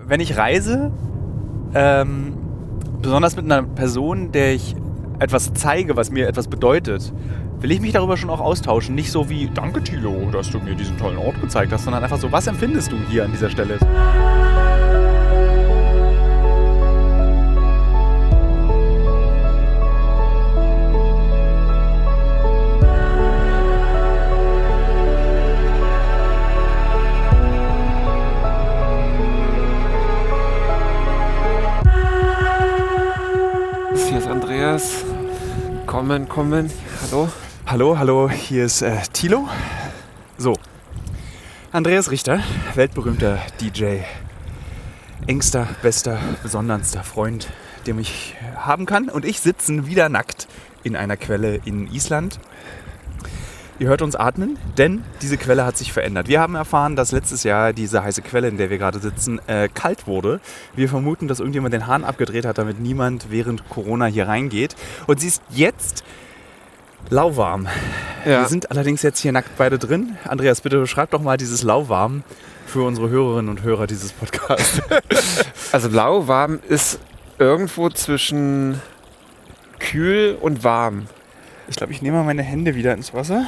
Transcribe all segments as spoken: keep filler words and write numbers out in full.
wenn ich reise, ähm, besonders mit einer Person, der ich etwas zeige, was mir etwas bedeutet, will ich mich darüber schon auch austauschen. Nicht so wie, danke Thilo, dass du mir diesen tollen Ort gezeigt hast, sondern einfach so, was empfindest du hier an dieser Stelle? Hier ist Andreas. Kommen, kommen. Hallo. Hallo, hallo, hier ist äh, Thilo. So, Andreas Richter, weltberühmter D J, engster, bester, besonderster Freund, den ich haben kann. Und ich sitzen wieder nackt in einer Quelle in Island. Ihr hört uns atmen, denn diese Quelle hat sich verändert. Wir haben erfahren, dass letztes Jahr diese heiße Quelle, in der wir gerade sitzen, äh, kalt wurde. Wir vermuten, dass irgendjemand den Hahn abgedreht hat, damit niemand während Corona hier reingeht. Und sie ist jetzt lauwarm. Ja. Wir sind allerdings jetzt hier nackt beide drin. Andreas, bitte beschreib doch mal dieses lauwarm für unsere Hörerinnen und Hörer dieses Podcasts. Also lauwarm ist irgendwo zwischen kühl und warm. Ich glaube, ich nehme mal meine Hände wieder ins Wasser.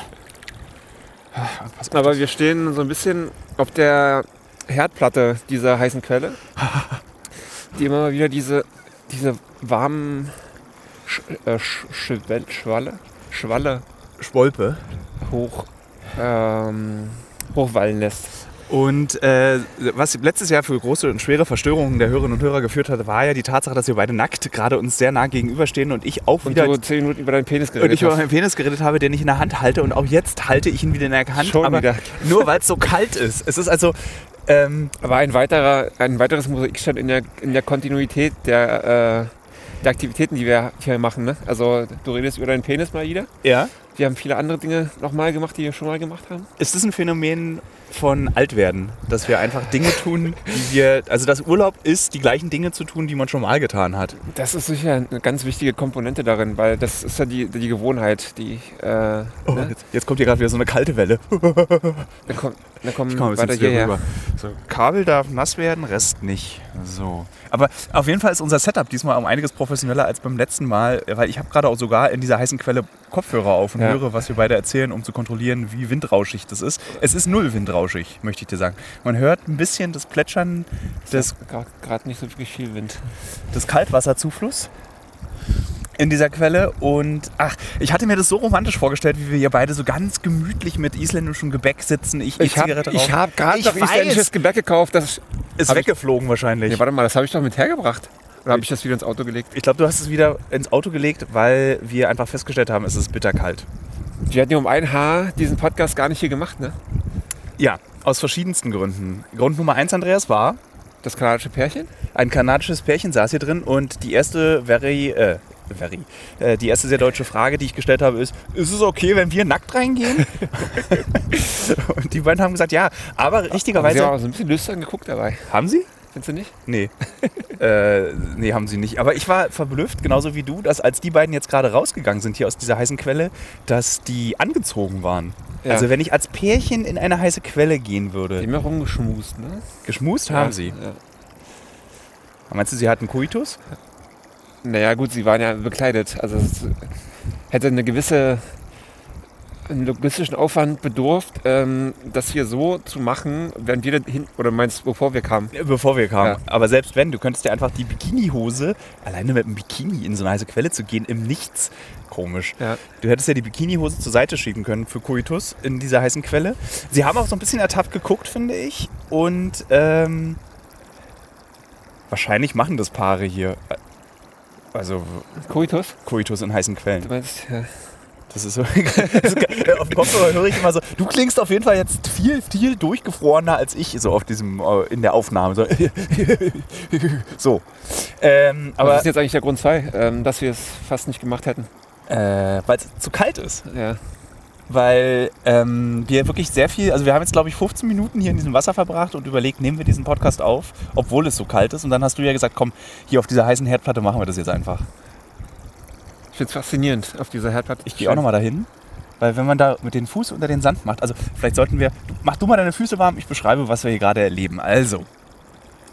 Aber wir stehen so ein bisschen auf der Herdplatte dieser heißen Quelle, die immer mal wieder diese, diese warmen Sch äh, Sch Sch Schwalle, Schwalle Schwolpe hoch, ähm, hochwallen lässt. Und äh, was letztes Jahr für große und schwere Verstörungen der Hörerinnen und Hörer geführt hat, war ja die Tatsache, dass wir beide nackt gerade uns sehr nah gegenüberstehen und ich auch wieder... Und du zehn Minuten über deinen Penis geredet Und ich über meinen Penis geredet habe, den ich in der Hand halte, und auch jetzt halte ich ihn wieder in der Hand, Schon aber wieder. Nur weil es so kalt ist. Es ist also... Ähm, aber ein, weiterer, ein weiteres Mosaikstein in der, in der Kontinuität der, äh, der Aktivitäten, die wir hier machen. Ne? Also du redest über deinen Penis mal wieder. Ja. Wir haben viele andere Dinge nochmal gemacht, die wir schon mal gemacht haben. Ist das ein Phänomen von Altwerden, dass wir einfach Dinge tun, die wir, also dass Urlaub ist, die gleichen Dinge zu tun, die man schon mal getan hat? Das ist sicher eine ganz wichtige Komponente darin, weil das ist ja die, die Gewohnheit, die... Äh, oh, ne? jetzt, jetzt kommt hier gerade wieder so eine kalte Welle. Dann kommen, dann kommen ich komm weiter hierher. Rüber. So, Kabel darf nass werden, Rest nicht. So. Aber auf jeden Fall ist unser Setup diesmal um einiges professioneller als beim letzten Mal, weil ich habe gerade auch sogar in dieser heißen Quelle Kopfhörer auf und ja. höre, was wir beide erzählen, um zu kontrollieren, wie windrauschig das ist. Es ist null windrauschig, möchte ich dir sagen. Man hört ein bisschen das Plätschern des... Gerade nicht so wirklich viel Wind. Des Kaltwasserzufluss in dieser Quelle. Und ach, ich hatte mir das so romantisch vorgestellt, wie wir hier beide so ganz gemütlich mit isländischem Gebäck sitzen. Ich ich habe hab gerade noch isländisches Gebäck gekauft. Das ist weggeflogen ich, wahrscheinlich. Nee, warte mal, das habe ich doch mit hergebracht. Oder habe ich das wieder ins Auto gelegt? Ich glaube, du hast es wieder ins Auto gelegt, weil wir einfach festgestellt haben, es ist bitterkalt. Wir hatten ja um ein Haar diesen Podcast gar nicht hier gemacht, ne? Ja, aus verschiedensten Gründen. Grund Nummer eins, Andreas, war... Das kanadische Pärchen? Ein kanadisches Pärchen saß hier drin und die erste very, äh, very, äh, die erste sehr deutsche Frage, die ich gestellt habe, ist, ist es okay, wenn wir nackt reingehen? Und die beiden haben gesagt, ja, aber richtigerweise... Sie haben auch so ein bisschen lüstern geguckt dabei. Haben sie? Findest du nicht? Nee. äh, nee, haben sie nicht. Aber ich war verblüfft, genauso wie du, dass als die beiden jetzt gerade rausgegangen sind hier aus dieser heißen Quelle, dass die angezogen waren. Ja. Also wenn ich als Pärchen in eine heiße Quelle gehen würde. Die haben ja rumgeschmust, ne? Geschmust ja, haben sie. Ja. Meinst du, sie hatten Koitus? Naja gut, sie waren ja bekleidet. Also es hätte eine gewisse... einen logistischen Aufwand bedurft, ähm, das hier so zu machen, während wir hin, oder meinst du, bevor wir kamen? Bevor wir kamen. Ja. Aber selbst wenn, du könntest dir einfach die Bikinihose, alleine mit einem Bikini in so eine heiße Quelle zu gehen, im Nichts, komisch. Ja. Du hättest ja die Bikinihose zur Seite schieben können für Koitus in dieser heißen Quelle. Sie haben auch so ein bisschen ertappt geguckt, finde ich. Und ähm, wahrscheinlich machen das Paare hier. Also Koitus? Koitus in heißen Quellen. Du meinst, ja. Das ist so. Auf dem Kopfhörer höre ich immer so, du klingst auf jeden Fall jetzt viel, viel durchgefrorener als ich, so auf diesem, in der Aufnahme. So. so. Ähm, aber Was ist jetzt eigentlich der Grund zwei, ähm, dass wir es fast nicht gemacht hätten? Äh, weil es zu kalt ist. Ja. Weil ähm, wir wirklich sehr viel, also wir haben jetzt glaube ich fünfzehn Minuten hier in diesem Wasser verbracht und überlegt, nehmen wir diesen Podcast auf, obwohl es so kalt ist. Und dann hast du ja gesagt, komm, hier auf dieser heißen Herdplatte machen wir das jetzt einfach. Ich finde es faszinierend auf dieser Herdplatte. Ich gehe auch nochmal dahin, weil wenn man da mit den Fuß unter den Sand macht, also vielleicht sollten wir, mach du mal deine Füße warm, ich beschreibe, was wir hier gerade erleben. Also,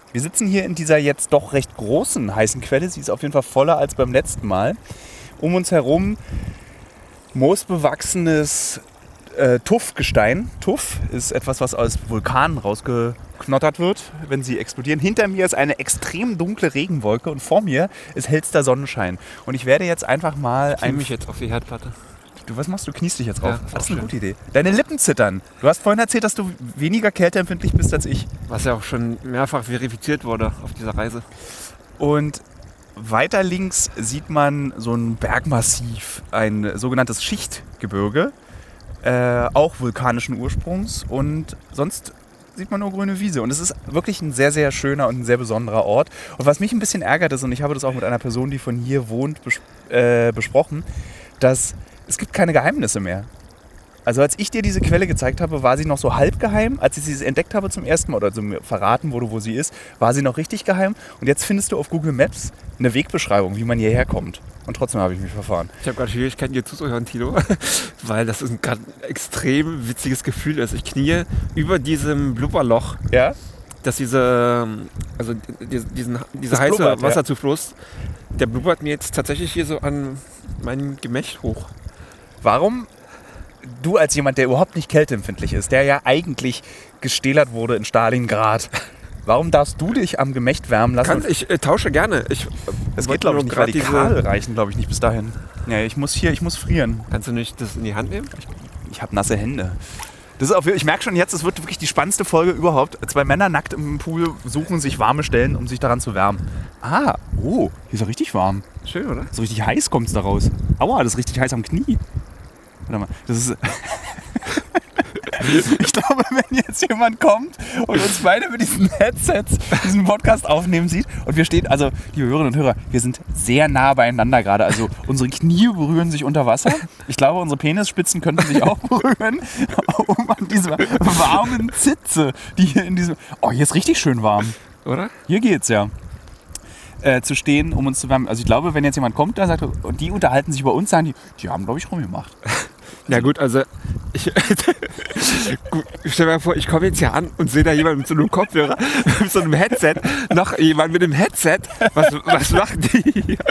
Wir sitzen hier in dieser jetzt doch recht großen heißen Quelle. Sie ist auf jeden Fall voller als beim letzten Mal. Um uns herum moosbewachsenes äh, Tuffgestein. Tuff ist etwas, was aus Vulkanen rausgeknottert wird, wenn sie explodieren. Hinter mir ist eine extrem dunkle Regenwolke und vor mir ist hellster Sonnenschein. Und ich werde jetzt einfach mal... Ich nehme mich jetzt auf die Herdplatte. Du, was machst du? Kniest dich jetzt drauf? Ja, das ist schön. eine gute Idee. Deine Lippen zittern. Du hast vorhin erzählt, dass du weniger kälteempfindlich bist als ich. Was ja auch schon mehrfach verifiziert wurde auf dieser Reise. Und weiter links sieht man so ein Bergmassiv, ein sogenanntes Schichtgebirge, äh, auch vulkanischen Ursprungs. Und sonst sieht man nur grüne Wiese. Und es ist wirklich ein sehr, sehr schöner und ein sehr besonderer Ort. Und was mich ein bisschen ärgert ist, und ich habe das auch mit einer Person, die von hier wohnt, bes- äh, besprochen, dass es gibt keine Geheimnisse mehr. Also als ich dir diese Quelle gezeigt habe, war sie noch so halb geheim. Als ich sie entdeckt habe zum ersten Mal oder so mir verraten wurde, wo sie ist, war sie noch richtig geheim. Und jetzt findest du auf Google Maps eine Wegbeschreibung, wie man hierher kommt. Und trotzdem habe ich mich verfahren. Ich habe gerade Schwierigkeiten, dir zuzuhören, Tilo, weil das ist ein gerade extrem witziges Gefühl ist. Ich knie über diesem Blubberloch, Ja? dass diese, also diesen, diesen, dieser Das heiße blubbert, ja. Wasserzufluss, der blubbert mir jetzt tatsächlich hier so an mein Gemächt hoch. Warum du als jemand, der überhaupt nicht kälteempfindlich ist, der ja eigentlich gestählert wurde in Stalingrad, warum darfst du dich am Gemächt wärmen lassen? Kann, ich äh, tausche gerne. Ich, das wollte geht, glaube ich, nur nicht, grad weil die diese- Kabel reichen, glaube ich, nicht bis dahin. Ja, ich muss hier, ich muss frieren. Kannst du nicht das in die Hand nehmen? Ich habe nasse Hände. Das ist auf, ich merke schon jetzt, es wird wirklich die spannendste Folge überhaupt. Zwei Männer nackt im Pool suchen sich warme Stellen, um sich daran zu wärmen. Ah, oh, hier ist ja richtig warm. Schön, oder? So richtig heiß kommt es da raus. Aua, das ist richtig heiß am Knie. Warte mal, das ist... Ich glaube, wenn jetzt jemand kommt und uns beide mit diesen Headsets diesen Podcast aufnehmen sieht und wir stehen, also liebe Hörerinnen und Hörer, wir sind sehr nah beieinander gerade. Also unsere Knie berühren sich unter Wasser. Ich glaube, unsere Penisspitzen könnten sich auch berühren, um an dieser warmen Zitze, die hier in diesem... Oh, hier ist richtig schön warm. Oder? Hier geht's ja. Äh, zu stehen, um uns zu wärmen. Also ich glaube, wenn jetzt jemand kommt, der sagt, und die unterhalten sich über uns, sagen die, die haben, glaube ich, rumgemacht. Ja gut, also ich, gut, stell dir mal vor, ich komme jetzt hier an und sehe da jemanden mit so einem Kopfhörer, mit so einem Headset, noch jemand mit einem Headset. Was, was machen die hier?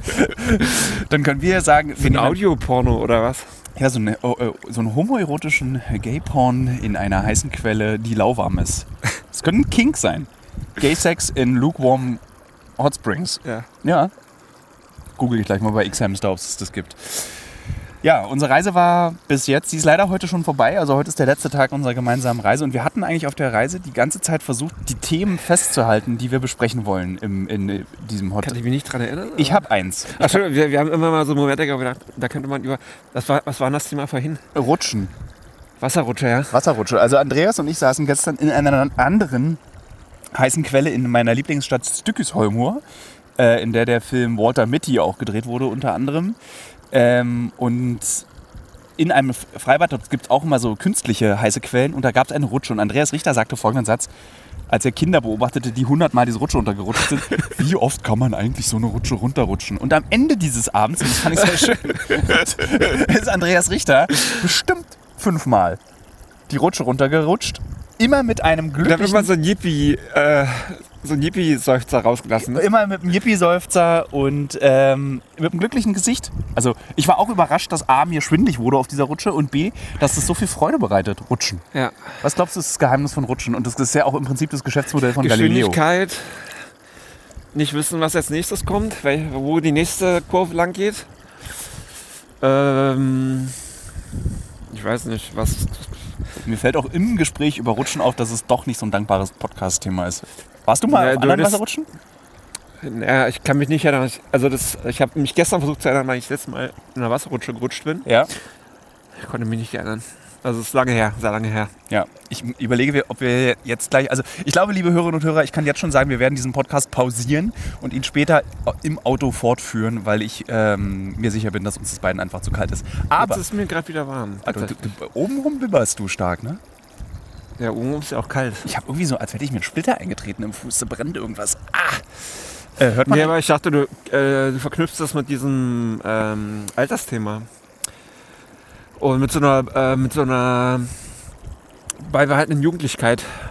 Dann können wir sagen, So ein Audioporno oder was? ja, so, eine, oh, oh, so einen homoerotischen Gay-Porn in einer heißen Quelle, die lauwarm ist. Das könnte ein Kink sein. Gay-Sex in lukewarm Hot Springs. Ja. Ja. Google ich gleich mal bei X-Hamster, ob es das gibt. Ja, unsere Reise war bis jetzt, sie ist leider heute schon vorbei, also heute ist der letzte Tag unserer gemeinsamen Reise und wir hatten eigentlich auf der Reise die ganze Zeit versucht, die Themen festzuhalten, die wir besprechen wollen im, in diesem Hot. Kann ich mich nicht dran erinnern? Ich habe eins. Ach schön, wir, wir haben immer mal so Momente gedacht, da könnte man über, was war, was war das Thema vorhin? Rutschen. Wasserrutsche, ja? Wasserrutsche. Also Andreas und ich saßen gestern in einer anderen heißen Quelle in meiner Lieblingsstadt Stykkishólmur, äh, in der der Film Walter Mitty auch gedreht wurde unter anderem. Ähm, und in einem Freibad gibt es auch immer so künstliche heiße Quellen und da gab es eine Rutsche. Und Andreas Richter sagte folgenden Satz, als er Kinder beobachtete, die hundertmal diese Rutsche runtergerutscht sind. Wie oft kann man eigentlich so eine Rutsche runterrutschen? Und am Ende dieses Abends, und das fand ich sehr schön, ist Andreas Richter bestimmt fünfmal die Rutsche runtergerutscht. Immer mit einem Da hat immer glücklichen... so ein Yippie, äh, so ein Yippie-Seufzer rausgelassen. Ne? Immer mit einem Yippie-Seufzer und ähm, mit einem glücklichen Gesicht. Also ich war auch überrascht, dass A, mir schwindelig wurde auf dieser Rutsche und B, dass es so viel Freude bereitet, Rutschen. Ja. Was glaubst du, ist das Geheimnis von Rutschen? Und das ist ja auch im Prinzip das Geschäftsmodell von Galileo. Geschwindigkeit, nicht wissen, was als nächstes kommt, weil, wo die nächste Kurve lang geht. Ähm, ich weiß nicht, was... Mir fällt auch im Gespräch über Rutschen auf, dass es doch nicht so ein dankbares Podcast-Thema ist. Warst du mal Ja, auf du anderen hattest- Wasserrutschen? Ja, ich kann mich nicht erinnern. Ich- Also das, ich habe mich gestern versucht zu erinnern, weil ich das letzte Mal in einer Wasserrutsche gerutscht bin. Ja. Ich konnte mich nicht erinnern. Also es ist lange her, sehr lange her. Ja, ich überlege, ob wir jetzt gleich, also ich glaube, liebe Hörerinnen und Hörer, ich kann jetzt schon sagen, wir werden diesen Podcast pausieren und ihn später im Auto fortführen, weil ich ähm, mir sicher bin, dass uns das beiden einfach zu kalt ist. Aber Jetzt ist mir gerade wieder warm. also, du, du, obenrum bibberst du stark, ne? Ja, oben ist ja auch kalt. Ich habe irgendwie so, als hätte ich mir einen Splitter eingetreten im Fuß, da brennt irgendwas. Ah! Äh, hört man? Nee, aber ich dachte, du, äh, du verknüpfst das mit diesem ähm, Altersthema. Und mit so einer, äh, mit so einer beibehaltenen Jugendlichkeit,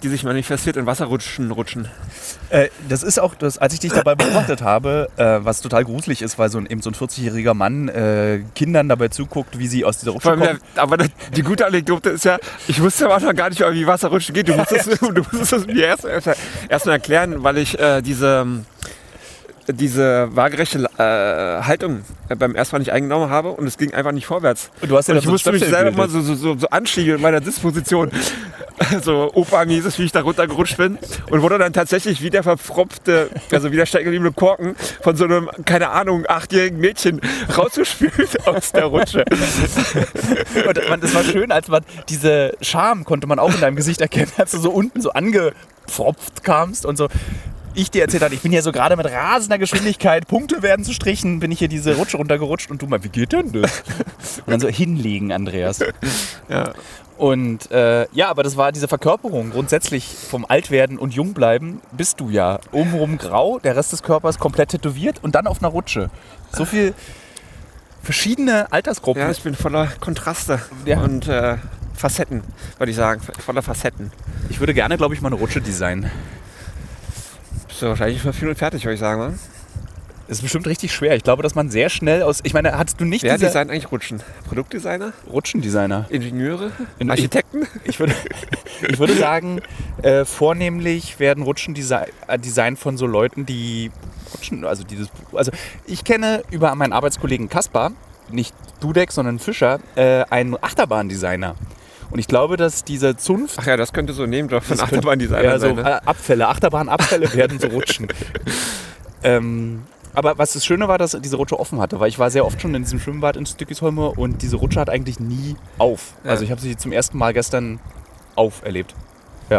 die sich manifestiert in Wasserrutschen rutschen. Äh, das ist auch, das, als ich dich dabei beobachtet habe, äh, was total gruselig ist, weil so ein, eben so ein vierzigjähriger Mann äh, Kindern dabei zuguckt, wie sie aus dieser Rutsche kommen. Der, aber der, die gute Anekdote ist ja, ich wusste am Anfang gar nicht, wie Wasserrutschen geht. Du musstest, du musstest es mir erst, erst, erst mal erklären, weil ich äh, diese... diese waagerechte äh, Haltung äh, beim ersten Mal nicht eingenommen habe und es ging einfach nicht vorwärts. Und du hast ja und ich so musste mich selber mal so, so, so, so anschieben in meiner Disposition. So opermäßig, wie ich da runtergerutscht bin und wurde dann tatsächlich wie der verfropfte, also wie der steckengebliebene Korken von so einem, keine Ahnung, achtjährigen Mädchen rausgespült aus der Rutsche. Und man, das war schön, als man diese Scham konnte man auch in deinem Gesicht erkennen, als du so unten so angepfropft kamst und so. Ich dir erzählt habe, ich bin ja so gerade mit rasender Geschwindigkeit, Punkte werden zu strichen, bin ich hier diese Rutsche runtergerutscht und du mal, wie geht denn das? Und dann so hinlegen, Andreas. Ja. Und äh, ja, aber das war diese Verkörperung grundsätzlich vom Altwerden und Jungbleiben bist du ja. Obenrum grau, der Rest des Körpers komplett tätowiert und dann auf einer Rutsche. So viel verschiedene Altersgruppen. Ja, ich bin voller Kontraste ja. und äh, Facetten, würde ich sagen. Voller Facetten. Ich würde gerne, glaube ich, mal eine Rutsche designen. Bist du wahrscheinlich fünf Minuten fertig, würde ich sagen, oder? Das ist bestimmt richtig schwer. Ich glaube, dass man sehr schnell aus... Ich meine, hattest du nicht Wer diese... designt eigentlich Rutschen? Produktdesigner? Rutschendesigner. Ingenieure? In, Architekten? Ich, ich, würde, ich würde sagen, äh, vornehmlich werden Rutschen desi- äh, designt von so Leuten, die Rutschen... Also, dieses, also ich kenne über meinen Arbeitskollegen Kaspar, nicht Dudek, sondern Fischer, äh, einen Achterbahndesigner. Und ich glaube, dass diese Zunft... Ach ja, das könnte so ein Nebenjob von Achterbahndesigner ja, so sein. Ne? Abfälle, Achterbahnabfälle werden so rutschen. ähm, aber was das Schöne war, dass diese Rutsche offen hatte, weil ich war sehr oft schon in diesem Schwimmbad in Stückisholme und diese Rutsche hat eigentlich nie auf. Ja. Also ich habe sie zum ersten Mal gestern auferlebt. Ja.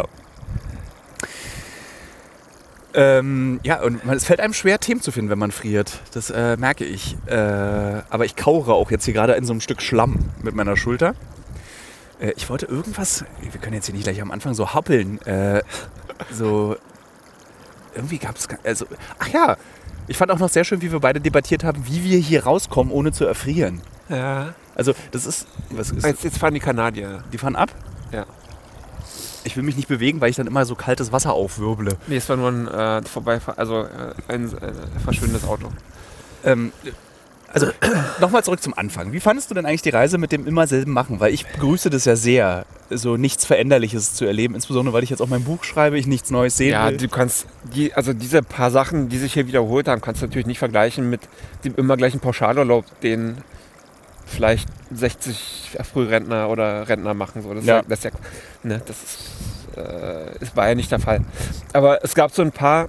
Ähm, ja, und man, es fällt einem schwer, Themen zu finden, wenn man friert. Das äh, merke ich. Äh, aber ich kauere auch jetzt hier gerade in so einem Stück Schlamm mit meiner Schulter. Äh, ich wollte irgendwas, wir können jetzt hier nicht gleich am Anfang so happeln. Äh, so, irgendwie gab es, also, ach ja, ich fand auch noch sehr schön, wie wir beide debattiert haben, wie wir hier rauskommen, ohne zu erfrieren. Ja. Also, das ist, was ist jetzt, jetzt fahren die Kanadier. Die fahren ab? Ja. Ich will mich nicht bewegen, weil ich dann immer so kaltes Wasser aufwirble. Nee, es war nur ein äh, vorbei, also äh, ein äh, verschwindendes Auto. Ähm, also nochmal zurück zum Anfang. Wie fandest du denn eigentlich die Reise mit dem immer selben Machen? Weil ich begrüße das ja sehr, so nichts Veränderliches zu erleben, insbesondere weil ich jetzt auch mein Buch schreibe, ich nichts Neues sehen ja, will. Du kannst die, also diese paar Sachen, die sich hier wiederholt haben, kannst du natürlich nicht vergleichen mit dem immer gleichen Pauschalurlaub, den vielleicht sechzig Frührentner oder Rentner machen. So. Das, ja. Ist, das, ist ja, ne, das, ist, äh, das war ja nicht der Fall. Aber es gab so ein paar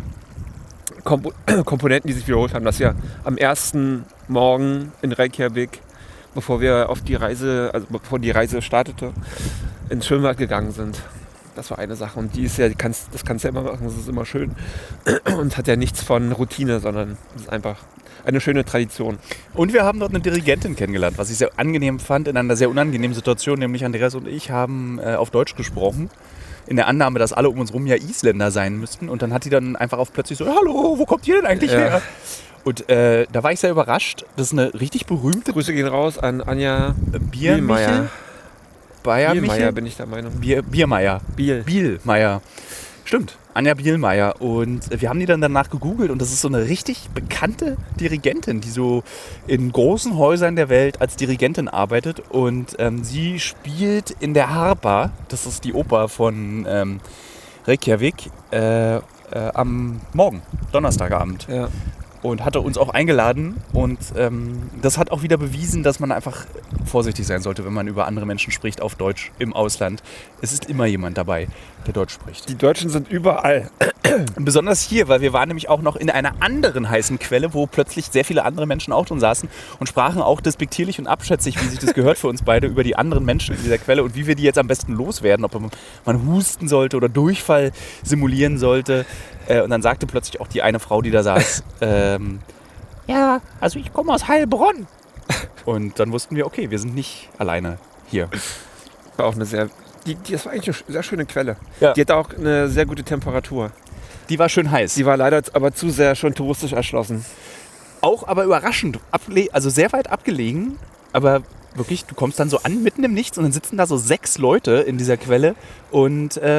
Kompo- Komponenten, die sich wiederholt haben, dass wir am ersten Morgen in Reykjavik, bevor wir auf die Reise, also bevor die Reise startete, ins Schwimmbad gegangen sind. Das war eine Sache und die ist ja, die kannst, das kannst du ja immer machen, das ist immer schön und hat ja nichts von Routine, sondern es ist einfach eine schöne Tradition. Und wir haben dort eine Dirigentin kennengelernt, was ich sehr angenehm fand, in einer sehr unangenehmen Situation, nämlich Andreas und ich haben äh, auf Deutsch gesprochen, in der Annahme, dass alle um uns rum ja Isländer sein müssten. Und dann hat die dann einfach auf plötzlich so, hallo, wo kommt ihr denn eigentlich ja. her? Und äh, da war ich sehr überrascht. Das ist eine richtig berühmte... Grüße gehen raus an Anja Biermeier. Biermeier bin ich der Meinung. Bier, Biermeier. Biel. Bielmeier. Stimmt, Anja Bielmeier. Und wir haben die dann danach gegoogelt und das ist so eine richtig bekannte Dirigentin, die so in großen Häusern der Welt als Dirigentin arbeitet. Und ähm, sie spielt in der Harpa, das ist die Oper von ähm, Reykjavik, äh, äh, am Morgen, Donnerstagabend. Ja. Und hatte uns auch eingeladen und ähm, das hat auch wieder bewiesen, dass man einfach vorsichtig sein sollte, wenn man über andere Menschen spricht auf Deutsch im Ausland. Es ist immer jemand dabei, der Deutsch spricht. Die Deutschen sind überall. Besonders hier, weil wir waren nämlich auch noch in einer anderen heißen Quelle, wo plötzlich sehr viele andere Menschen auch drin saßen und sprachen auch despektierlich und abschätzig, wie sich das gehört für uns beide, über die anderen Menschen in dieser Quelle und wie wir die jetzt am besten loswerden, ob man husten sollte oder Durchfall simulieren sollte. Und dann sagte plötzlich auch die eine Frau, die da saß, ähm, ja, also ich komme aus Heilbronn. Und dann wussten wir, okay, wir sind nicht alleine hier. War auch eine sehr, die, die, das war eigentlich eine sehr schöne Quelle. Ja. Die hatte auch eine sehr gute Temperatur. Die war schön heiß. Die war leider aber zu sehr schon touristisch erschlossen. Auch aber überraschend, able- also sehr weit abgelegen, aber wirklich, du kommst dann so an, mitten im Nichts und dann sitzen da so sechs Leute in dieser Quelle und äh,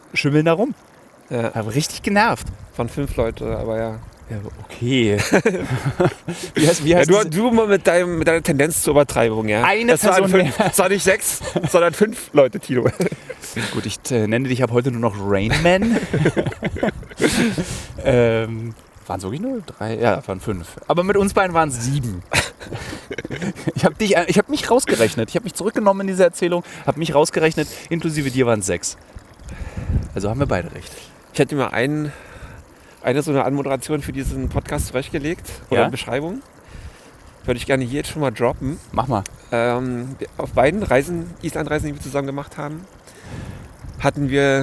schimmeln da rum. Ja. Aber richtig genervt. Von fünf Leute, aber ja. Ja, okay. wie heißt, wie heißt ja, du, du mal mit, deinem, mit deiner Tendenz zur Übertreibung, ja. Eine es waren Person fünf, es waren nicht sechs, sondern fünf Leute, Tilo. Gut, ich äh, nenne dich ab heute nur noch Rain Man. ähm, waren es wirklich nur drei? Ja, waren fünf. Aber mit uns beiden waren es sieben. ich habe hab mich rausgerechnet. Ich habe mich zurückgenommen in diese Erzählung, habe mich rausgerechnet. Inklusive dir waren es sechs. Also haben wir beide recht. Ich hätte mir einen... eine so eine Anmoderation für diesen Podcast zurechtgelegt oder ja? Beschreibung. Würde ich gerne hier jetzt schon mal droppen. Mach mal. Ähm, auf beiden Reisen, Islandreisen, die wir zusammen gemacht haben, hatten wir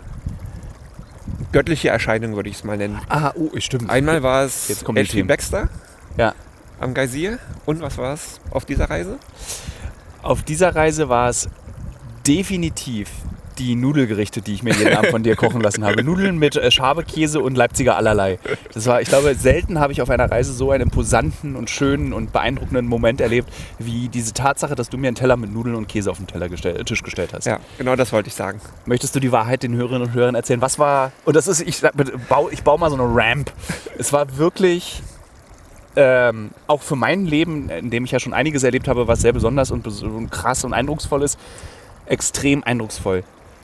göttliche Erscheinungen, würde ich es mal nennen. Ah, oh, stimmt. Einmal war es H P Baxter ja. am Geysir. Und was war es auf dieser Reise? Auf dieser Reise war es definitiv die Nudelgerichte, die ich mir jeden Abend von dir kochen lassen habe. Nudeln mit äh, Schabekäse und Leipziger allerlei. Das war, ich glaube, selten habe ich auf einer Reise so einen imposanten und schönen und beeindruckenden Moment erlebt, wie diese Tatsache, dass du mir einen Teller mit Nudeln und Käse auf den Teller gestell, Tisch gestellt hast. Ja, genau das wollte ich sagen. Möchtest du die Wahrheit den Hörerinnen und Hörern erzählen? Was war, und das ist, ich, baue, ich baue mal so eine Ramp. Es war wirklich... Ähm, auch für mein Leben, in dem ich ja schon einiges erlebt habe, was sehr besonders und, und krass und eindrucksvoll ist, extrem eindrucksvoll.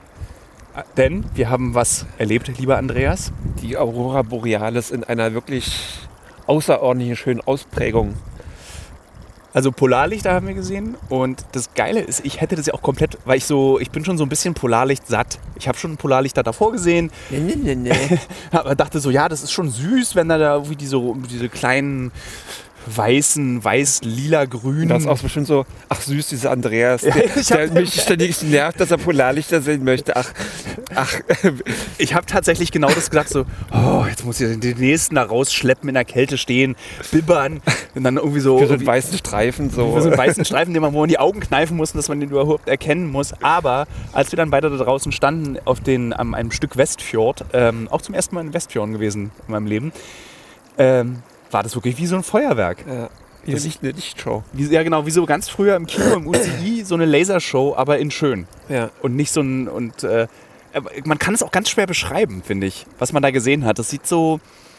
Denn wir haben was erlebt, lieber Andreas. Die Aurora Borealis in einer wirklich außerordentlichen schönen Ausprägung. Also Polarlichter haben wir gesehen und das Geile ist, ich hätte das ja auch komplett, weil ich so, ich bin schon so ein bisschen Polarlicht satt. Ich habe schon ein Polarlichter davor gesehen, nee, nee, nee, nee. aber dachte so, ja, das ist schon süß, wenn da da irgendwie diese, diese kleinen weißen, weiß, lila, grün. Das ist auch bestimmt so, ach süß, dieser Andreas, der, ja, der mich ständig nervt, dass er Polarlichter sehen möchte. Ach, ach. Ich habe tatsächlich genau das gesagt, so, oh, jetzt muss ich den nächsten da rausschleppen, in der Kälte stehen, bibbern und dann irgendwie so... Für so einen weißen Streifen. So. Für so einen weißen Streifen, den man wo in die Augen kneifen muss, dass man den überhaupt erkennen muss. Aber als wir dann beide da draußen standen, auf den, an einem Stück Westfjord, ähm, auch zum ersten Mal in Westfjorden gewesen in meinem Leben, ähm, war das wirklich wie so ein Feuerwerk. Ja, wie das eine Lichtshow. Wie, ja genau, wie so ganz früher im Kino, im U C I, so eine Lasershow, aber in schön. Ja. Und nicht so ein... Und, äh, man kann es auch ganz schwer beschreiben, finde ich, was man da gesehen hat. Das sieht so...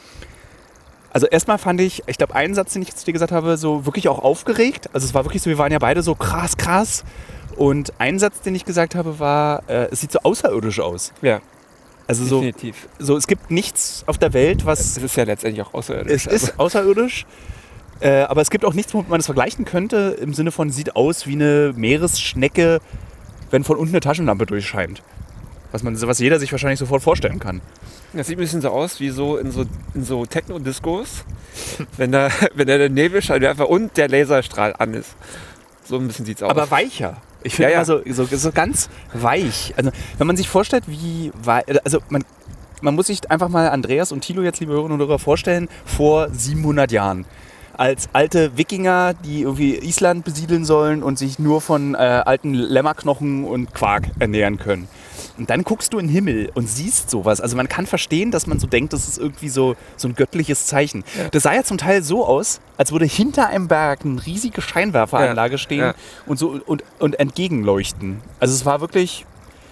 Also erstmal fand ich, ich glaube, einen Satz, den ich zu dir gesagt habe, so wirklich auch aufgeregt. Also es war wirklich so, wir waren ja beide so krass, krass. Und ein Satz, den ich gesagt habe, war, äh, es sieht so außerirdisch aus. Ja. Also so, definitiv. So, es gibt nichts auf der Welt, was... Es ist ja letztendlich auch außerirdisch. Es ist außerirdisch, äh, aber es gibt auch nichts, womit man das vergleichen könnte, im Sinne von, sieht aus wie eine Meeresschnecke, wenn von unten eine Taschenlampe durchscheint. Was, man, was jeder sich wahrscheinlich sofort vorstellen kann. Das sieht ein bisschen so aus wie so in so, in so Techno-Discos, wenn da, wenn da der Nebelscheinwerfer und der Laserstrahl an ist. So ein bisschen sieht es aus. Aber weicher. Ich finde ja, ja. so, so, so ganz weich. Also wenn man sich vorstellt, wie weich, also man, man muss sich einfach mal Andreas und Thilo jetzt, liebe Hörerinnen und Hörer, vorstellen, vor siebenhundert Jahren. Als alte Wikinger, die irgendwie Island besiedeln sollen und sich nur von äh, alten Lämmerknochen und Quark ernähren können. Und dann guckst du in den Himmel und siehst sowas. Also man kann verstehen, dass man so denkt, das ist irgendwie so, so ein göttliches Zeichen. Ja. Das sah ja zum Teil so aus, als würde hinter einem Berg eine riesige Scheinwerferanlage ja. stehen ja. und, so, und, und entgegenleuchten. Also es war wirklich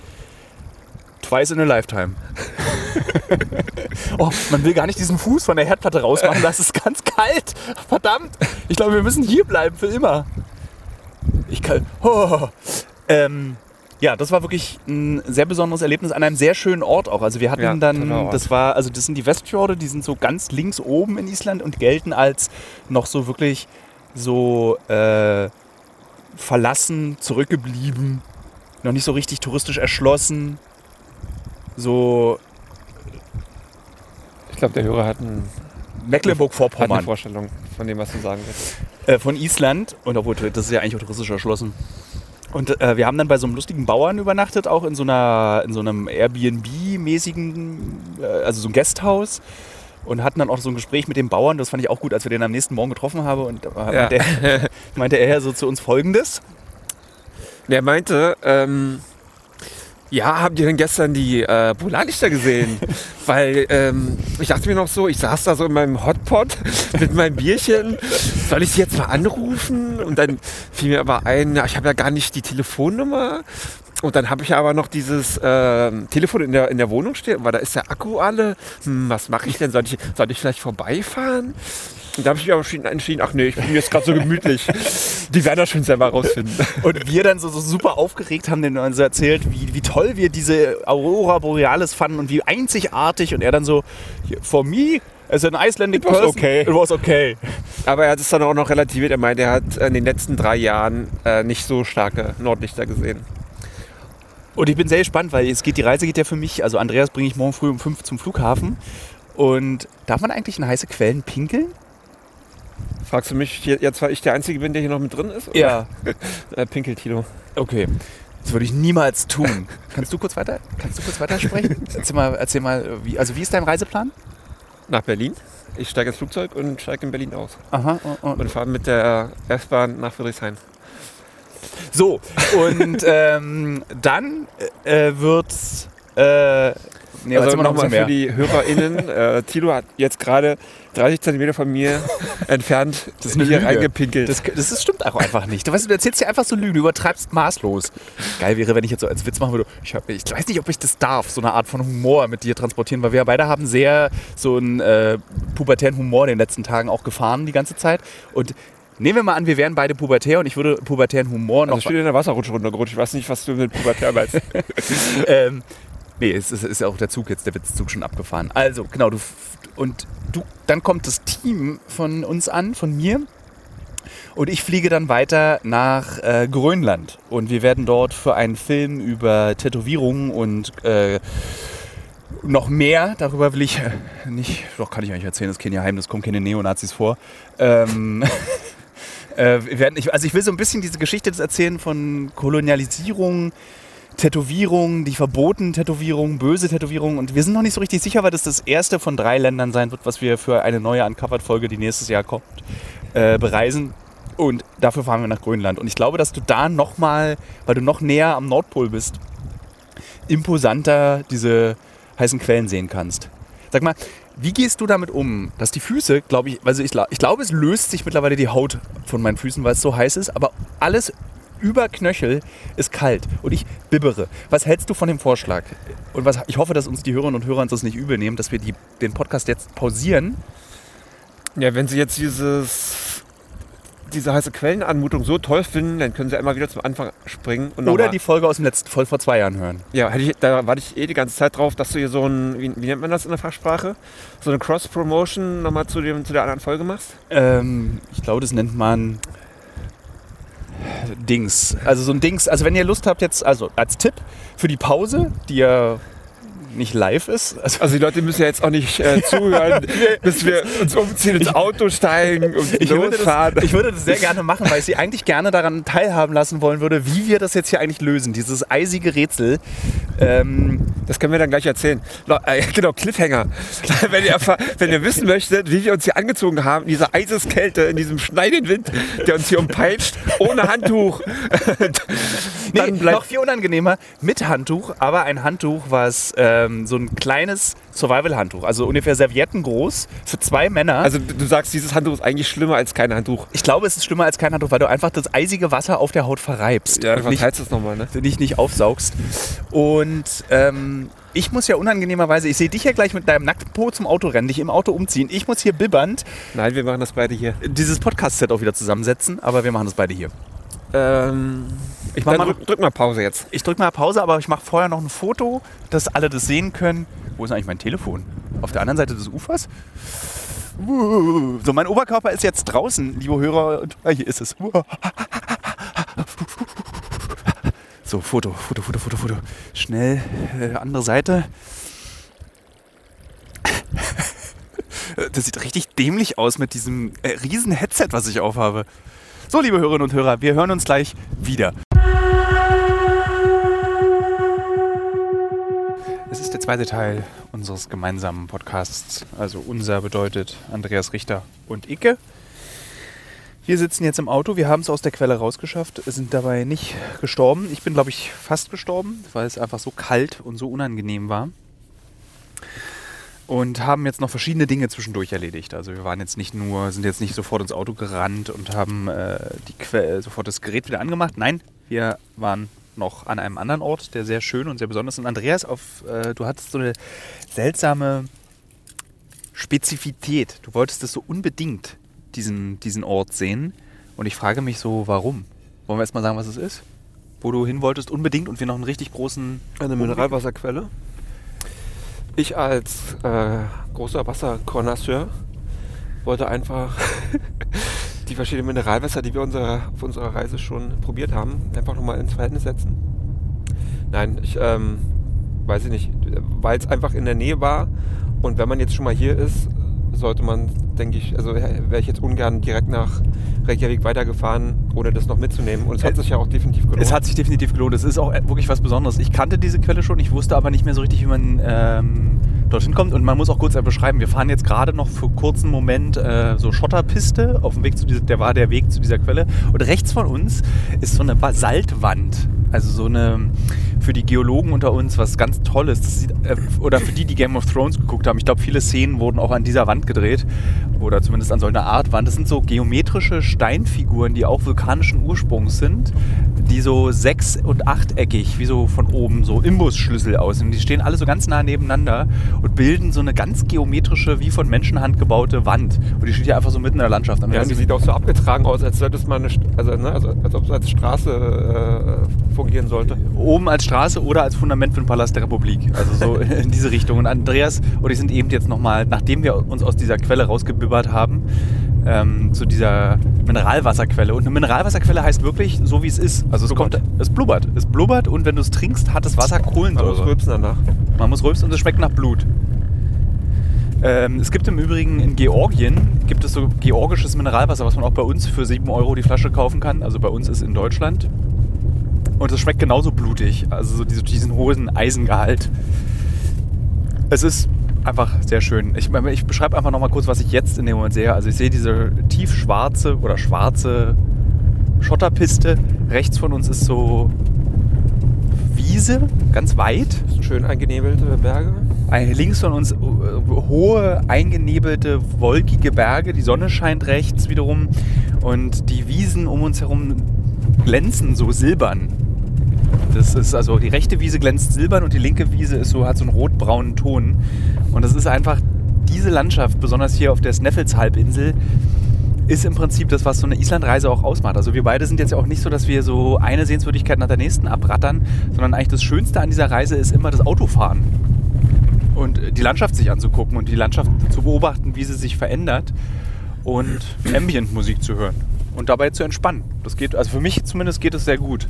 twice in a lifetime. Oh, man will gar nicht diesen Fuß von der Herdplatte rausmachen, das ist ganz kalt. Verdammt, ich glaube, wir müssen hier bleiben für immer. Ich kann... Oh. Ähm... Ja, das war wirklich ein sehr besonderes Erlebnis an einem sehr schönen Ort auch. Also wir hatten ja, dann, das war, also das sind die Westfjorde, die sind so ganz links oben in Island und gelten als noch so wirklich so äh, verlassen, zurückgeblieben, noch nicht so richtig touristisch erschlossen. So. Ich glaube, der Hörer hat ein Mecklenburg-Vorpommern. Hat eine Vorstellung von dem, was du sagen willst. Äh, von Island. Und obwohl, das ist ja eigentlich auch touristisch erschlossen. Und äh, wir haben dann bei so einem lustigen Bauern übernachtet, auch in so, einer, in so einem Airbnb-mäßigen, äh, also so ein Gasthaus. Und hatten dann auch so ein Gespräch mit dem Bauern, das fand ich auch gut, als wir den am nächsten Morgen getroffen haben. Und äh, ja. meinte, er, meinte er so zu uns Folgendes. Der meinte, ähm, ja, habt ihr denn gestern die äh, Polarlichter gesehen? Weil ähm, ich dachte mir noch so, ich saß da so in meinem Hotpot mit meinem Bierchen, soll ich sie jetzt mal anrufen? Und dann fiel mir aber ein, ja, ich habe ja gar nicht die Telefonnummer. Und dann habe ich aber noch dieses äh, Telefon in der, in der Wohnung stehen, weil da ist der Akku alle. Hm, was mache ich denn? Soll ich, soll ich vielleicht vorbeifahren? Und da habe ich mich aber entschieden, ach nee, ich bin jetzt gerade so gemütlich. Die werden das schon selber rausfinden. Und wir dann so, so super aufgeregt haben denen dann so erzählt, wie, wie toll wir diese Aurora Borealis fanden und wie einzigartig. Und er dann so, for me, as an Icelandic It was person, okay. it was okay. Aber er hat es dann auch noch relativiert. Er meint, er hat in den letzten drei Jahren äh, nicht so starke Nordlichter gesehen. Und ich bin sehr gespannt, weil es geht, die Reise geht ja für mich, also Andreas bringe ich morgen früh um fünf zum Flughafen. Und darf man eigentlich in heiße Quellen pinkeln? Fragst du mich jetzt, weil ich der Einzige bin, der hier noch mit drin ist? Oder? Ja. äh, Pinkel, Tilo. Okay. Das würde ich niemals tun. Kannst du kurz weiter, kannst du kurz weitersprechen? Erzähl mal, erzähl mal wie, also wie ist dein Reiseplan? Nach Berlin. Ich steige ins Flugzeug und steige in Berlin aus. Aha. Oh, oh. Und fahre mit der S-Bahn nach Friedrichshain. So, und ähm, dann äh, wird's... Äh, nee, also noch nochmal für die HörerInnen. äh, Tilo hat jetzt gerade dreißig Zentimeter von mir entfernt das ist eine hier Lüge. reingepinkelt. Das, das, das stimmt auch einfach nicht. Du, weißt, du erzählst dir einfach so Lügen, du übertreibst maßlos. Geil wäre, wenn ich jetzt so als Witz machen würde, ich, hab, ich weiß nicht, ob ich das darf, so eine Art von Humor mit dir transportieren, weil wir beide haben sehr so einen äh, pubertären Humor in den letzten Tagen auch gefahren die ganze Zeit. Und nehmen wir mal an, wir wären beide pubertär und ich würde pubertären Humor noch... Also ich bin in der Wasserrutsche runtergerutscht. Ich weiß nicht, was du mit pubertär meinst. ähm, nee, es ist, ist ja auch der Zug jetzt, der Witzzug schon abgefahren. Also, genau, du... Und du, dann kommt das Team von uns an, von mir. Und ich fliege dann weiter nach äh, Grönland. Und wir werden dort für einen Film über Tätowierungen und äh, noch mehr, darüber will ich äh, nicht... Doch, kann ich eigentlich erzählen, das ist kein Geheimnis, kommen keine Neonazis vor. Ähm... Äh, wir werden, ich, also ich will so ein bisschen diese Geschichte erzählen von Kolonialisierung, Tätowierung, die verbotenen Tätowierungen, böse Tätowierungen. Und wir sind noch nicht so richtig sicher, weil das das erste von drei Ländern sein wird, was wir für eine neue Uncovered-Folge, die nächstes Jahr kommt, äh, bereisen. Und dafür fahren wir nach Grönland. Und ich glaube, dass du da nochmal, weil du noch näher am Nordpol bist, imposanter diese heißen Quellen sehen kannst. Sag mal, wie gehst du damit um, dass die Füße, glaube ich, also ich, ich glaube, es löst sich mittlerweile die Haut von meinen Füßen, weil es so heiß ist, aber alles über Knöchel ist kalt und ich bibbere. Was hältst du von dem Vorschlag? Und was, ich hoffe, dass uns die Hörerinnen und Hörer uns das nicht übel nehmen, dass wir die, den Podcast jetzt pausieren. Ja, wenn sie jetzt dieses... diese heiße Quellenanmutung so toll finden, dann können sie einmal wieder zum Anfang springen. Und Oder die Folge aus dem letzten, voll vor zwei Jahren hören. Ja, hätte ich, da warte ich eh die ganze Zeit drauf, dass du hier so ein, wie, wie nennt man das in der Fachsprache? So eine Cross-Promotion nochmal zu, dem, zu der anderen Folge machst? Ähm, ich glaube, das nennt man Dings. Also so ein Dings, also wenn ihr Lust habt jetzt, also als Tipp für die Pause, die ja nicht live ist. Also, also die Leute müssen ja jetzt auch nicht äh, zuhören, bis wir uns umziehen, ins Auto steigen und ich losfahren. Würde das, ich würde das sehr gerne machen, weil ich sie eigentlich gerne daran teilhaben lassen wollen würde, wie wir das jetzt hier eigentlich lösen. Dieses eisige Rätsel. Ähm, das können wir dann gleich erzählen. Äh, genau, Cliffhanger. wenn, ihr, wenn ihr wissen möchtet, wie wir uns hier angezogen haben, in dieser Eiseskälte, in diesem schneidenden Wind, der uns hier umpeitscht, ohne Handtuch. nee, noch viel unangenehmer, mit Handtuch, aber ein Handtuch, was ähm, so ein kleines Survival-Handtuch, also ungefähr serviettengroß, für zwei Männer. Also du sagst, dieses Handtuch ist eigentlich schlimmer als kein Handtuch. Ich glaube, es ist schlimmer als kein Handtuch, weil du einfach das eisige Wasser auf der Haut verreibst. Ja, du verteilst es nochmal, ne? Dich nicht aufsaugst. Und ähm, ich muss ja unangenehmerweise, ich sehe dich ja gleich mit deinem nackten Po zum Auto rennen, dich im Auto umziehen. Ich muss hier bibbernd... Nein, wir machen das beide hier. Dieses Podcast-Set auch wieder zusammensetzen, aber wir machen das beide hier. Ähm... Ich mach mal, drück, drück mal Pause jetzt. Ich drück mal Pause, aber ich mache vorher noch ein Foto, dass alle das sehen können. Wo ist eigentlich mein Telefon? Auf der anderen Seite des Ufers? So, mein Oberkörper ist jetzt draußen, liebe Hörer. Und, ah, hier ist es. So, Foto, Foto, Foto, Foto, Foto. Schnell, äh, andere Seite. Das sieht richtig dämlich aus mit diesem äh, riesen Headset, was ich aufhabe. So, liebe Hörerinnen und Hörer, wir hören uns gleich wieder. Es ist der zweite Teil unseres gemeinsamen Podcasts. Also unser bedeutet Andreas Richter und Icke. Wir sitzen jetzt im Auto, wir haben es aus der Quelle rausgeschafft, sind dabei nicht gestorben. Ich bin, glaube ich, fast gestorben, weil es einfach so kalt und so unangenehm war. Und haben jetzt noch verschiedene Dinge zwischendurch erledigt. Also wir waren jetzt nicht nur, sind jetzt nicht sofort ins Auto gerannt und haben äh, die Que- sofort das Gerät wieder angemacht. Nein, wir waren noch an einem anderen Ort, der sehr schön und sehr besonders ist. Und Andreas, auf, äh, du hattest so eine seltsame Spezifität. Du wolltest es so unbedingt, diesen, diesen Ort sehen. Und ich frage mich so, warum? Wollen wir erst mal sagen, was es ist? Wo du hin wolltest unbedingt und wir noch einen richtig großen... Eine Mineralwasserquelle. Ich als äh, großer Wasserkonnoisseur wollte einfach die verschiedenen Mineralwässer, die wir unsere, auf unserer Reise schon probiert haben, einfach nochmal ins Verhältnis setzen. Nein, ich ähm, weiß ich nicht, weil es einfach in der Nähe war und wenn man jetzt schon mal hier ist, sollte man, denke ich, also wäre ich jetzt ungern direkt nach Reykjavik weitergefahren, ohne das noch mitzunehmen. Und es hat sich ja auch definitiv gelohnt. Es hat sich definitiv gelohnt. Es ist auch wirklich was Besonderes. Ich kannte diese Quelle schon, ich wusste aber nicht mehr so richtig, wie man ähm, dorthin kommt. Und man muss auch kurz beschreiben, wir fahren jetzt gerade noch für einen kurzen Moment äh, so Schotterpiste auf dem Weg zu dieser, der war der Weg zu dieser Quelle. Und rechts von uns ist so eine Basaltwand. Also so eine, für die Geologen unter uns, was ganz Tolles. Das sieht, äh, oder für die, die Game of Thrones geguckt haben. Ich glaube, viele Szenen wurden auch an dieser Wand gedreht. Oder zumindest an so einer Art Wand. Das sind so geometrische Steinfiguren, die auch vulkanischen Ursprungs sind. Die so sechs- und achteckig, wie so von oben, so Imbusschlüssel aussehen. Die stehen alle so ganz nah nebeneinander und bilden so eine ganz geometrische, wie von Menschenhand gebaute Wand. Und die steht hier einfach so mitten in der Landschaft. Ja, und die sieht auch so abgetragen aus, als sollte es mal eine, also, ne, also, als ob es als Straße äh, fungieren sollte. Oben als Straße oder als Fundament für den Palast der Republik. Also so in diese Richtung. Und Andreas und ich sind eben jetzt nochmal, nachdem wir uns aus dieser Quelle rausgebibbert haben, ähm, zu dieser Mineralwasserquelle. Und eine Mineralwasserquelle heißt wirklich so, wie es ist. Also es blubbert. kommt, es blubbert. Es blubbert und wenn du es trinkst, hat das Wasser Kohlensäure. Man muss rülpsen danach. Man muss rülpsen und es schmeckt nach Blut. Ähm, es gibt im Übrigen in Georgien, gibt es so georgisches Mineralwasser, was man auch bei uns für sieben Euro die Flasche kaufen kann. Also bei uns ist in Deutschland. Und es schmeckt genauso blutig. Also so diese, diesen hohen Eisengehalt. Es ist einfach sehr schön. Ich, ich beschreibe einfach nochmal kurz, was ich jetzt in dem Moment sehe. Also ich sehe diese tiefschwarze oder schwarze Schotterpiste. Rechts von uns ist so Wiese, ganz weit. Das sind schön eingenebelte Berge. Links von uns hohe, eingenebelte, wolkige Berge. Die Sonne scheint rechts wiederum. Und die Wiesen um uns herum glänzen so silbern. Das ist also, die rechte Wiese glänzt silbern und die linke Wiese ist so, hat so einen rotbraunen Ton. Und das ist einfach, diese Landschaft, besonders hier auf der Snæfellshalbinsel, ist im Prinzip das, was so eine Islandreise auch ausmacht. Also wir beide sind jetzt ja auch nicht so, dass wir so eine Sehenswürdigkeit nach der nächsten abrattern, sondern eigentlich das Schönste an dieser Reise ist immer das Autofahren. Und die Landschaft sich anzugucken und die Landschaft zu beobachten, wie sie sich verändert und Ambient-Musik zu hören und dabei zu entspannen. Das geht, also für mich zumindest geht es sehr gut.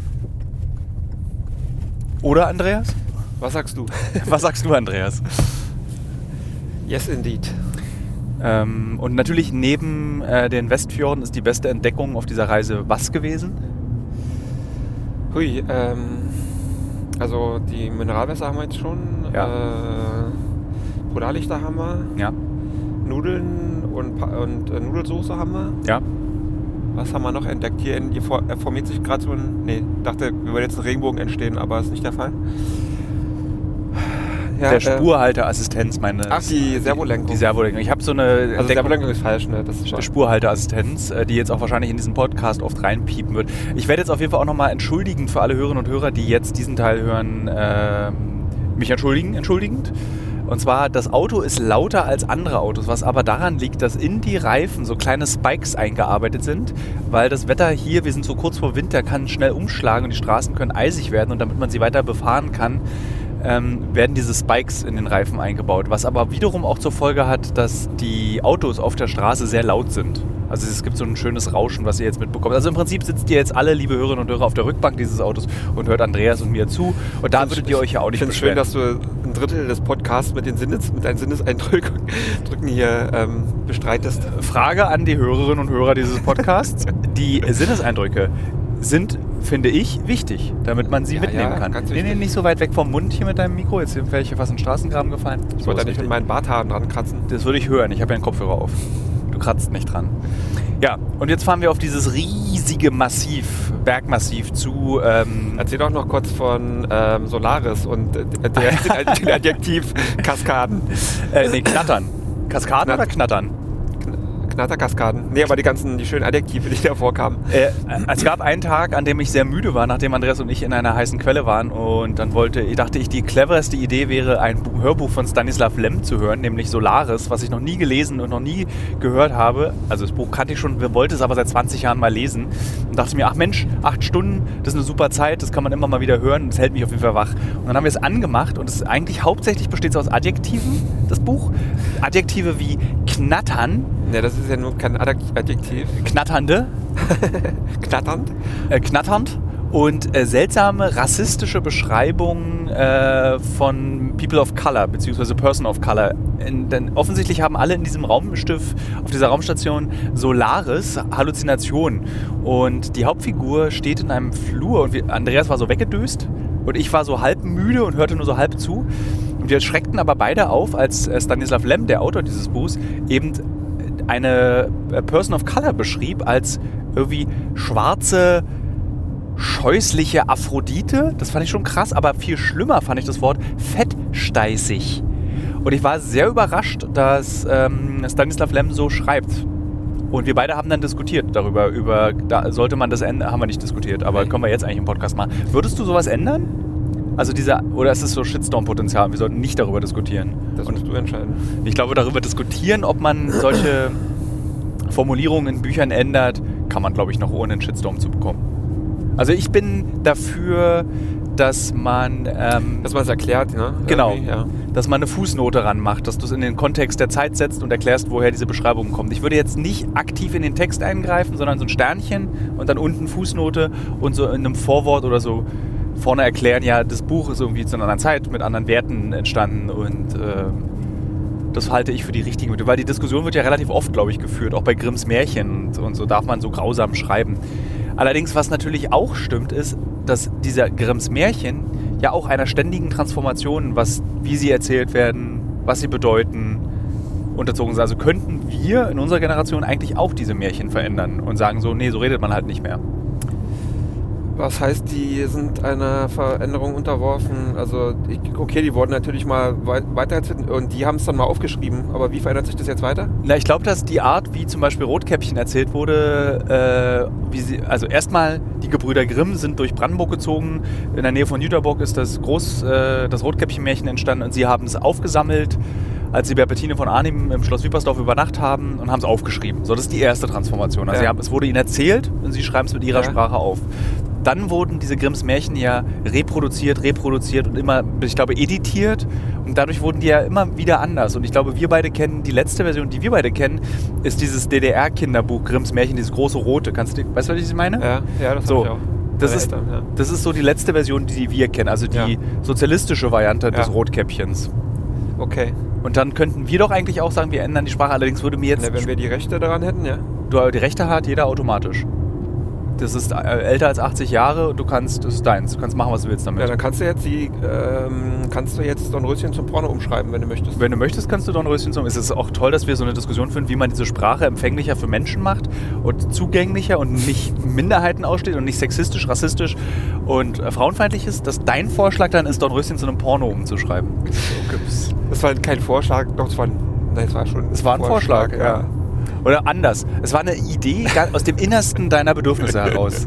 Oder, Andreas? Was sagst du? Was sagst du, Andreas? Yes, indeed. Ähm, und natürlich neben äh, den Westfjorden ist die beste Entdeckung auf dieser Reise was gewesen? Hui, ähm, also die Mineralwässer haben wir jetzt schon. Ja. Äh, Polarlichter haben wir. Ja. Nudeln und, und äh, Nudelsoße haben wir. Ja. Was haben wir noch entdeckt? Hier, in, hier formiert sich gerade so ein... Nee, dachte, wir würden jetzt ein Regenbogen entstehen, aber ist nicht der Fall. Ja, der Spurhalteassistenz, meine... Ach, die Servolenkung. Die Servolenkung. Ich habe so eine... Also Servolenkung ist falsch, ne? Das ist Spurhalteassistenz, die jetzt auch wahrscheinlich in diesen Podcast oft reinpiepen wird. Ich werde jetzt auf jeden Fall auch nochmal entschuldigen für alle Hörerinnen und Hörer, die jetzt diesen Teil hören, äh, mich entschuldigen, entschuldigend. Und zwar, das Auto ist lauter als andere Autos, was aber daran liegt, dass in die Reifen so kleine Spikes eingearbeitet sind, weil das Wetter hier, wir sind so kurz vor Winter, kann schnell umschlagen und die Straßen können eisig werden und damit man sie weiter befahren kann, ähm, werden diese Spikes in den Reifen eingebaut, was aber wiederum auch zur Folge hat, dass die Autos auf der Straße sehr laut sind. Also es gibt so ein schönes Rauschen, was ihr jetzt mitbekommt. Also im Prinzip sitzt ihr jetzt alle, liebe Hörerinnen und Hörer, auf der Rückbank dieses Autos und hört Andreas und mir zu. Und da würdet ihr euch ja auch nicht beschweren. Ich finde es schön, dass du ein Drittel des Podcasts mit, den Sinnes, mit deinen Sinneseindrücken hier ähm, bestreitest. Frage an die Hörerinnen und Hörer dieses Podcasts. Die Sinneseindrücke sind, finde ich, wichtig, damit man sie ja, mitnehmen ja, kann. Nee, nee, nicht so weit weg vom Mund hier mit deinem Mikro. Jetzt wäre ich hier fast in den Straßengraben gefallen. Ich wollte da nicht mit meinen Barthaaren dran kratzen. Das würde ich hören. Ich habe ja einen Kopfhörer auf. Du kratzt nicht dran. Ja, und jetzt fahren wir auf dieses riesige Massiv, Bergmassiv zu. Ähm Erzähl doch noch kurz von ähm, Solaris und äh, der, den Adjektiv Kaskaden. Äh, nee, Knattern. Kaskaden Knat- oder Knattern? Knatterkaskaden. Nee, aber die ganzen, die schönen Adjektive, die da vorkamen. Äh, es gab einen Tag, an dem ich sehr müde war, nachdem Andreas und ich in einer heißen Quelle waren und dann wollte, ich dachte ich, die cleverste Idee wäre, ein Bu- Hörbuch von Stanislav Lem zu hören, nämlich Solaris, was ich noch nie gelesen und noch nie gehört habe. Also das Buch kannte ich schon, wollte es aber seit zwanzig Jahren mal lesen und dachte mir, ach Mensch, acht Stunden, das ist eine super Zeit, das kann man immer mal wieder hören, das hält mich auf jeden Fall wach. Und dann haben wir es angemacht und es ist eigentlich hauptsächlich besteht es aus Adjektiven, das Buch. Adjektive wie knattern. Ne, das ist ja nur kein Adjektiv. Knatternde. Knatternd? Äh, knatternd. Und äh, seltsame rassistische Beschreibungen äh, von People of Color, beziehungsweise Person of Color. In, denn offensichtlich haben alle in diesem Raumschiff, auf dieser Raumstation Solaris, Halluzinationen. Und die Hauptfigur steht in einem Flur und wir, Andreas war so weggedöst und ich war so halb müde und hörte nur so halb zu. Und wir schreckten aber beide auf, als Stanislav Lem, der Autor dieses Buchs, eben eine Person of Color beschrieb als irgendwie schwarze, scheußliche Aphrodite. Das fand ich schon krass, aber viel schlimmer fand ich das Wort fettsteißig. Und ich war sehr überrascht, dass ähm, Stanislav Lem so schreibt. Und wir beide haben dann diskutiert darüber, über, da sollte man das ändern, haben wir nicht diskutiert, aber können wir jetzt eigentlich im Podcast machen. Würdest du sowas ändern? Also dieser, oder ist es so Shitstorm-Potenzial? Wir sollten nicht darüber diskutieren. Das musst du entscheiden. Ich glaube, darüber diskutieren, ob man solche Formulierungen in Büchern ändert, kann man, glaube ich, noch ohne einen Shitstorm zu bekommen. Also ich bin dafür, dass man... Ähm, dass man es erklärt, ne? Genau. Ja. Dass man eine Fußnote ranmacht, dass du es in den Kontext der Zeit setzt und erklärst, woher diese Beschreibung kommt. Ich würde jetzt nicht aktiv in den Text eingreifen, sondern so ein Sternchen und dann unten Fußnote und so in einem Vorwort oder so vorne erklären, ja, das Buch ist irgendwie zu einer anderen Zeit mit anderen Werten entstanden und äh, das halte ich für die richtigen Mittel, weil die Diskussion wird ja relativ oft, glaube ich, geführt, auch bei Grimms Märchen und, und so darf man so grausam schreiben. Allerdings, was natürlich auch stimmt, ist, dass dieser Grimms Märchen ja auch einer ständigen Transformation, was, wie sie erzählt werden, was sie bedeuten, unterzogen sind. Also könnten wir in unserer Generation eigentlich auch diese Märchen verändern und sagen so, nee, so redet man halt nicht mehr. Was heißt, die sind einer Veränderung unterworfen? Also, ich, okay, die wurden natürlich mal weitererzählt und die haben es dann mal aufgeschrieben. Aber wie verändert sich das jetzt weiter? Na, ich glaube, dass die Art, wie zum Beispiel Rotkäppchen erzählt wurde, äh, wie sie, also erstmal die Gebrüder Grimm sind durch Brandenburg gezogen. In der Nähe von Jüterbock ist das, Groß, äh, das Rotkäppchen-Märchen entstanden und sie haben es aufgesammelt, als sie bei Bettine von Arnim im Schloss Wiepersdorf übernachtet haben und haben es aufgeschrieben. So, das ist die erste Transformation. Also ja. sie haben, es wurde ihnen erzählt und sie schreiben es mit ihrer ja. Sprache auf. Dann wurden diese Grimms Märchen ja reproduziert, reproduziert und immer, ich glaube, editiert. Und dadurch wurden die ja immer wieder anders. Und ich glaube, wir beide kennen, die letzte Version, die wir beide kennen, ist dieses D D R-Kinderbuch Grimms Märchen, dieses große Rote. Kannst du, weißt du, was ich meine? Ja, ja, das so, habe ich auch. Das ist, Eltern, ja. das ist so die letzte Version, die wir kennen. Also die ja. sozialistische Variante ja. des Rotkäppchens. Okay. Und dann könnten wir doch eigentlich auch sagen, wir ändern die Sprache. Allerdings würde mir jetzt... Na, wenn wir die Rechte daran hätten, ja. Du, die Rechte hat jeder automatisch. Das ist älter als achtzig Jahre und du kannst, das ist deins. Du kannst machen, was du willst damit. Ja, dann kannst du jetzt die, ähm, kannst du jetzt Dornröschen zum Porno umschreiben, wenn du möchtest. Wenn du möchtest, kannst du Dornröschen zum... Es ist auch toll, dass wir so eine Diskussion führen, wie man diese Sprache empfänglicher für Menschen macht und zugänglicher und nicht Minderheiten aussteht und nicht sexistisch, rassistisch und äh, frauenfeindlich ist. Dass dein Vorschlag dann ist, Dornröschen zu einem Porno umzuschreiben. So, das war kein Vorschlag, doch, es war, nein, es war schon Es war ein Vorschlag, Vorschlag ja. ja. Oder anders. Es war eine Idee aus dem Innersten deiner Bedürfnisse heraus.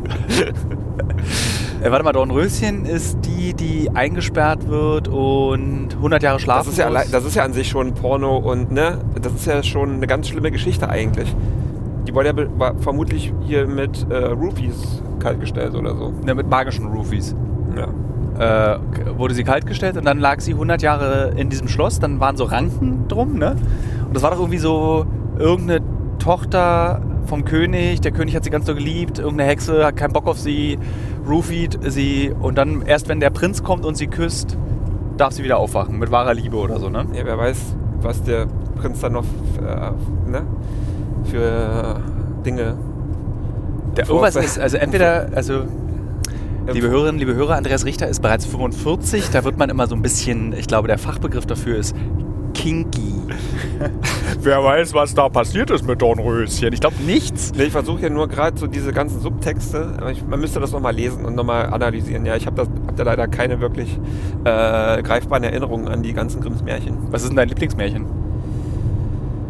äh, warte mal, Dornröschen ist die, die eingesperrt wird und hundert Jahre schlafen das ist ja muss. Das ist ja an sich schon Porno und ne, das ist ja schon eine ganz schlimme Geschichte eigentlich. Die wurde ja war vermutlich hier mit äh, Roofies kaltgestellt oder so. Ne, mit magischen Roofies. Ja. Äh, wurde sie kaltgestellt und dann lag sie hundert Jahre in diesem Schloss. Dann waren so Ranken drum, ne? Und das war doch irgendwie so irgendeine Tochter vom König, der König hat sie ganz so geliebt, irgendeine Hexe hat keinen Bock auf sie, roofied sie und dann erst wenn der Prinz kommt und sie küsst, darf sie wieder aufwachen, mit wahrer Liebe oder so, ne? Ja, wer weiß, was der Prinz dann noch äh, ne, für Dinge... Der irgendwas ist, also entweder, also liebe Hörerinnen, liebe Hörer, Andreas Richter ist bereits fünfundvierzig, da wird man immer so ein bisschen, ich glaube der Fachbegriff dafür ist kinky. Wer weiß, was da passiert ist mit Dornröschen. Ich glaube nichts. Nee, ich versuche ja nur gerade so diese ganzen Subtexte, ich, man müsste das nochmal lesen und nochmal analysieren. Ja, ich habe hab da leider keine wirklich äh, greifbaren Erinnerungen an die ganzen Grimms Märchen. Was ist denn dein Lieblingsmärchen?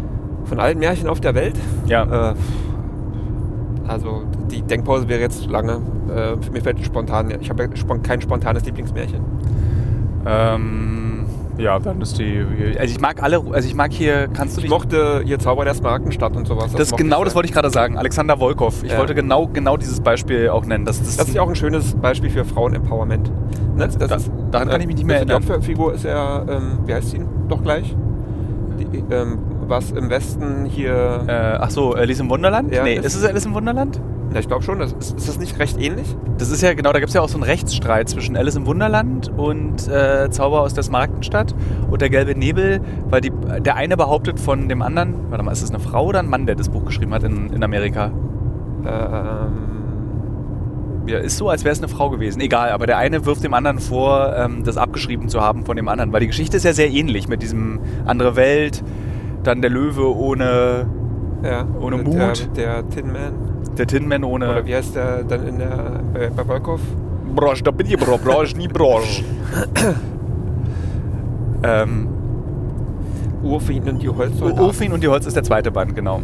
Von allen Märchen auf der Welt? Ja. Äh, also die Denkpause wäre jetzt zu lange. Äh, für mich fällt spontan. Ich habe ja kein spontanes Lieblingsmärchen. Ähm, ja, dann ist die. Also ich mag alle. Also ich mag hier. Kannst du Ich dich. mochte hier Zauber der Smaragdenstadt und sowas. Das, das genau, das wollte ich gerade sagen. Alexander Volkov. Ich ja. wollte genau, genau dieses Beispiel auch nennen. Das, das, das ist ja auch ein schönes Beispiel für Frauen-Empowerment. Ne? Das da, ist, daran kann ich mich nicht mehr also erinnern. Die Hauptfigur ist ja, ähm, wie heißt sie doch gleich? Die, ähm, was im Westen hier... Äh, ach so, Alice im Wunderland? Ja, nee, ist, ist es Alice im Wunderland? Ja, ich glaube schon. Das ist, ist das nicht recht ähnlich? Das ist ja, genau, da gibt es ja auch so einen Rechtsstreit zwischen Alice im Wunderland und äh, Zauber aus der Smaragdenstadt und der gelbe Nebel, weil die, der eine behauptet von dem anderen, warte mal, ist das eine Frau oder ein Mann, der das Buch geschrieben hat in, in Amerika? Ähm... Ja, ist so, als wäre es eine Frau gewesen. Egal, aber der eine wirft dem anderen vor, ähm, das abgeschrieben zu haben von dem anderen. Weil die Geschichte ist ja sehr ähnlich mit diesem andere Welt, dann der Löwe ohne, ja, ohne der, Mut. Der, der Tin Man. Der Tin Man ohne... Oder wie heißt der dann in der, bei, bei Volkov? Brosch, da bin ich Brosch, Brosch, nie Brosch. ähm, Urfin und die Holzsoldaten. Urfin und die Holz ist der zweite Band, genau.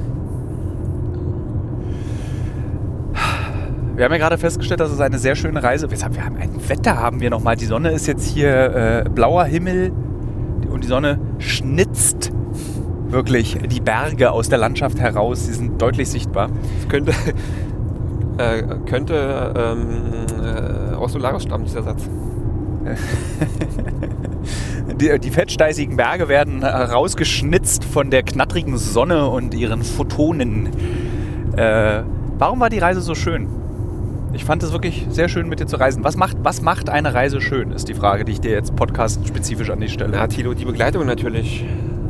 Wir haben ja gerade festgestellt, dass es eine sehr schöne Reise ist. Wir haben ein Wetter, haben wir nochmal. Die Sonne ist jetzt hier äh, blauer Himmel und die Sonne schnitzt wirklich die Berge aus der Landschaft heraus. Sie sind deutlich sichtbar. Es könnte, äh, könnte ähm, äh, aus Solaris stammen, dieser Satz. die, die fettsteißigen Berge werden herausgeschnitzt von der knattrigen Sonne und ihren Photonen. Äh, warum war die Reise so schön? Ich fand es wirklich sehr schön, mit dir zu reisen. Was macht, was macht eine Reise schön, ist die Frage, die ich dir jetzt podcast-spezifisch an dich stelle. Ja, Thilo, die Begleitung natürlich.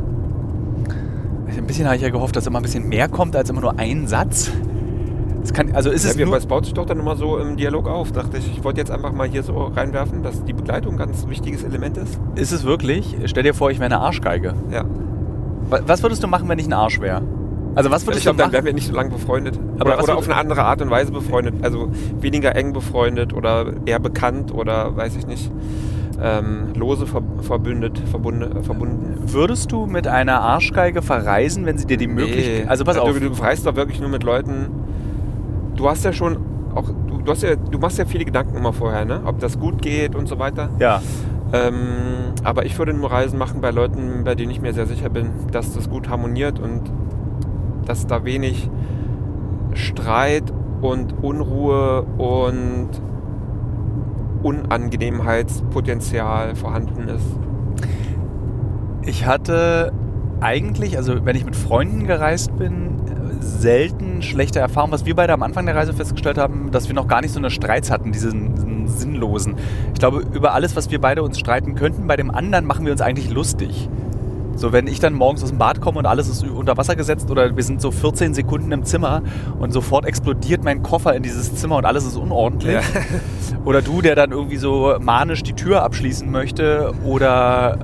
Ein bisschen habe ich ja gehofft, dass immer ein bisschen mehr kommt, als immer nur ein Satz. Das kann, also ist ja, es wir, nur es baut sich doch dann immer so im Dialog auf, dachte ich. Ich wollte jetzt einfach mal hier so reinwerfen, dass die Begleitung ein ganz wichtiges Element ist. Ist es wirklich? Stell dir vor, ich wäre eine Arschgeige. Ja. Was würdest du machen, wenn ich ein Arsch wäre? Also was würdest ich glaube, du dann machen? wären wir nicht so lange befreundet. Aber oder oder auf eine andere Art und Weise befreundet. Also weniger eng befreundet oder eher bekannt oder weiß ich nicht, ähm, lose ver verbündet, verbunden, verbunden. Würdest du mit einer Arschgeige verreisen, wenn sie dir die Möglichkeit... Nee. Also pass auf. Du, du reist doch wirklich nur mit Leuten... Du hast ja schon auch... Du, du, hast ja, du machst ja viele Gedanken immer vorher, ne? Ob das gut geht und so weiter. Ja. Ähm, aber ich würde nur Reisen machen bei Leuten, bei denen ich mir sehr sicher bin, dass das gut harmoniert und dass da wenig Streit und Unruhe und Unangenehmheitspotenzial vorhanden ist. Ich hatte eigentlich, also wenn ich mit Freunden gereist bin, selten schlechte Erfahrungen. Was wir beide am Anfang der Reise festgestellt haben, dass wir noch gar nicht so eine Streits hatten, diesen, diesen sinnlosen. Ich glaube, über alles, was wir beide uns streiten könnten, bei dem anderen machen wir uns eigentlich lustig. So, wenn ich dann morgens aus dem Bad komme und alles ist unter Wasser gesetzt oder wir sind so vierzehn Sekunden im Zimmer und sofort explodiert mein Koffer in dieses Zimmer und alles ist unordentlich. Ja. Oder du, der dann irgendwie so manisch die Tür abschließen möchte oder...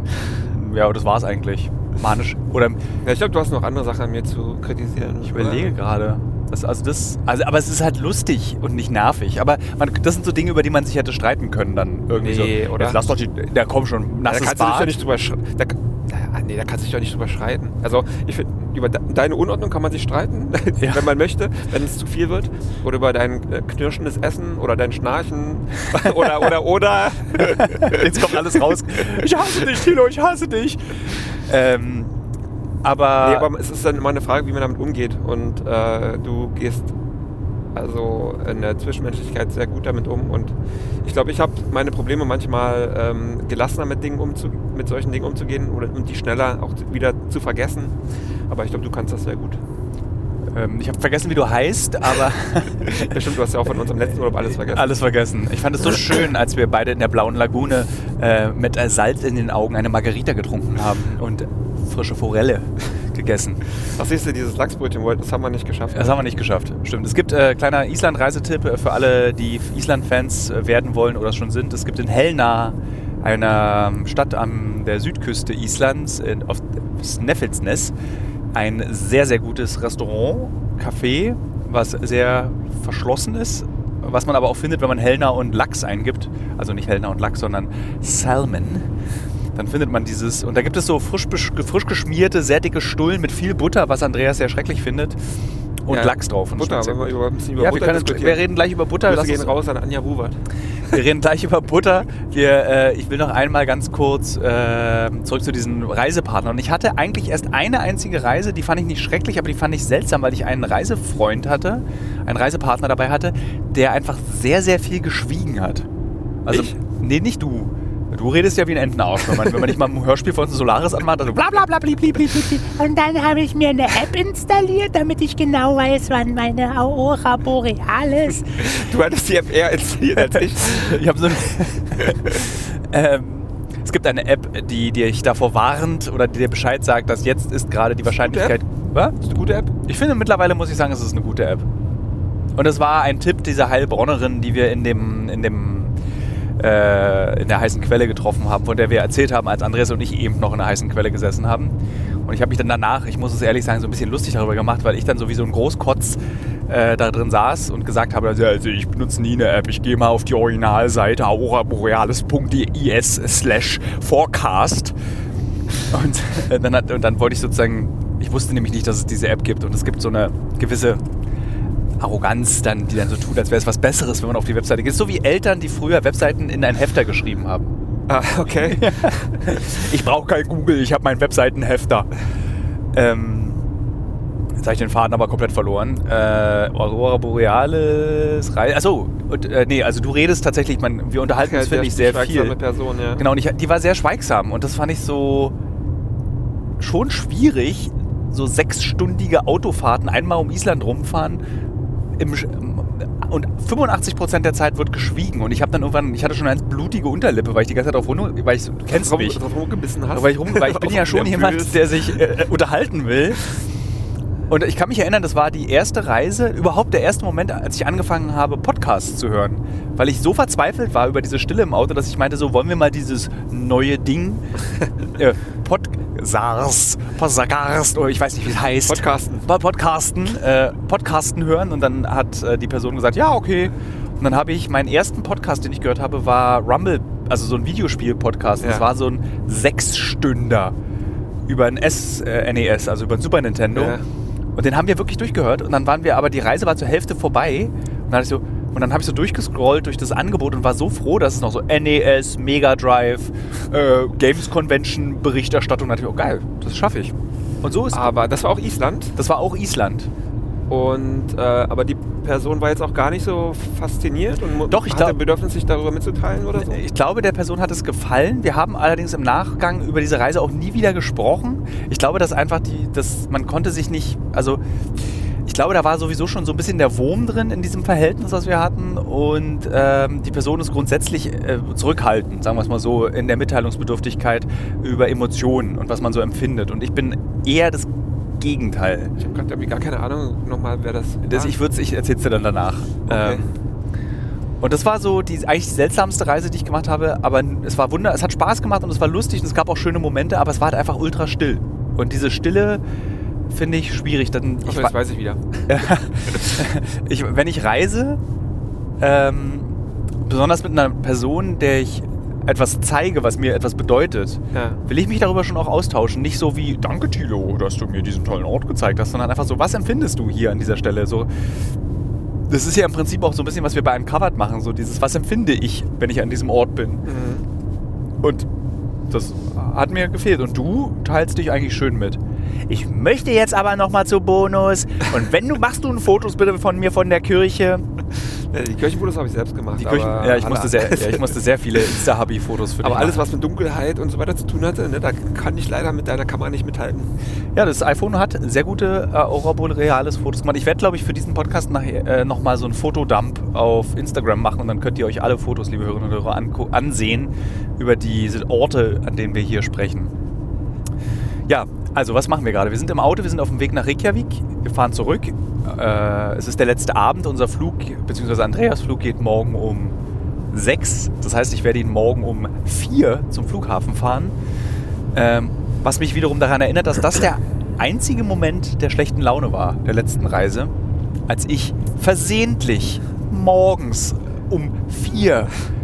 Ja, das war's eigentlich. Manisch. Oder, ja, ich glaube, du hast noch andere Sachen an mir zu kritisieren. Ich überlege gerade. Das, also das, also, aber es ist halt lustig und nicht nervig. Aber man, das sind so Dinge, über die man sich hätte streiten können dann irgendwie nee, so. Oder? Jetzt lass doch die, da komm schon, nasses da kannst Bad. Du dich ja nicht drüber da, nee, da kannst du dich doch nicht drüber streiten. Also ich finde, über deine Unordnung kann man sich streiten, ja. wenn man möchte, wenn es zu viel wird. Oder über dein äh, knirschendes Essen oder dein Schnarchen oder, oder, oder. Jetzt kommt alles raus. Ich hasse dich, Thilo, ich hasse dich. Ähm, aber... Nee, aber es ist dann immer eine Frage, wie man damit umgeht. Und äh, du gehst also in der Zwischenmenschlichkeit sehr gut damit um. Und ich glaube, ich habe meine Probleme manchmal ähm, gelassener mit Dingen umzu mit solchen Dingen umzugehen oder, und die schneller auch wieder zu vergessen. Aber ich glaube, du kannst das sehr gut. Ähm, ich habe vergessen, wie du heißt, aber... Ja, stimmt, du hast ja auch von unserem letzten Urlaub alles vergessen. Alles vergessen. Ich fand es so schön, als wir beide in der Blauen Lagune äh, mit äh, Salz in den Augen eine Margarita getrunken haben und frische Forelle gegessen. Ach, siehst du, dieses Lachsbrötchen, das haben wir nicht geschafft. Das haben wir nicht geschafft, stimmt. Es gibt äh, kleiner Island-Reisetipp äh, für alle, die Island-Fans äh, werden wollen oder schon sind. Es gibt in Helna, einer Stadt an der Südküste Islands, in, auf Snæfellsnes, ein sehr, sehr gutes Restaurant, Café, was sehr verschlossen ist, was man aber auch findet, wenn man Helna und Lachs eingibt. Also nicht Helna und Lachs, sondern Salmon. dann findet man dieses, und da gibt es so frisch, frisch geschmierte, sehr dicke Stullen mit viel Butter, was Andreas sehr schrecklich findet. Und ja, Lachs drauf. Und Butter, wenn wir über, ein bisschen über ja, Butter wir, können, wir reden gleich über Butter. Wir gehen raus an Anja Buwert. Wir reden gleich über Butter. Wir, äh, ich will noch einmal ganz kurz äh, zurück zu diesen Reisepartnern. Und ich hatte eigentlich erst eine einzige Reise, die fand ich nicht schrecklich, aber die fand ich seltsam, weil ich einen Reisefreund hatte, einen Reisepartner dabei hatte, der einfach sehr, sehr viel geschwiegen hat. Also, ich? Nee, nicht du. Du redest ja wie ein Entenarsch, wenn man, wenn man nicht mal ein Hörspiel von Solaris anmacht, also bla bla bla bli, bli, bli, bli. Und dann habe ich mir eine App installiert, damit ich genau weiß, wann meine Aurora Borealis. Du hattest die App eher installiert als ich. Ich habe so eine ähm, es gibt eine App, die dir davor warnt oder die dir Bescheid sagt, dass jetzt ist gerade die Wahrscheinlichkeit... Was? Ist eine gute App? Ich finde mittlerweile, muss ich sagen, es ist eine gute App. Und es war ein Tipp dieser Heilbronnerin, die wir in dem... In dem Äh, in der heißen Quelle getroffen haben, von der wir erzählt haben, als Andreas und ich eben noch in der heißen Quelle gesessen haben. Und ich habe mich dann danach, ich muss es ehrlich sagen, so ein bisschen lustig darüber gemacht, weil ich dann so wie so ein Großkotz äh, da drin saß und gesagt habe, also, also ich benutze nie eine App, ich gehe mal auf die Originalseite auraborealis punkt is slash forecast und, äh, dann hat, und dann wollte ich sozusagen, ich wusste nämlich nicht, dass es diese App gibt und es gibt so eine gewisse Arroganz, dann, die dann so tut, als wäre es was Besseres, wenn man auf die Webseite geht. So wie Eltern, die früher Webseiten in einen Hefter geschrieben haben. Ah, okay. Ich brauche kein Google, ich habe meinen Webseitenhefter. Ähm, jetzt habe ich den Faden aber komplett verloren. Äh, Aurora Borealis, Re- Achso, und, äh, nee, also du redest tatsächlich, man, wir unterhalten uns, finde ich, sehr viel. Person, ja. Genau, und ich, die war sehr schweigsam und das fand ich so schon schwierig, so sechsstündige Autofahrten einmal um Island rumfahren. Im, und fünfundachtzig Prozent der Zeit wird geschwiegen und ich habe dann irgendwann, ich hatte schon eine blutige Unterlippe, weil ich die ganze Zeit drauf rum, weil ich, du kennst drauf, mich, drauf rumgebissen hast. weil ich, rum, weil ich bin ja schon jemand, der sich äh, unterhalten will. Und ich kann mich erinnern, das war die erste Reise, überhaupt der erste Moment, als ich angefangen habe, Podcasts zu hören. Weil ich so verzweifelt war über diese Stille im Auto, dass ich meinte, so wollen wir mal dieses neue Ding, äh, Podcast, Podcast, oder ich weiß nicht, wie es heißt. Podcasten. Podcasten, äh, Podcasten hören und dann hat äh, die Person gesagt, ja, okay. Und dann habe ich, meinen ersten Podcast, den ich gehört habe, war Rumble, also so ein Videospiel-Podcast. Ja. Das war so ein Sechsstünder über ein S, äh, N E S, also über ein Super Nintendo. Ja. Und den haben wir wirklich durchgehört und dann waren wir, aber die Reise war zur Hälfte vorbei und dann hatte ich so, und dann habe ich so durchgescrollt durch das Angebot und war so froh, dass es noch so N E S, Mega Drive, äh, Games Convention Berichterstattung, da dachte ich, oh geil, das schaffe ich. Und so ist es. Aber das war auch Island? Das war auch Island. Und, äh, aber die Person war jetzt auch gar nicht so fasziniert und Doch, ich hatte glaub, Bedürfnis, sich darüber mitzuteilen oder so? Ich glaube, der Person hat es gefallen. Wir haben allerdings im Nachgang über diese Reise auch nie wieder gesprochen. Ich glaube, dass einfach die, dass man konnte sich nicht, also ich glaube, da war sowieso schon so ein bisschen der Wurm drin in diesem Verhältnis, was wir hatten. Und ähm, die Person ist grundsätzlich äh, zurückhaltend, sagen wir es mal so, in der Mitteilungsbedürftigkeit über Emotionen und was man so empfindet. Und ich bin eher das Gegenteil. Ich habe gerade irgendwie gar keine Ahnung nochmal, wer das das ich würd's, ich erzähl's dir dann danach. Okay. Ähm, und das war so die eigentlich die seltsamste Reise, die ich gemacht habe. Aber es war wunder, es hat Spaß gemacht und es war lustig und es gab auch schöne Momente, aber es war halt einfach ultra still. Und diese Stille finde ich schwierig. Dann, Ach, ich jetzt weiß ich wieder. ich, wenn ich reise, ähm, besonders mit einer Person, der ich etwas zeige, was mir etwas bedeutet, ja. will ich mich darüber schon auch austauschen. Nicht so wie, danke Thilo, dass du mir diesen tollen Ort gezeigt hast, sondern einfach so, was empfindest du hier an dieser Stelle? So, das ist ja im Prinzip auch so ein bisschen, was wir bei Uncovered machen, so dieses, was empfinde ich, wenn ich an diesem Ort bin? Mhm. Und das hat mir gefehlt. Und du teilst dich eigentlich schön mit. Ich möchte jetzt aber nochmal zu Bonus. Und wenn du, machst du ein Fotos bitte von mir von der Kirche. Die Kirchenfotos habe ich selbst gemacht. Die Kirchen, aber ja, ich musste, sehr, ja, ich musste sehr viele Insta-Hubby-Fotos für dich Aber alles, machen. was mit Dunkelheit und so weiter zu tun hatte, ne, da kann ich leider mit deiner Kamera nicht mithalten. Ja, das iPhone hat sehr gute äh, Aurora Borealis Fotos gemacht. Ich werde, glaube ich, für diesen Podcast nachher äh, nochmal so einen Fotodump auf Instagram machen und dann könnt ihr euch alle Fotos, liebe Hörerinnen und Hörer, anko- ansehen über diese Orte, an denen wir hier sprechen. Ja, also was machen wir gerade? Wir sind im Auto, wir sind auf dem Weg nach Reykjavik, wir fahren zurück. Äh, es ist der letzte Abend, unser Flug, beziehungsweise Andreas Flug geht morgen um sechs. Das heißt, ich werde ihn morgen um vier zum Flughafen fahren. Ähm, was mich wiederum daran erinnert, dass das der einzige Moment der schlechten Laune war, der letzten Reise, als ich versehentlich morgens um vier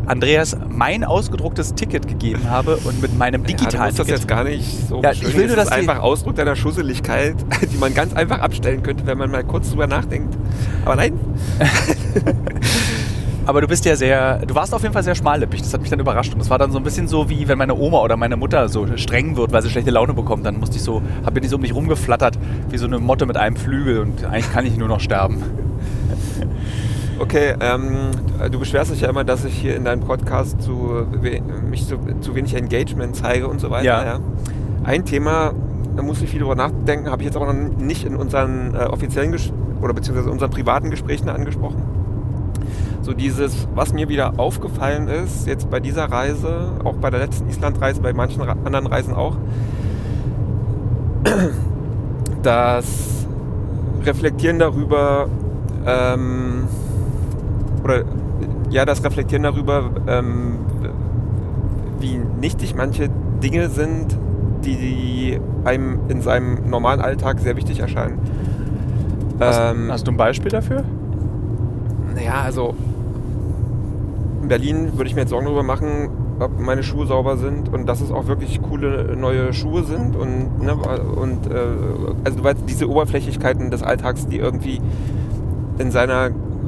Andreas mein ausgedrucktes Ticket gegeben habe und mit meinem digitalen ja, du musst das Ticket... jetzt gar nicht so Ja, ich will nur, das dass ist die- einfach Ausdruck deiner Schusseligkeit, die man ganz einfach abstellen könnte, wenn man mal kurz drüber nachdenkt. Aber nein. Aber du bist ja sehr, du warst auf jeden Fall sehr schmallippig, das hat mich dann überrascht. Und das war dann so ein bisschen so, wie wenn meine Oma oder meine Mutter so streng wird, weil sie schlechte Laune bekommt. Dann musste ich so, hab bin ich so um mich rumgeflattert, wie so eine Motte mit einem Flügel und eigentlich kann ich nur noch sterben. Okay, ähm, du beschwerst dich ja immer, dass ich hier in deinem Podcast zu, we- mich zu, zu wenig Engagement zeige und so weiter. Ja. Ja. Ein Thema, da muss ich viel drüber nachdenken, habe ich jetzt aber noch nicht in unseren äh, offiziellen Ges- oder beziehungsweise unseren privaten Gesprächen angesprochen. So dieses, was mir wieder aufgefallen ist, jetzt bei dieser Reise, auch bei der letzten Islandreise, bei manchen Ra- anderen Reisen auch, das Reflektieren darüber, ähm, oder ja, das Reflektieren darüber, ähm, wie nichtig manche Dinge sind, die einem in seinem normalen Alltag sehr wichtig erscheinen. Hast, Ähm, hast du ein Beispiel dafür? Naja, also in Berlin würde ich mir jetzt Sorgen darüber machen, ob meine Schuhe sauber sind und dass es auch wirklich coole neue Schuhe sind und, ne, und äh, also du weißt, diese Oberflächlichkeiten des Alltags, die irgendwie in seiner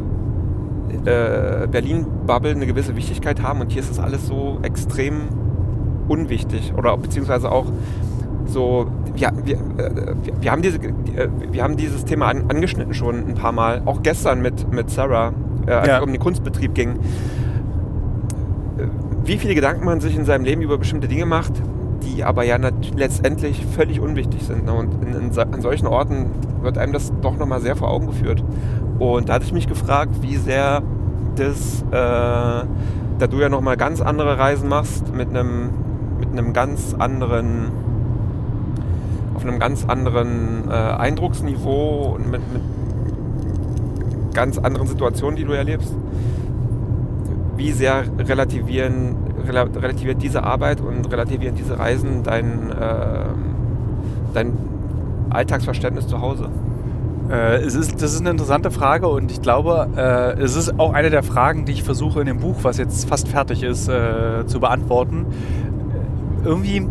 äh, Berlin-Bubble eine gewisse Wichtigkeit haben und hier ist das alles so extrem unwichtig oder beziehungsweise auch so, ja, wir, äh, wir, wir, haben diese, äh, wir haben dieses Thema an, angeschnitten schon ein paar Mal, auch gestern mit, mit Sarah, äh, als Ja. es um den Kunstbetrieb ging. Wie viele Gedanken man sich in seinem Leben über bestimmte Dinge macht, die aber ja nat- letztendlich völlig unwichtig sind. Ne? Und in, in, an solchen Orten wird einem das doch nochmal sehr vor Augen geführt. Und da hatte ich mich gefragt, wie sehr das, äh, da du ja nochmal ganz andere Reisen machst, mit einem mit einem ganz anderen, auf einem ganz anderen äh, Eindrucksniveau und mit, mit ganz anderen Situationen, die du erlebst. Wie sehr relativieren, rela- relativiert diese Arbeit und relativieren diese Reisen dein, äh, dein Alltagsverständnis zu Hause? Äh, es ist, das ist eine interessante Frage und ich glaube, äh, es ist auch eine der Fragen, die ich versuche in dem Buch, was jetzt fast fertig ist, äh, zu beantworten. Irgendwie,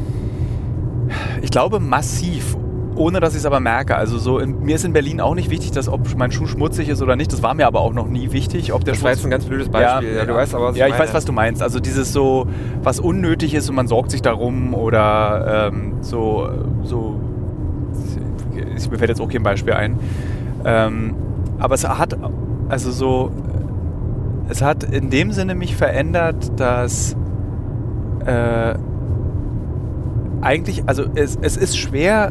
ich glaube massiv, ohne dass ich es aber merke. Also so in, mir ist in Berlin auch nicht wichtig, dass ob mein Schuh schmutzig ist oder nicht. Das war mir aber auch noch nie wichtig. Ob der Das war jetzt ein ganz blödes Beispiel. Ja, du weißt aber, was ja, ich ich meine. weiß, was du meinst. Also dieses so, was unnötig ist und man sorgt sich darum oder ähm, so, so, mir fällt jetzt auch kein Beispiel ein. Ähm, aber es hat, also so, es hat in dem Sinne mich verändert, dass äh, eigentlich, also es, es ist schwer,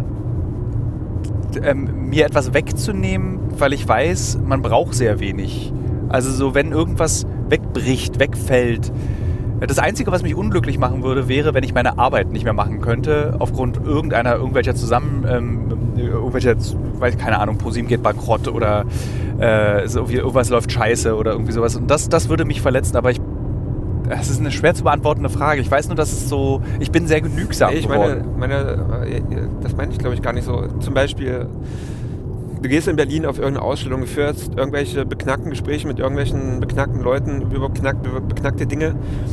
ähm, mir etwas wegzunehmen, weil ich weiß, man braucht sehr wenig. Also so, wenn irgendwas wegbricht, wegfällt. Das Einzige, was mich unglücklich machen würde, wäre, wenn ich meine Arbeit nicht mehr machen könnte, aufgrund irgendeiner, irgendwelcher Zusammen, ähm, irgendwelcher, weiß ich, keine Ahnung, ProSieben geht bankrott oder äh, so, irgendwas läuft scheiße oder irgendwie sowas. Und das, das würde mich verletzen, aber ich, das ist eine schwer zu beantwortende Frage. Ich weiß nur, dass es so, ich bin sehr genügsam Nee, ich geworden. meine, meine, das meine ich glaube ich gar nicht so. Zum Beispiel, du gehst in Berlin auf irgendeine Ausstellung, führst irgendwelche beknackten Gespräche mit irgendwelchen beknackten Leuten über beknackte, beknackte Dinge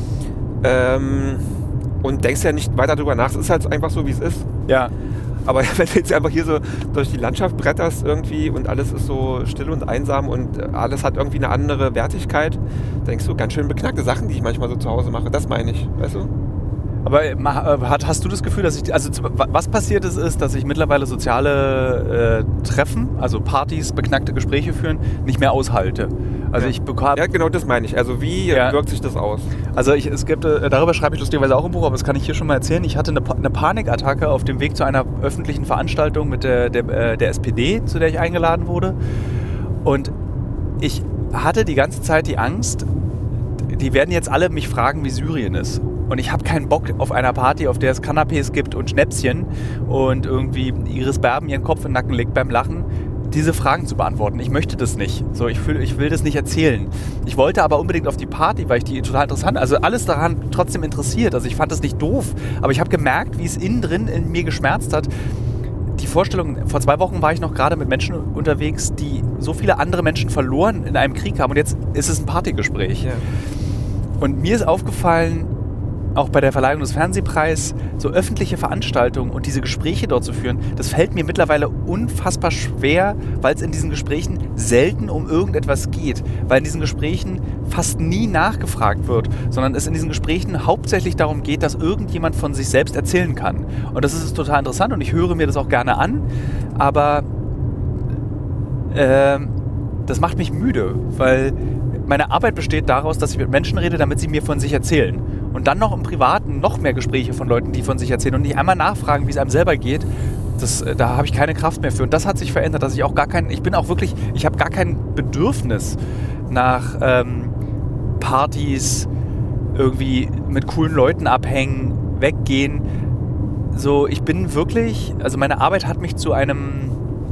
ähm, und denkst ja nicht weiter drüber nach. Es ist halt einfach so, wie es ist. Ja. Aber wenn du jetzt einfach hier so durch die Landschaft bretterst irgendwie und alles ist so still und einsam und alles hat irgendwie eine andere Wertigkeit, denkst du, ganz schön beknackte Sachen, die ich manchmal so zu Hause mache. Das meine ich, weißt du? Aber hat, hast du das Gefühl, dass ich, also was passiert ist, ist, dass ich mittlerweile soziale äh, Treffen, also Partys, beknackte Gespräche führen, nicht mehr aushalte. Also ja. ich bekam, Ja, genau das meine ich. Also wie Ja. wirkt sich das aus? also ich, es gibt, äh, darüber schreibe ich lustigerweise auch im Buch, aber das kann ich hier schon mal erzählen. Ich hatte eine, Pa- eine Panikattacke auf dem Weg zu einer öffentlichen Veranstaltung mit der, der, äh, der S P D, zu der ich eingeladen wurde. Und ich hatte die ganze Zeit die Angst, die werden jetzt alle mich fragen, wie Syrien ist. Und ich habe keinen Bock auf einer Party, auf der es Canapés gibt und Schnäpschen und irgendwie Iris Berben ihren Kopf in den Nacken legt beim Lachen, diese Fragen zu beantworten. Ich möchte das nicht. So, ich, fühl, ich will das nicht erzählen. Ich wollte aber unbedingt auf die Party, weil ich die total interessant, also alles daran trotzdem interessiert. Also ich fand das nicht doof, aber ich habe gemerkt, wie es innen drin in mir geschmerzt hat. Die Vorstellung, vor zwei Wochen war ich noch gerade mit Menschen unterwegs, die so viele andere Menschen verloren in einem Krieg haben und jetzt ist es ein Partygespräch. Ja. Und mir ist aufgefallen, auch bei der Verleihung des Fernsehpreises, so öffentliche Veranstaltungen und diese Gespräche dort zu führen, das fällt mir mittlerweile unfassbar schwer, weil es in diesen Gesprächen selten um irgendetwas geht. Weil in diesen Gesprächen fast nie nachgefragt wird, sondern es in diesen Gesprächen hauptsächlich darum geht, dass irgendjemand von sich selbst erzählen kann. Und das ist total interessant und ich höre mir das auch gerne an, aber äh, das macht mich müde, weil meine Arbeit besteht daraus, dass ich mit Menschen rede, damit sie mir von sich erzählen. Und dann noch im Privaten noch mehr Gespräche von Leuten, die von sich erzählen und nicht einmal nachfragen, wie es einem selber geht. Das, da habe ich keine Kraft mehr für. Und das hat sich verändert, dass ich auch gar kein, ich bin auch wirklich, ich habe gar kein Bedürfnis nach ähm, Partys, irgendwie mit coolen Leuten abhängen, weggehen. So, ich bin wirklich, also meine Arbeit hat mich zu einem,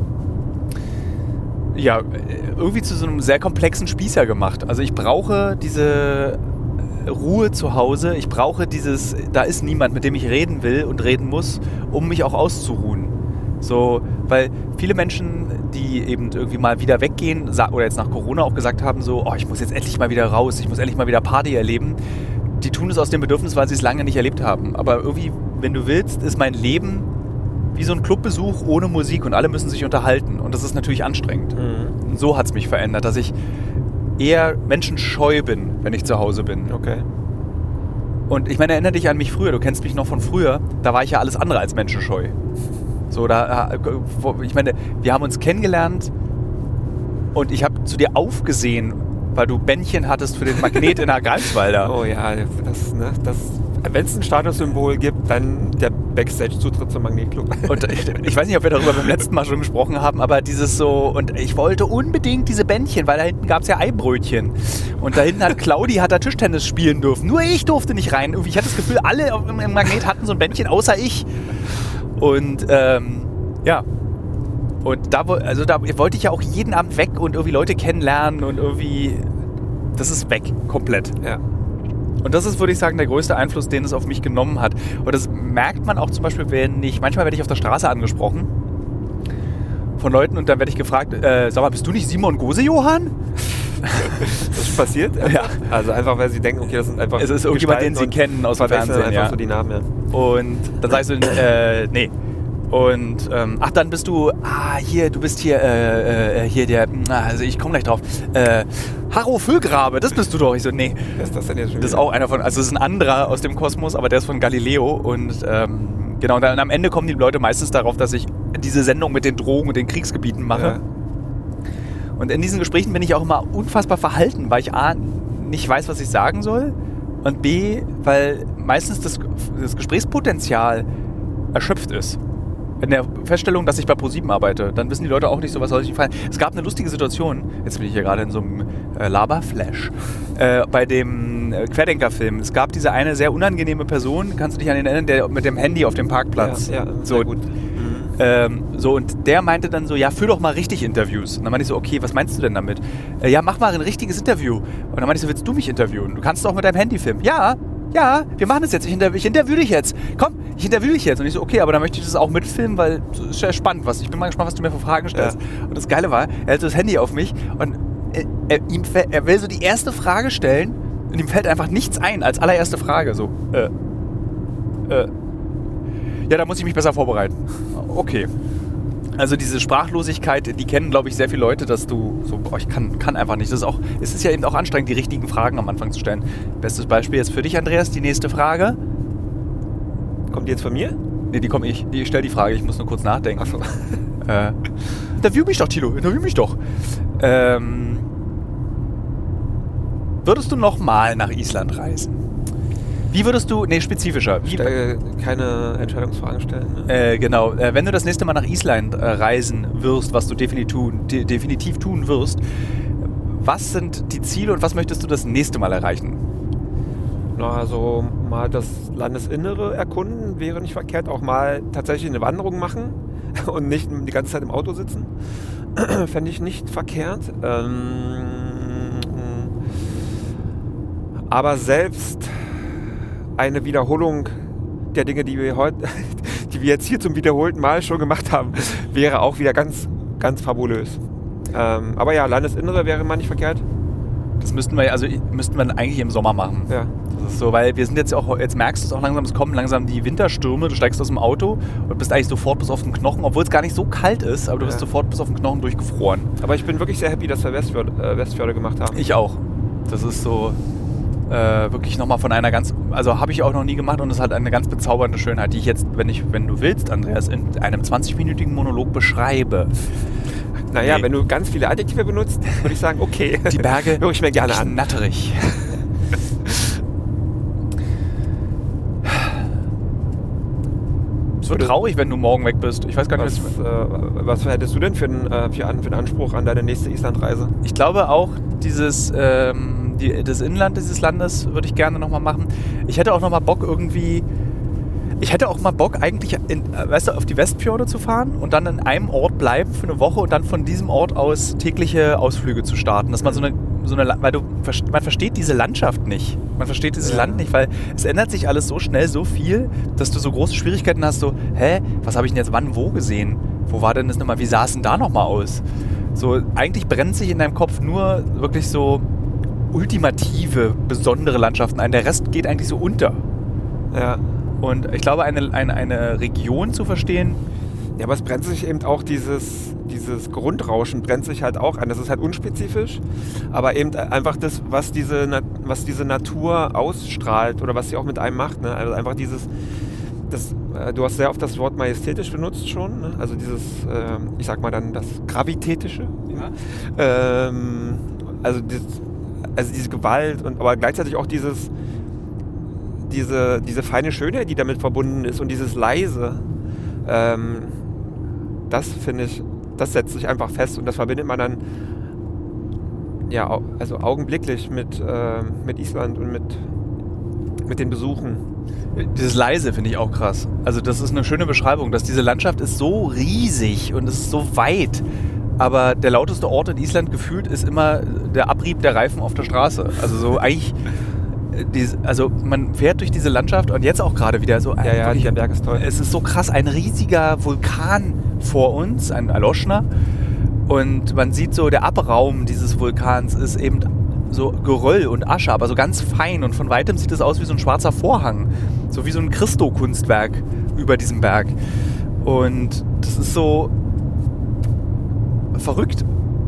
ja, irgendwie zu so einem sehr komplexen Spießer gemacht. Also ich brauche diese Ruhe zu Hause, ich brauche dieses, da ist niemand, mit dem ich reden will und reden muss, um mich auch auszuruhen. So, weil viele Menschen, die eben irgendwie mal wieder weggehen oder jetzt nach Corona auch gesagt haben, so, oh, ich muss jetzt endlich mal wieder raus, ich muss endlich mal wieder Party erleben, die tun es aus dem Bedürfnis, weil sie es lange nicht erlebt haben. Aber irgendwie, wenn du willst, ist mein Leben wie so ein Clubbesuch ohne Musik und alle müssen sich unterhalten und das ist natürlich anstrengend. Mhm. Und so hat es mich verändert, dass ich eher menschenscheu bin, wenn ich zu Hause bin. Okay. Und ich meine, erinnere dich an mich früher, du kennst mich noch von früher, da war ich ja alles andere als menschenscheu. So, da, ich meine, wir haben uns kennengelernt und ich habe zu dir aufgesehen, weil du Bändchen hattest für den Magnet in der Greifswalder. Oh ja, das, ne, das, wenn es ein Statussymbol gibt, dann der Backstage-Zutritt zum Magnetclub. Und ich, ich weiß nicht, ob wir darüber beim letzten Mal schon gesprochen haben, aber dieses so, und ich wollte unbedingt diese Bändchen, weil da hinten gab es ja Eibrötchen. Und da hinten hat Claudi hat da Tischtennis spielen dürfen. Nur ich durfte nicht rein. Irgendwie, ich hatte das Gefühl, alle im Magnet hatten so ein Bändchen, außer ich. Und ähm, ja. Und da, also da wollte ich ja auch jeden Abend weg und irgendwie Leute kennenlernen und irgendwie, das ist weg, komplett. Ja. Und das ist, würde ich sagen, der größte Einfluss, den es auf mich genommen hat. Und das merkt man auch zum Beispiel, wenn ich, manchmal werde ich auf der Straße angesprochen von Leuten und dann werde ich gefragt, äh, sag mal, bist du nicht Simon Gose-Johann? Das ist passiert? Ja. Also einfach, weil sie denken, okay, das sind einfach es ist irgendjemand, den sie kennen aus dem Fernsehen. Einfach ja. so die Namen, ja. Und dann sagst du, äh, nee. Und, ähm, ach, dann bist du, ah, hier, du bist hier, äh, äh, hier der, also ich komme gleich drauf, äh, Harro Füllgrabe, das bist du doch. Ich so, nee. Wer ist das denn jetzt schon? Das ist auch einer von, also das ist ein anderer aus dem Kosmos, aber der ist von Galileo und, ähm, genau, und dann am Ende kommen die Leute meistens darauf, dass ich diese Sendung mit den Drogen und den Kriegsgebieten mache. Ja. Und in diesen Gesprächen bin ich auch immer unfassbar verhalten, weil ich A, nicht weiß, was ich sagen soll und B, weil meistens das, das Gesprächspotenzial erschöpft ist. In der Feststellung, dass ich bei ProSieben arbeite, dann wissen die Leute auch nicht so, was soll ich gefallen. Es gab eine lustige Situation, jetzt bin ich hier gerade in so einem äh, Laberflash, äh, bei dem äh, Querdenker-Film. Es gab diese eine sehr unangenehme Person, kannst du dich an den erinnern, der mit dem Handy auf dem Parkplatz. Ja, ja, so, sehr gut. Ähm, so, und der meinte dann so, ja, führ doch mal richtig Interviews. Und dann meinte ich so, okay, was meinst du denn damit? Äh, ja, mach mal ein richtiges Interview. Und dann meinte ich so, willst du mich interviewen? Du kannst doch mit deinem Handy filmen. Ja, ja, wir machen das jetzt. Ich, interv- ich interview dich jetzt. Komm, ich interview dich jetzt. Und ich so, okay, aber dann möchte ich das auch mitfilmen, weil es ist ja spannend. Was. Ich bin mal gespannt, was du mir für Fragen stellst. Ja. Und das Geile war, er hat so das Handy auf mich und er, er, ihm, er will so die erste Frage stellen und ihm fällt einfach nichts ein als allererste Frage. So, äh, äh, ja, da muss ich mich besser vorbereiten. Okay. Also diese Sprachlosigkeit, die kennen, glaube ich, sehr viele Leute, dass du so, boah, ich kann, kann einfach nicht. Das ist auch, es ist ja eben auch anstrengend, die richtigen Fragen am Anfang zu stellen. Bestes Beispiel jetzt für dich, Andreas, die nächste Frage. Kommt die jetzt von mir? Nee, die komme ich. Ich stelle die Frage, ich muss nur kurz nachdenken. Ach so. Äh, interview mich doch, Thilo, interview mich doch. Ähm, würdest du nochmal nach Island reisen? Wie würdest du, nee, spezifischer. Wie, Stell, keine Entscheidungsfragen stellen. Ne? Äh, genau. Äh, wenn du das nächste Mal nach Island äh, reisen wirst, was du definitiv, de, definitiv tun wirst, was sind die Ziele und was möchtest du das nächste Mal erreichen? Na, also mal das Landesinnere erkunden wäre nicht verkehrt. Auch mal tatsächlich eine Wanderung machen und nicht die ganze Zeit im Auto sitzen. Fände ich nicht verkehrt. Ähm, aber selbst eine Wiederholung der Dinge, die wir heute, die wir jetzt hier zum wiederholten Mal schon gemacht haben, wäre auch wieder ganz, ganz fabulös. Ähm, aber ja, Landesinnere wäre mal nicht verkehrt. Das müssten wir, also müssten wir eigentlich im Sommer machen. Ja. Das ist so, weil wir sind jetzt auch, jetzt merkst du es auch langsam, es kommen langsam die Winterstürme, du steigst aus dem Auto und bist eigentlich sofort bis auf den Knochen, obwohl es gar nicht so kalt ist, aber du bist Ja. sofort bis auf den Knochen durchgefroren. Aber ich bin wirklich sehr happy, dass wir Westfjorde, äh, Westfjorde gemacht haben. Ich auch. Das ist so äh, wirklich nochmal von einer ganz, also habe ich auch noch nie gemacht und es hat eine ganz bezaubernde Schönheit, die ich jetzt, wenn ich, wenn du willst, Andreas, in einem zwanzigminütigen Monolog beschreibe. Naja, Nee. wenn du ganz viele Adjektive benutzt, würde ich sagen, okay. Die Berge höre ich mir gerne an. knatterig. Es wird Oder- traurig, wenn du morgen weg bist. Ich weiß gar nicht, Was, was äh, was hättest du denn für einen, äh, für, einen, für einen Anspruch an deine nächste Islandreise? ich glaube auch, dieses, ähm, die, das Inland dieses Landes würde ich gerne nochmal machen. Ich hätte auch nochmal Bock irgendwie, ich hätte auch mal Bock eigentlich, in, äh, weißt du, auf die Westfjorde zu fahren und dann in einem Ort bleiben für eine Woche und dann von diesem Ort aus tägliche Ausflüge zu starten. Dass man so eine, so eine, weil du, man versteht diese Landschaft nicht. Man versteht dieses Ja. Land nicht, weil es ändert sich alles so schnell, so viel, dass du so große Schwierigkeiten hast, so, hä, was habe ich denn jetzt wann wo gesehen? Wo war denn das nochmal, wie sah es denn da nochmal aus? So, eigentlich brennt sich in deinem Kopf nur wirklich so ultimative, besondere Landschaften ein. Der Rest geht eigentlich so unter. Ja. Und ich glaube, eine, eine, eine Region zu verstehen, Ja, aber es brennt sich eben auch dieses, dieses Grundrauschen brennt sich halt auch an. Das ist halt unspezifisch, aber eben einfach das, was diese, Na- was diese Natur ausstrahlt oder was sie auch mit einem macht. Ne? Also einfach dieses, das, äh, du hast sehr oft das Wort majestätisch benutzt schon, ne? Also dieses, äh, ich sag mal dann das Gravitätische. Ähm, also, dieses, also diese Gewalt, und, aber gleichzeitig auch dieses, diese, diese feine Schönheit, die damit verbunden ist und dieses Leise. Ähm, das finde ich, das setzt sich einfach fest und das verbindet man dann ja, au- also augenblicklich mit, äh, mit Island und mit, mit den Besuchen. dieses Leise finde ich auch krass. Also das ist eine schöne Beschreibung, dass diese Landschaft ist so riesig und es ist so weit, aber der lauteste Ort in Island gefühlt ist immer der Abrieb der Reifen auf der Straße. Also so eigentlich, äh, dies- also man fährt durch diese Landschaft und jetzt auch gerade wieder so. ein- Ja, ja, wirklich- der Berg ist toll. Es ist so krass, ein riesiger Vulkan vor uns, ein erloschener. Und man sieht so, der Abraum dieses Vulkans ist eben so Geröll und Asche, aber so ganz fein. Und von weitem sieht es aus wie so ein schwarzer Vorhang. So wie so ein Christo-Kunstwerk über diesem Berg. Und das ist so verrückt.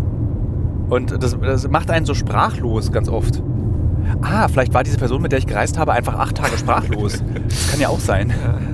Und das, das macht einen so sprachlos ganz oft. Ah, vielleicht war diese Person, mit der ich gereist habe, einfach acht Tage sprachlos. Das kann ja auch sein.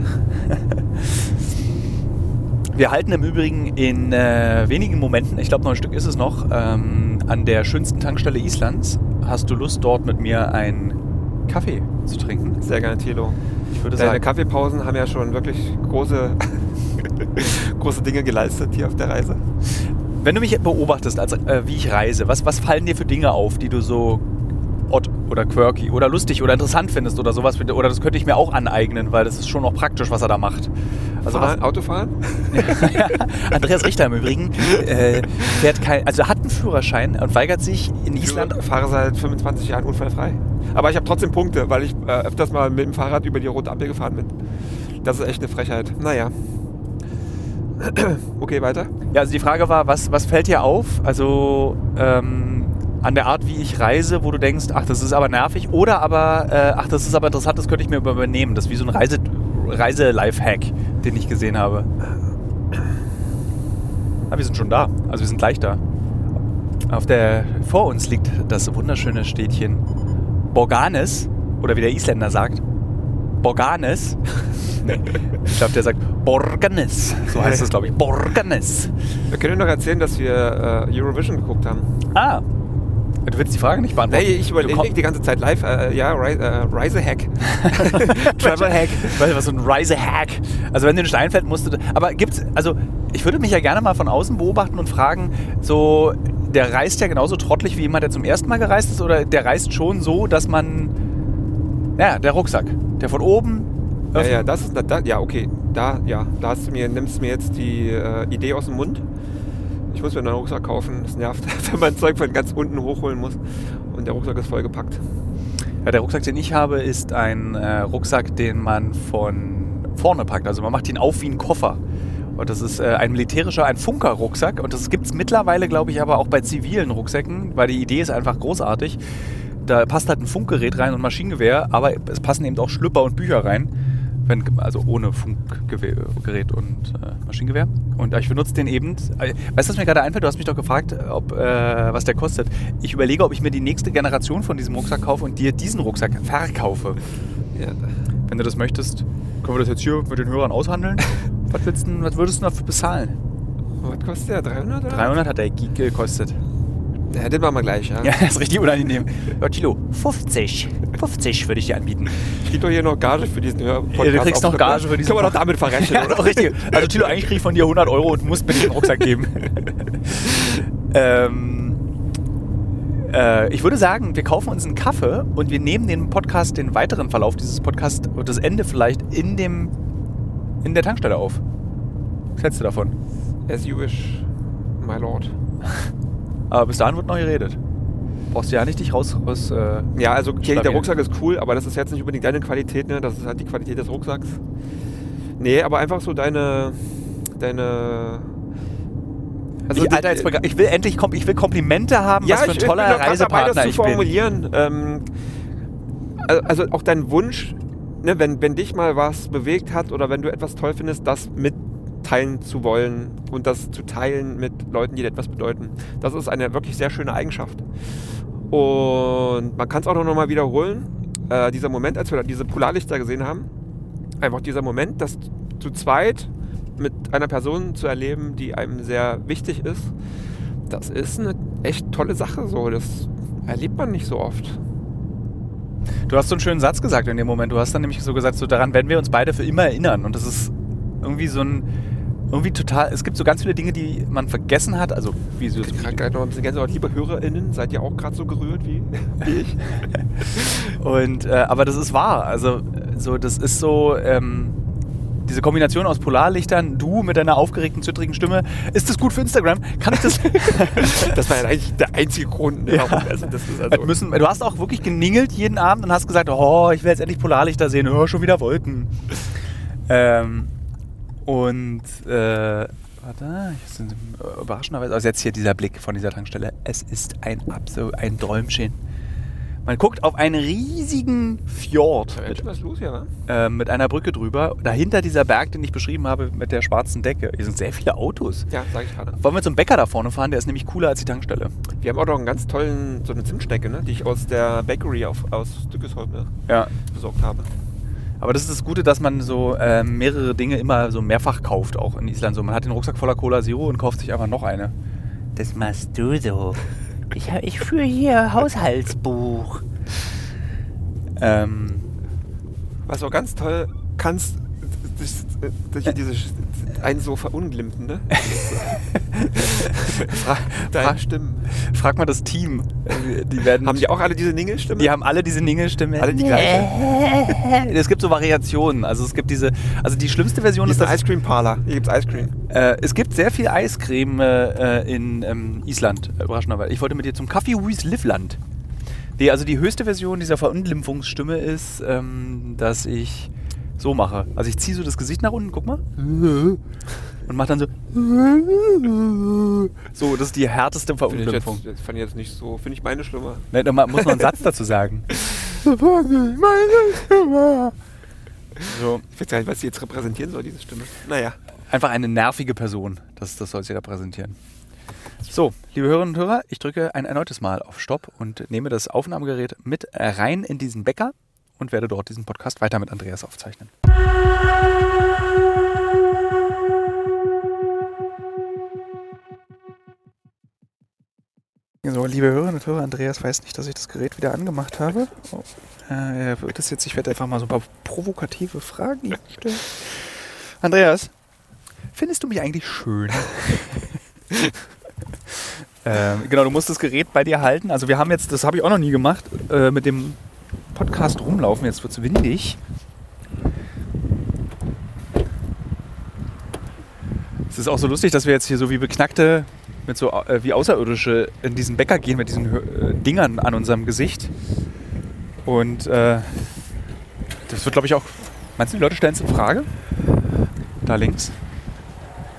Wir halten im Übrigen in äh, wenigen Momenten, ich glaube noch ein Stück ist es noch, ähm, an der schönsten Tankstelle Islands. Hast du Lust, dort mit mir einen Kaffee zu trinken? Sehr gerne, Thilo. Ich würde Deine sagen, Kaffeepausen haben ja schon wirklich große, große Dinge geleistet hier auf der Reise. wenn du mich beobachtest, als, äh, wie ich reise, was, was fallen dir für Dinge auf, die du so odd oder quirky oder lustig oder interessant findest oder sowas? Oder das könnte ich mir auch aneignen, weil das ist schon noch praktisch, was er da macht. Also was, Fahren, Autofahren? Andreas Richter im Übrigen äh, fährt kein, also hat einen Führerschein und weigert sich in Island. Ich fahre seit fünfundzwanzig Jahren unfallfrei. Aber ich habe trotzdem Punkte, weil ich äh, öfters mal mit dem Fahrrad über die rote Ampel gefahren bin. Das ist echt eine Frechheit. Naja. Okay, weiter. Ja, also die Frage war, was, was fällt dir auf? Also ähm, an der Art, wie ich reise, wo du denkst, ach, das ist aber nervig, oder aber, äh, ach, das ist aber interessant, das könnte ich mir übernehmen. Das ist wie so ein Reise, Reise-Life-Hack, den ich gesehen habe. Ah, wir sind schon da. Also wir sind gleich da. Auf der, vor uns liegt das wunderschöne Städtchen Borgarnes, oder wie der Isländer sagt, Borgarnes. Ich glaube, der sagt Borgarnes. So heißt es, glaube ich. Borgarnes. Wir können noch erzählen, dass wir äh, Eurovision geguckt haben. Ah. Du willst die Frage nicht beantworten? Nee, ich Du überlege komm- die ganze Zeit live. Äh, ja, Ri äh, Reise-Hack. Travel Hack. Weißt du, was so ein Reise-Hack. Also wenn dir ein Stein fällt, musst du... Aber gibt's... Also ich würde mich ja gerne mal von außen beobachten und fragen, so... Der reist ja genauso trottelig wie jemand, der zum ersten Mal gereist ist, oder der reist schon so, dass man... Naja, der Rucksack. Der von oben... Ja, öffnet- ja, das ist... Da, ja, okay. Da, ja, da hast du mir, nimmst du mir jetzt die äh, Idee aus dem Mund. Ich muss mir einen Rucksack kaufen. Das nervt, wenn man Zeug von ganz unten hochholen muss. Und der Rucksack ist vollgepackt. Ja, der Rucksack, den ich habe, ist ein äh, Rucksack, den man von vorne packt. Also man macht ihn auf wie ein Koffer. Und das ist äh, ein militärischer, ein Funker-Rucksack. Und das gibt es mittlerweile, glaube ich, aber auch bei zivilen Rucksäcken, weil die Idee ist einfach großartig. Da passt halt ein Funkgerät rein und Maschinengewehr, aber es passen eben auch Schlüpper und Bücher rein. Wenn, also ohne Funkgerät und äh, Maschinengewehr. Und ich benutze den eben. Äh, weißt du, was mir gerade einfällt? Du hast mich doch gefragt, ob, äh, was der kostet. Ich überlege, ob ich mir die nächste Generation von diesem Rucksack kaufe und dir diesen Rucksack verkaufe. Ja. Wenn du das möchtest, können wir das jetzt hier mit den Hörern aushandeln. was, willst du, was würdest du dafür bezahlen? Was kostet der? dreihundert? Oder? dreihundert hat der Geek gekostet. Ja, den machen wir gleich, ja. Ja, das ist richtig unangenehm. Ja, Tilo, fünfzig. fünfzig würde ich dir anbieten. Ich krieg doch hier noch Gage für diesen Podcast. Ja, du kriegst noch Gage für diesen Können wir doch damit verrechnen, ja, oder? Richtig. Also Tilo, eigentlich krieg ich von dir hundert Euro und musst mir den Rucksack geben. ähm, äh, ich würde sagen, wir kaufen uns einen Kaffee und wir nehmen den Podcast, den weiteren Verlauf dieses Podcasts und das Ende vielleicht in dem in der Tankstelle auf. Was hältst du davon? As you wish, my lord. Aber bis dahin wird noch geredet. Brauchst du ja nicht dich raus... raus äh, ja, also okay, der Rucksack ist cool, aber das ist jetzt nicht unbedingt deine Qualität, ne? Das ist halt die Qualität des Rucksacks. Nee, aber einfach so deine... deine also ich, Alter, jetzt, ich will endlich ich will Komplimente haben, ja, was für ein toller ich, ich Reisepartner dabei, das ich zu bin. formulieren. Ähm, also auch dein Wunsch, ne, wenn, wenn dich mal was bewegt hat oder wenn du etwas toll findest, das mitteilen zu wollen und das zu teilen mit Leuten, die dir etwas bedeuten. Das ist eine wirklich sehr schöne Eigenschaft. Und man kann es auch noch mal wiederholen. Äh, dieser Moment, als wir diese Polarlichter gesehen haben, einfach dieser Moment, das zu zweit mit einer Person zu erleben, die einem sehr wichtig ist, das ist eine echt tolle Sache. So. Das erlebt man nicht so oft. Du hast so einen schönen Satz gesagt in dem Moment. Du hast dann nämlich so gesagt, so daran werden wir uns beide für immer erinnern. Und das ist irgendwie so ein, irgendwie total, es gibt so ganz viele Dinge, die man vergessen hat. Also wie so... Ich kriege gerade noch ein bisschen Gänsehaut. Liebe HörerInnen, seid ihr auch gerade so gerührt wie, wie ich? Und, äh, aber das ist wahr. Also so, das ist so... Ähm, diese Kombination aus Polarlichtern, du mit deiner aufgeregten, zittrigen Stimme. Ist das gut für Instagram? Kann ich das? Das war ja eigentlich der einzige Grund. Ja. Also das ist also müssen, du hast auch wirklich geningelt jeden Abend und hast gesagt, oh, ich will jetzt endlich Polarlichter sehen. Oh, schon wieder Wolken. ähm, und äh, warte, ich bin überraschenderweise, also jetzt hier dieser Blick von dieser Tankstelle. Es ist ein absolut ein Träumchen. Man guckt auf einen riesigen Fjord mit, was los hier, ne? äh, mit einer Brücke drüber. Dahinter dieser Berg, den ich beschrieben habe, mit der schwarzen Decke. Hier sind sehr viele Autos. Ja, sag ich gerade. Wollen wir zum Bäcker da vorne fahren? Der ist nämlich cooler als die Tankstelle. Wir haben auch noch einen ganz tollen, so eine Zimtschnecke, ne? Die ich aus der Bakery auf, aus Dückesholm, ne? Ja. besorgt habe. Aber das ist das Gute, dass man so äh, mehrere Dinge immer so mehrfach kauft, auch in Island. So, man hat den Rucksack voller Cola Zero und kauft sich einfach noch eine. Das machst du so. Ich, ich führe hier Haushaltsbuch. Ähm, Was auch ganz toll kannst, durch, durch diese einen so verunglimpfen, ne? Deine Stimmen. Frag mal das Team. Die werden, haben die auch alle diese Ningelstimme? Die haben alle diese Ningelstimme. Alle die gleiche? Es gibt so Variationen. Also es gibt diese, also die schlimmste Version die ist das Ice Cream Parlor. Hier gibt's Ice Cream. Äh, es gibt sehr viel Eiscreme äh, in ähm, Island, äh, überraschenderweise. Ich wollte mit dir zum Kaffee Huis Livland. Die, also die höchste Version dieser Verunglimpfungsstimme ist, ähm, dass ich so mache. Also ich ziehe so das Gesicht nach unten, guck mal. Und mach dann so. So, das ist die härteste Verunglimpfung. Finde ich jetzt, fand ich jetzt nicht so. Finde ich meine schlimmer. Ne, da muss man einen Satz dazu sagen. Das war nicht meine Stimme. So. Ich weiß gar nicht, was sie jetzt repräsentieren soll, diese Stimme. Naja. Einfach eine nervige Person. Das, das soll sie repräsentieren. So, liebe Hörerinnen und Hörer, ich drücke ein erneutes Mal auf Stopp und nehme das Aufnahmegerät mit rein in diesen Bäcker und werde dort diesen Podcast weiter mit Andreas aufzeichnen. So, liebe Hörerinnen und Hörer, Andreas weiß nicht, dass ich das Gerät wieder angemacht habe. Oh, äh, er wird das jetzt, ich werde einfach mal so ein paar provokative Fragen stellen. Andreas, findest du mich eigentlich schön? ähm, genau, du musst das Gerät bei dir halten. Also wir haben jetzt, das habe ich auch noch nie gemacht, äh, mit dem Podcast rumlaufen. Jetzt wird es windig. Es ist auch so lustig, dass wir jetzt hier so wie Beknackte, mit so äh, wie Außerirdische in diesen Bäcker gehen mit diesen äh, Dingern an unserem Gesicht. Und äh, das wird, glaube ich, auch... Meinst du, die Leute stellen es in Frage? Da links.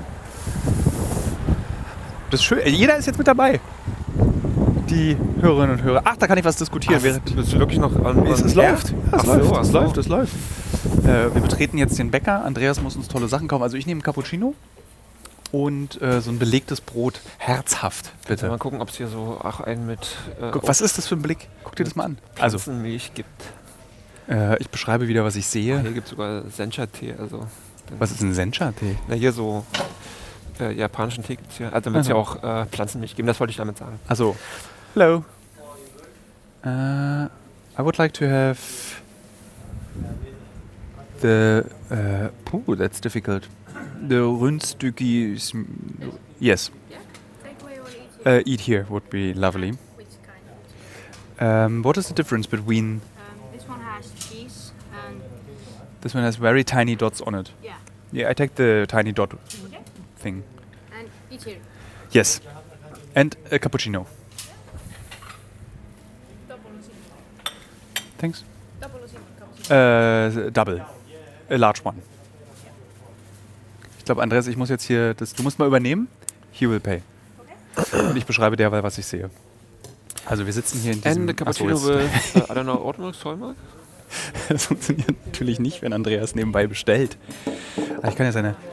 Das ist schön. Jeder ist jetzt mit dabei. Die Hörerinnen und Hörer. Ach, da kann ich was diskutieren. Ach, während bist du wirklich noch an... es, es läuft. Ja, es Ach läuft. so, ach es so. läuft. Es läuft. Äh, wir betreten jetzt den Bäcker. Andreas muss uns tolle Sachen kaufen. Also ich nehme einen Cappuccino und äh, so ein belegtes Brot. Herzhaft, bitte. Mal gucken, ob es hier so auch einen mit... Äh, Guck, was ist das für ein Blick? Guck dir das mal an. Also, Milch gibt. äh, ich beschreibe wieder, was ich sehe. Hier gibt es sogar Sencha-Tee. Also, Was ist ein Sencha-Tee? na, hier so äh, japanischen Tee gibt es hier. Also dann wird es ja auch äh, Pflanzenmilch geben. Das wollte ich damit sagen. Also, hello. Uh, I would like to have the... Uh, puh, that's difficult. The Rundstücki... sm- Yes. Takeaway or eat here? Uh, eat here would be lovely. Which kind? Um, what is the difference between... Um, this one has cheese and This one has very tiny dots on it. yeah, Yeah, I take the tiny dot okay. thing. And eat here. Yes. And a cappuccino. Double or single? Thanks. Double or single cappuccino? Uh, double. A large one. Ich glaube, Andreas, ich muss jetzt hier... Das, du musst mal übernehmen. He will pay. Und ich beschreibe derweil, was ich sehe. Also wir sitzen hier in diesem... And the cappuccino Ach so, with, uh, I don't know, oat milk, soy milk? das funktioniert natürlich nicht, wenn Andreas nebenbei bestellt. Aber ich kann ja seine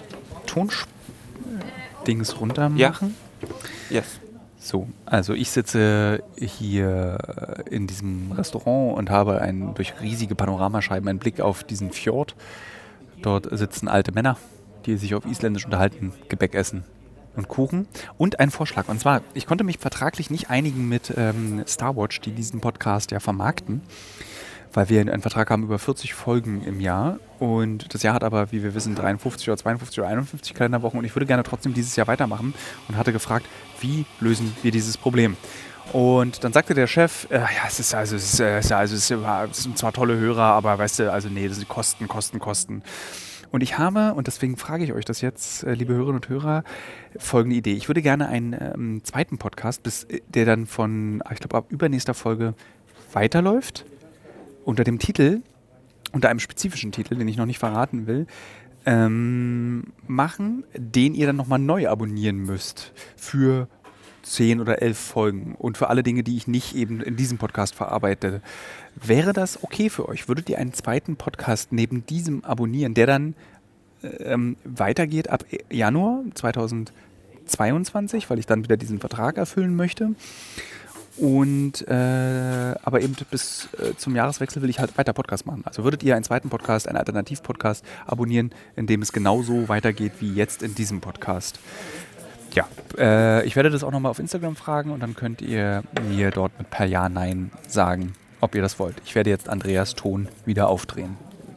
Tondings runter machen. Yes. So, also ich sitze hier in diesem Restaurant und habe einen, durch riesige Panoramascheiben einen Blick auf diesen Fjord. Dort sitzen alte Männer, die sich auf Isländisch unterhalten, Gebäck essen und Kuchen. Und ein Vorschlag, und zwar, ich konnte mich vertraglich nicht einigen mit ähm, Starwatch, die diesen Podcast ja vermarkten, weil wir einen Vertrag haben über vierzig Folgen im Jahr. Und das Jahr hat aber, wie wir wissen, dreiundfünfzig oder zweiundfünfzig oder einundfünfzig Kalenderwochen. Und ich würde gerne trotzdem dieses Jahr weitermachen und hatte gefragt, wie lösen wir dieses Problem? Und dann sagte der Chef, äh, ja, es ist also, es ist, äh, es ist, also, es, ist, es sind zwar tolle Hörer, aber weißt du, also nee, das sind Kosten, Kosten, Kosten. Und ich habe, und deswegen frage ich euch das jetzt, äh, liebe Hörerinnen und Hörer, folgende Idee. Ich würde gerne einen ähm, zweiten Podcast, bis, der dann von, ich glaube, ab übernächster Folge weiterläuft, unter dem Titel, unter einem spezifischen Titel, den ich noch nicht verraten will, ähm, machen, den ihr dann nochmal neu abonnieren müsst für zehn oder elf Folgen und für alle Dinge, die ich nicht eben in diesem Podcast verarbeite. Wäre das okay für euch? Würdet ihr einen zweiten Podcast neben diesem abonnieren, der dann ähm, weitergeht ab Januar zweitausendzweiundzwanzig, weil ich dann wieder diesen Vertrag erfüllen möchte? Und äh, aber eben bis äh, zum Jahreswechsel will ich halt weiter Podcast machen. Also würdet ihr einen zweiten Podcast, einen Alternativ-Podcast abonnieren, in dem es genauso weitergeht wie jetzt in diesem Podcast? Ja, äh, ich werde das auch nochmal auf Instagram fragen und dann könnt ihr mir dort mit per Ja, Nein sagen, ob ihr das wollt. Ich werde jetzt Andreas Ton wieder aufdrehen.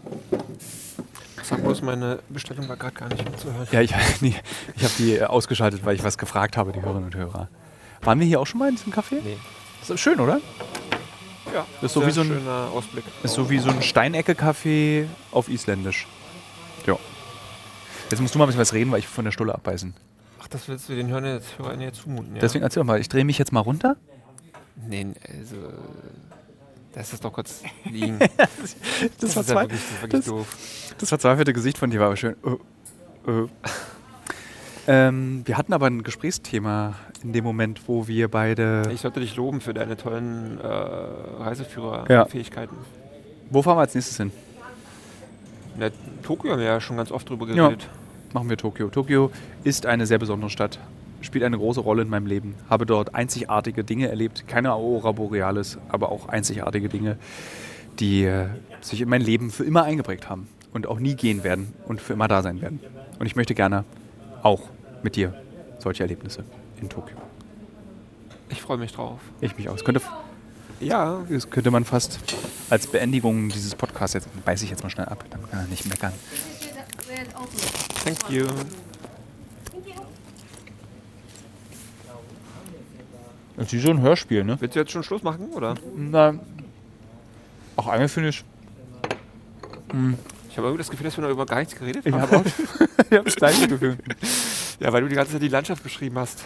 Sag bloß, meine Bestellung war gerade gar nicht mitzuhören. Ja, ich, nee, ich habe die ausgeschaltet, weil ich was gefragt habe, die Hörerinnen und Hörer. Waren wir hier auch schon mal in diesem Café? Nee. Das ist schön, oder? Ja, Das ist so wie so ein- schöner Ausblick. Ist so wie so ein Steinecke-Café auf Isländisch. Ja. Jetzt musst du mal ein bisschen was reden, weil ich von der Stulle abbeißen. Ach, das willst du den Hörern jetzt, Hörern jetzt zumuten, ja? Deswegen erzähl doch mal, ich drehe mich jetzt mal runter. Nee, also... Das ist doch kurz liegen. Das, Das, ist ja verzweif- wirklich, das ist wirklich das- doof. das verzweifelte Gesicht von dir war aber schön. Äh, äh. ähm, wir hatten aber ein Gesprächsthema in dem Moment, wo wir beide... Ich sollte dich loben für deine tollen äh, Ja. Reiseführerfähigkeiten. Wo fahren wir als nächstes hin? In der Tokio haben wir ja schon ganz oft drüber Ja. geredet. Machen wir Tokio. Tokio ist eine sehr besondere Stadt. Spielt eine große Rolle in meinem Leben. Habe dort einzigartige Dinge erlebt. Keine Aurora Borealis, aber auch einzigartige Dinge, die äh, sich in mein Leben für immer eingeprägt haben und auch nie gehen werden und für immer da sein werden. Und ich möchte gerne auch mit dir solche Erlebnisse in Tokio. Ich freue mich drauf. Ich mich aus. Könnte, Ja, das könnte man fast als Beendigung dieses Podcasts, jetzt beiße ich jetzt mal schnell ab, dann kann er nicht meckern. thank you. Das ist wie so ein Hörspiel, ne? Willst du jetzt schon Schluss machen, oder? Na, auch einmal finde ich. Ich habe irgendwie das Gefühl, dass wir noch über gar nichts geredet Ich haben. habe auch ich hab das gleiche Gefühl. Ja, weil du die ganze Zeit die Landschaft beschrieben hast.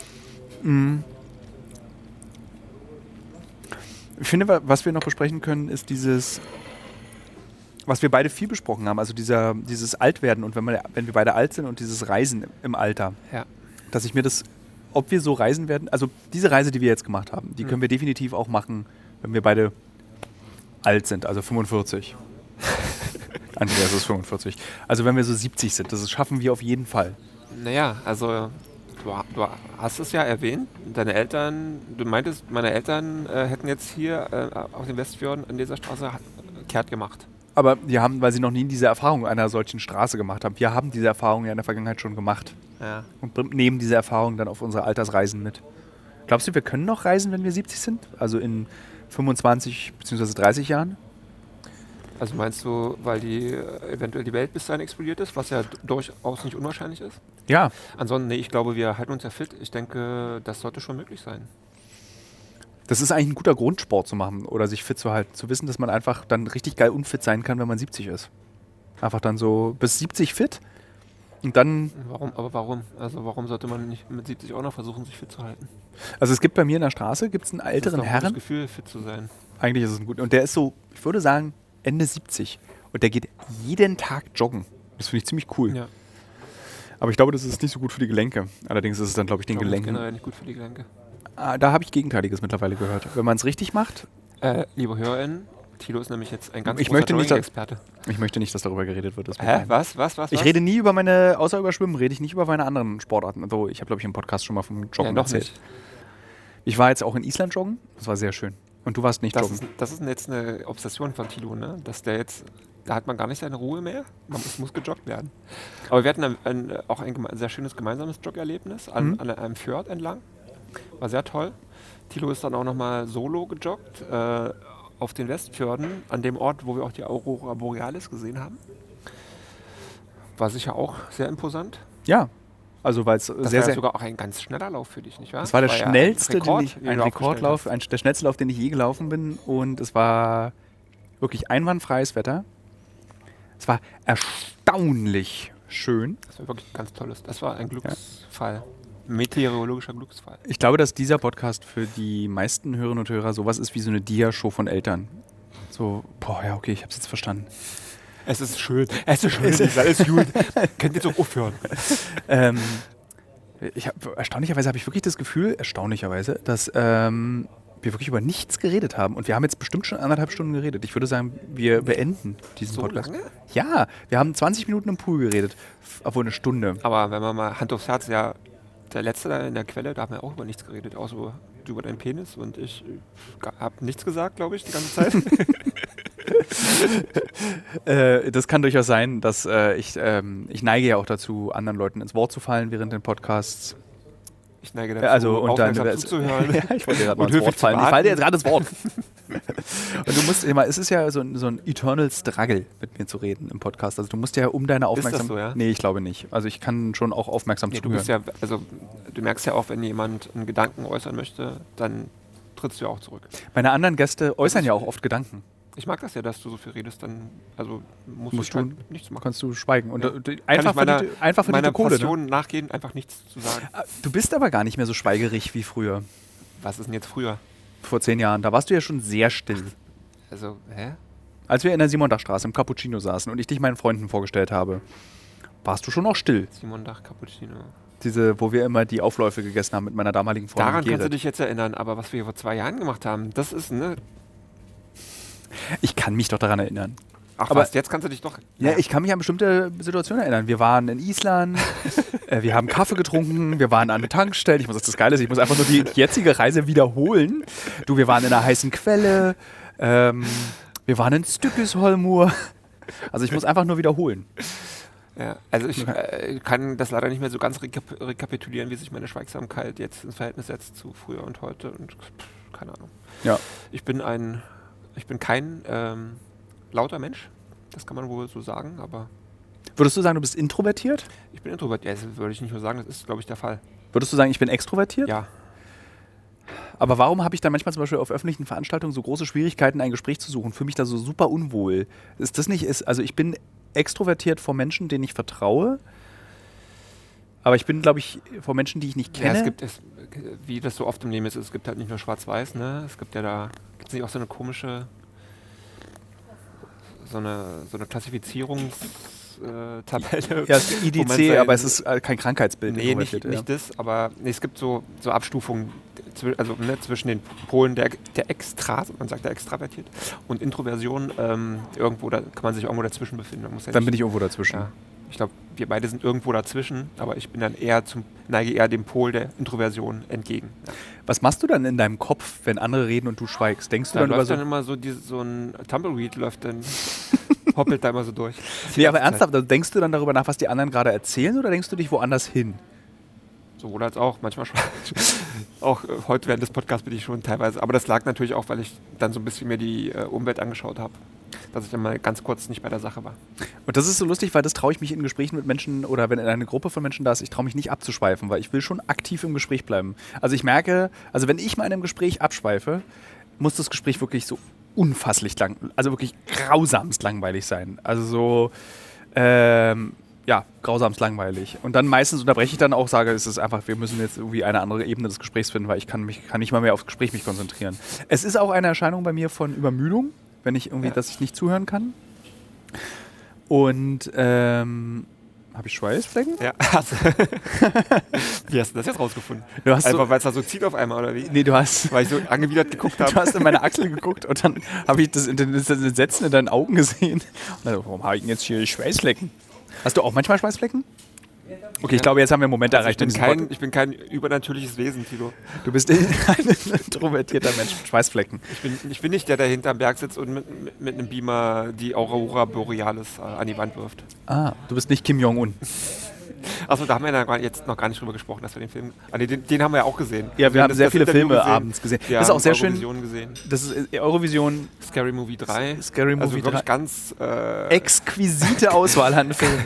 Ich finde, wa- was wir noch besprechen können, ist dieses, was wir beide viel besprochen haben, also dieser, dieses Altwerden und wenn, man, wenn wir beide alt sind und dieses Reisen im Alter, Ja. dass ich mir das ob wir so reisen werden. Also diese Reise, die wir jetzt gemacht haben, die können wir definitiv auch machen, wenn wir beide alt sind, also fünfundvierzig. Andreas ist fünfundvierzig. Also wenn wir so siebzig sind, das schaffen wir auf jeden Fall. Naja, also du, du hast es ja erwähnt, deine Eltern, du meintest, meine Eltern äh, hätten jetzt hier äh, auf den Westfjorden an dieser Straße kehrt gemacht. Aber die haben, weil sie noch nie diese Erfahrung einer solchen Straße gemacht haben, wir haben diese Erfahrung ja in der Vergangenheit schon gemacht. Ja. Und nehmen diese Erfahrung dann auf unsere Altersreisen mit. Glaubst du, wir können noch reisen, wenn wir siebzig sind? Also in fünfundzwanzig bzw. dreißig Jahren? Also meinst du, weil die äh, eventuell die Welt bis dahin explodiert ist, was ja d- durchaus nicht unwahrscheinlich ist? Ja. Ansonsten, nee, ich glaube, wir halten uns ja fit. Ich denke, das sollte schon möglich sein. Das ist eigentlich ein guter Grund, Sport zu machen oder sich fit zu halten. Zu wissen, dass man einfach dann richtig geil unfit sein kann, wenn man siebzig ist. Einfach dann so bis siebzig fit und dann... Warum? Aber warum? Also warum sollte man nicht mit siebzig auch noch versuchen, sich fit zu halten? Also es gibt bei mir in der Straße gibt's einen älteren das ist doch ein Herren. gutes Gefühl, fit zu sein. Eigentlich ist es ein gut. Und der ist so, ich würde sagen, Ende siebzig. Und der geht jeden Tag joggen. Das finde ich ziemlich cool. Ja. Aber ich glaube, das ist nicht so gut für die Gelenke. Allerdings ist es dann, glaube ich, den Joggen ist Gelenken. generell nicht gut für die Gelenke. Ah, da habe ich Gegenteiliges mittlerweile gehört. Wenn man es richtig macht, Äh, liebe HörerInnen, Thilo ist nämlich jetzt ein ganz Ich großer möchte nicht, dass- Jogging-Experte. ich möchte nicht, dass darüber geredet wird. Das ist mir Hä? fein. Was? Was? Was? Ich was? rede nie über meine, außer über Schwimmen, rede ich nicht über meine anderen Sportarten. Also ich habe, glaube ich, im Podcast schon mal vom Joggen Ja, noch erzählt. nicht. Ich war jetzt auch in Island joggen. Das war sehr schön. Und du warst nicht Das joggen. ist, das ist jetzt eine Obsession von Thilo, ne? Dass der jetzt, da hat man gar nicht seine Ruhe mehr. Man muss, muss gejoggt werden. Aber wir hatten ein, ein, auch ein geme- sehr schönes gemeinsames Joggerlebnis an, Mhm. an einem Fjord entlang. War sehr toll. Thilo ist dann auch nochmal solo gejoggt äh, auf den Westfjorden, an dem Ort, wo wir auch die Aurora Borealis gesehen haben. War sicher auch sehr imposant. Ja. Also weil es Das sehr, war ja sehr... sogar auch ein ganz schneller Lauf für dich, nicht wahr? Das war der ja schnellste, ein Rekord, den ich, den ein du aufgestellt Rekordlauf, hast. ein, der schnellste Lauf, den ich je gelaufen bin. Und es war wirklich einwandfreies Wetter. Es war erstaunlich schön. Das war wirklich ganz tolles. Das war ein Glücksfall. Meteorologischer Glücksfall. Ich glaube, dass dieser Podcast für die meisten Hörerinnen und Hörer sowas ist wie so eine Dia-Show von Eltern. So, boah, ja, okay, ich hab's jetzt verstanden. Es ist schön. Es ist schön. Es ist alles gut. Könnt ihr so aufhören? Ähm, ich hab, erstaunlicherweise habe ich wirklich das Gefühl, erstaunlicherweise, dass ähm, wir wirklich über nichts geredet haben. Und wir haben jetzt bestimmt schon anderthalb Stunden geredet. Ich würde sagen, wir beenden diesen So Podcast. lange? Ja, wir haben zwanzig Minuten im Pool geredet. F- Obwohl eine Stunde. Aber wenn man mal Hand aufs Herz, ja, der Letzte da in der Quelle, da haben wir auch über nichts geredet, außer über, über deinen Penis. Und ich habe nichts gesagt, glaube ich, die ganze Zeit. Äh, das kann durchaus sein, dass äh, ich, ähm, ich neige ja auch dazu, anderen Leuten ins Wort zu fallen während den Podcasts. Ich neige dazu, Also, und dann, aufmerksam zuzuhören. ja, ich wollte dir gerade mal Und ins Wort höflich zu fallen. Ich warten. falle dir jetzt gerade ins Wort. Und du musst immer, es ist ja so ein, so ein eternal Struggle, mit mir zu reden im Podcast. Also du musst ja um deine das Aufmerksamkeit. so, ja? Nee, ich glaube nicht. Also ich kann schon auch aufmerksam Nee, du zuhören. bist ja, also du merkst ja auch, wenn jemand einen Gedanken äußern möchte, dann trittst du ja auch zurück. Meine anderen Gäste äußern ja auch oft Gedanken. Ich mag das ja, dass du so viel redest, dann also musst, Musst du du- halt nichts machen. Kannst du schweigen. Und Ja. äh, die- Kann einfach ich meiner, für die, einfach für meiner die Kohle. Ne? Passion nachgehen, einfach nichts zu sagen. Du bist aber gar nicht mehr so schweigerig wie früher. Was ist denn jetzt früher? Vor zehn Jahren. Da warst du ja schon sehr still. Also, hä? Als wir in der Simontachstraße im Cappuccino saßen und ich dich meinen Freunden vorgestellt habe, warst du schon auch still. Simon Dach, Cappuccino. Diese, wo wir immer die Aufläufe gegessen haben mit meiner damaligen Freundin Daran kannst du Gerrit. dich jetzt erinnern, aber was wir vor zwei Jahren gemacht haben, das ist, ne? Ich kann mich doch daran erinnern. Ach Aber- was, jetzt kannst du dich doch... Ja, ich kann mich an bestimmte Situationen erinnern. Wir waren in Island, äh, wir haben Kaffee getrunken, wir waren an der Tankstelle. Ich muss das Geile ist, ich muss einfach nur die jetzige Reise wiederholen. Du, wir waren in einer heißen Quelle, ähm, wir waren in Stückisholmur. Also ich muss einfach nur wiederholen. Ja, also ich äh, kann das leider nicht mehr so ganz rekap rekapitulieren, wie sich meine Schweigsamkeit jetzt ins Verhältnis setzt zu früher und heute und pff, keine Ahnung. Ja. Ich bin ein, ich bin kein ähm, lauter Mensch, das kann man wohl so sagen, aber Würdest du sagen, du bist introvertiert? ich bin introvertiert. Ja, das würde ich nicht nur sagen, das ist, glaube ich, der Fall. Würdest du sagen, ich bin extrovertiert? Ja, Aber warum habe ich dann manchmal zum Beispiel auf öffentlichen Veranstaltungen so große Schwierigkeiten, ein Gespräch zu suchen? Fühle mich da so super unwohl. Ist das nicht, ist, also ich bin extrovertiert vor Menschen, denen ich vertraue, aber ich bin, glaube ich, vor Menschen, die ich nicht ja kenne. es gibt, es, wie das so oft im Leben ist, es gibt halt nicht nur schwarz-weiß, ne? Es gibt ja da, gibt es nicht auch so eine komische, so eine, so eine Klassifizierungsskala Einstufungstabelle. Ja, es ist wo man I D C, sein- aber es ist äh, kein Krankheitsbild. Nee, nicht, introvertiert, nicht das, aber nee, es gibt so, so Abstufungen zwi- also, ne, zwischen den Polen der, der Extras, man sagt ja extravertiert, und Introversion. Ähm, irgendwo, da kann man sich irgendwo dazwischen befinden. Man muss ja Dann nicht, bin ich irgendwo dazwischen. ja, ich glaube, wir beide sind irgendwo dazwischen, aber ich bin dann eher zum, neige eher dem Pol der Introversion entgegen. Ja. Was machst du dann in deinem Kopf, wenn andere reden und du schweigst? Denkst du Da dann über läuft so... dann immer so, diese, so ein Tumbleweed läuft dann, hoppelt da immer so durch. Nee, aber ganze Zeit. ernsthaft, also denkst du dann darüber nach, was die anderen gerade erzählen, oder denkst du dich woanders hin? Sowohl als auch, manchmal schon. Auch äh, heute während des Podcasts bin ich schon teilweise. Aber das lag natürlich auch, weil ich dann so ein bisschen mir die äh, Umwelt angeschaut habe. Dass ich dann mal ganz kurz nicht bei der Sache war. Und das ist so lustig, weil das traue ich mich in Gesprächen mit Menschen oder wenn eine Gruppe von Menschen da ist, ich traue mich nicht abzuschweifen, weil ich will schon aktiv im Gespräch bleiben. Also ich merke, also wenn ich mal in einem Gespräch abschweife, muss das Gespräch wirklich so unfasslich lang, also wirklich grausamst langweilig sein. Also so, ähm, ja, grausamst langweilig. Und dann meistens unterbreche ich dann auch, sage, es ist einfach, wir müssen jetzt irgendwie eine andere Ebene des Gesprächs finden, weil ich kann mich kann nicht mal mehr aufs Gespräch mich konzentrieren. Es ist auch eine Erscheinung bei mir von Übermüdung, wenn ich irgendwie, Ja. dass ich nicht zuhören kann. Und ähm, habe ich Schweißflecken? Ja. Wie hast du das jetzt rausgefunden? Du hast so, Einfach weil es da so zieht auf einmal, oder wie? nee, du hast, Weil ich so angewidert geguckt du habe. hast in meine Achsel geguckt und dann habe ich das in den, das Sätzen in deinen Augen gesehen. Und dann, warum habe ich denn jetzt hier Schweißflecken? Hast du auch manchmal Schweißflecken? Okay, ich glaube, jetzt haben wir einen Moment Also ich, erreicht. in bin diesem kein, Pod- ich bin kein übernatürliches Wesen, Tilo. Du bist ein introvertierter Mensch mit Schweißflecken. Ich bin, ich bin nicht der, der hinterm Berg sitzt und mit, mit, mit einem Beamer die Aurora Borealis äh, an die Wand wirft. Ah, du bist nicht Kim Jong-un. Achso, da haben wir ja gar- jetzt noch gar nicht drüber gesprochen, dass wir den Film. Ah, nee, den, den haben wir ja auch gesehen. Ja, wir haben das- sehr das viele Interview Filme gesehen. abends gesehen. Wir Das ist auch haben sehr schön. Eurovision gesehen. Das ist äh, Eurovision, Scary Movie drei. Scary Also Movie wirklich drei. ganz. Äh, Exquisite Auswahl an Filmen.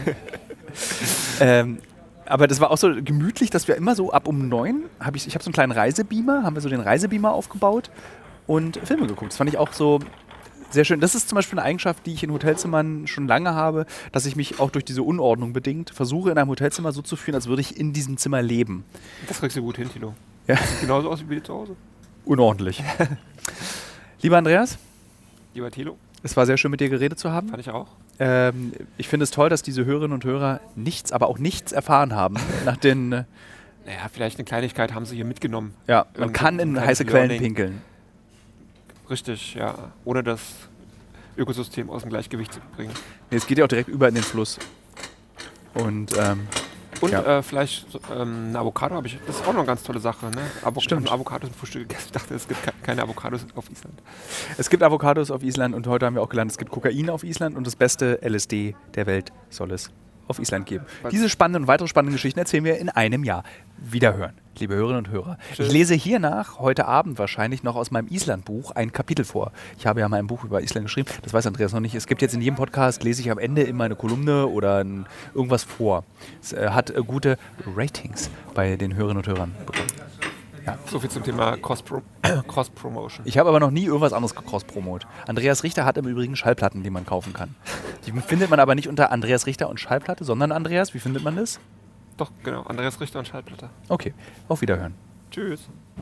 ähm, aber das war auch so gemütlich, dass wir immer so ab um neun, hab ich, ich habe so einen kleinen Reisebeamer, haben wir so den Reisebeamer aufgebaut und Filme geguckt. Das fand ich auch so sehr schön. Das ist zum Beispiel eine Eigenschaft, die ich in Hotelzimmern schon lange habe, dass ich mich auch durch diese Unordnung bedingt versuche, in einem Hotelzimmer so zu fühlen, als würde ich in diesem Zimmer leben. das kriegst du gut hin, Tilo. Ja. Sieht genauso aus wie zu Hause. Unordentlich. Lieber Andreas, Lieber Tilo, es war sehr schön, mit dir geredet zu haben. fand ich auch. Ähm, ich finde es toll, dass diese Hörerinnen und Hörer nichts, aber auch nichts erfahren haben. Nach den, äh, Naja, vielleicht eine Kleinigkeit haben sie hier mitgenommen. ja, man Irgend- kann in ein heiße kleines Quellen Learning. pinkeln. Richtig, ja. Ohne das Ökosystem aus dem Gleichgewicht zu bringen. Nee, es geht ja auch direkt über in den Fluss. Und ähm, Und Ja. äh, vielleicht so, ähm, eine Avocado habe ich. Das ist auch noch eine ganz tolle Sache. Ne? Avo Stimmt. Ich habe Avocados im Frühstück gegessen. Ich dachte, es gibt ke keine Avocados auf Island. es gibt Avocados auf Island und heute haben wir auch gelernt, es gibt Kokain auf Island und das beste L S D der Welt soll es auf Island geben. Was? Diese spannenden und weitere spannende Geschichten erzählen wir in einem Jahr. Wiederhören, liebe Hörerinnen und Hörer. Tschüss. Ich lese hiernach heute Abend wahrscheinlich noch aus meinem Island-Buch ein Kapitel vor. Ich habe ja mal ein Buch über Island geschrieben, das weiß Andreas noch nicht. Es gibt jetzt in jedem Podcast, lese ich am Ende immer eine Kolumne oder ein, irgendwas vor. Es äh, hat äh, gute Ratings bei den Hörerinnen und Hörern bekommen. So viel zum Thema Cross-Pro Cross-Promotion. Ich habe aber noch nie irgendwas anderes cross-promot. Andreas Richter hat im Übrigen Schallplatten, die man kaufen kann. Die findet man aber nicht unter Andreas Richter und Schallplatte, sondern Andreas, wie findet man das? Doch, genau. Andreas Richter und Schallplatte. Okay, auf Wiederhören. Tschüss.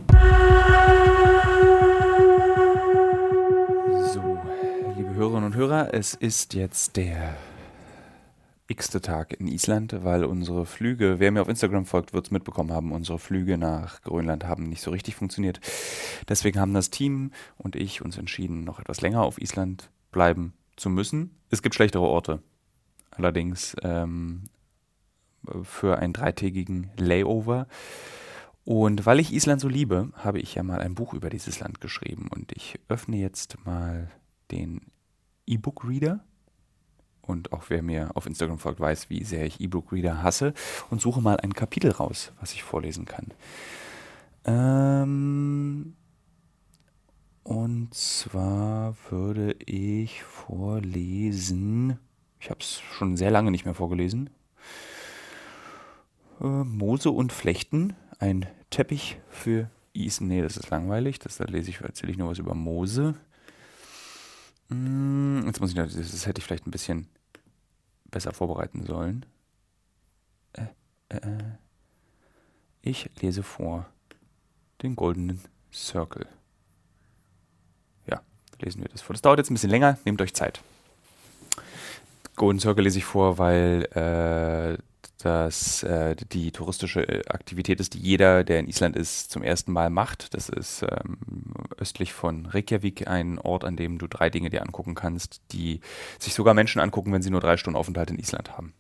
So, liebe Hörerinnen und Hörer, es ist jetzt der x-te Tag in Island, weil unsere Flüge, wer mir auf Instagram folgt, wird es mitbekommen haben, unsere Flüge nach Grönland haben nicht so richtig funktioniert. Deswegen haben das Team und ich uns entschieden, noch etwas länger auf Island bleiben zu müssen. Es gibt schlechtere Orte. Allerdings ähm, für einen dreitägigen Layover. Und weil ich Island so liebe, habe ich ja mal ein Buch über dieses Land geschrieben. Und ich öffne jetzt mal den E-Book-Reader. Und auch wer mir auf Instagram folgt, weiß, wie sehr ich E-Book-Reader hasse. Und suche mal ein Kapitel raus, was ich vorlesen kann. Ähm und zwar würde ich vorlesen, ich habe es schon sehr lange nicht mehr vorgelesen, äh, Moose und Flechten, ein Teppich für Isen. Nee, das ist langweilig, das da lese ich, erzähle ich nur was über Moose. Hm, jetzt muss ich, das, das hätte ich vielleicht ein bisschen besser vorbereiten sollen. Äh, äh, ich lese vor den Goldenen Circle. Ja, lesen wir das vor. Das dauert jetzt ein bisschen länger, nehmt euch Zeit. Golden Circle lese ich vor, weil äh, das äh, die touristische Aktivität ist, die jeder, der in Island ist, zum ersten Mal macht. Das ist ähm, östlich von Reykjavik ein Ort, an dem du drei Dinge dir angucken kannst, die sich sogar Menschen angucken, wenn sie nur drei Stunden Aufenthalt in Island haben.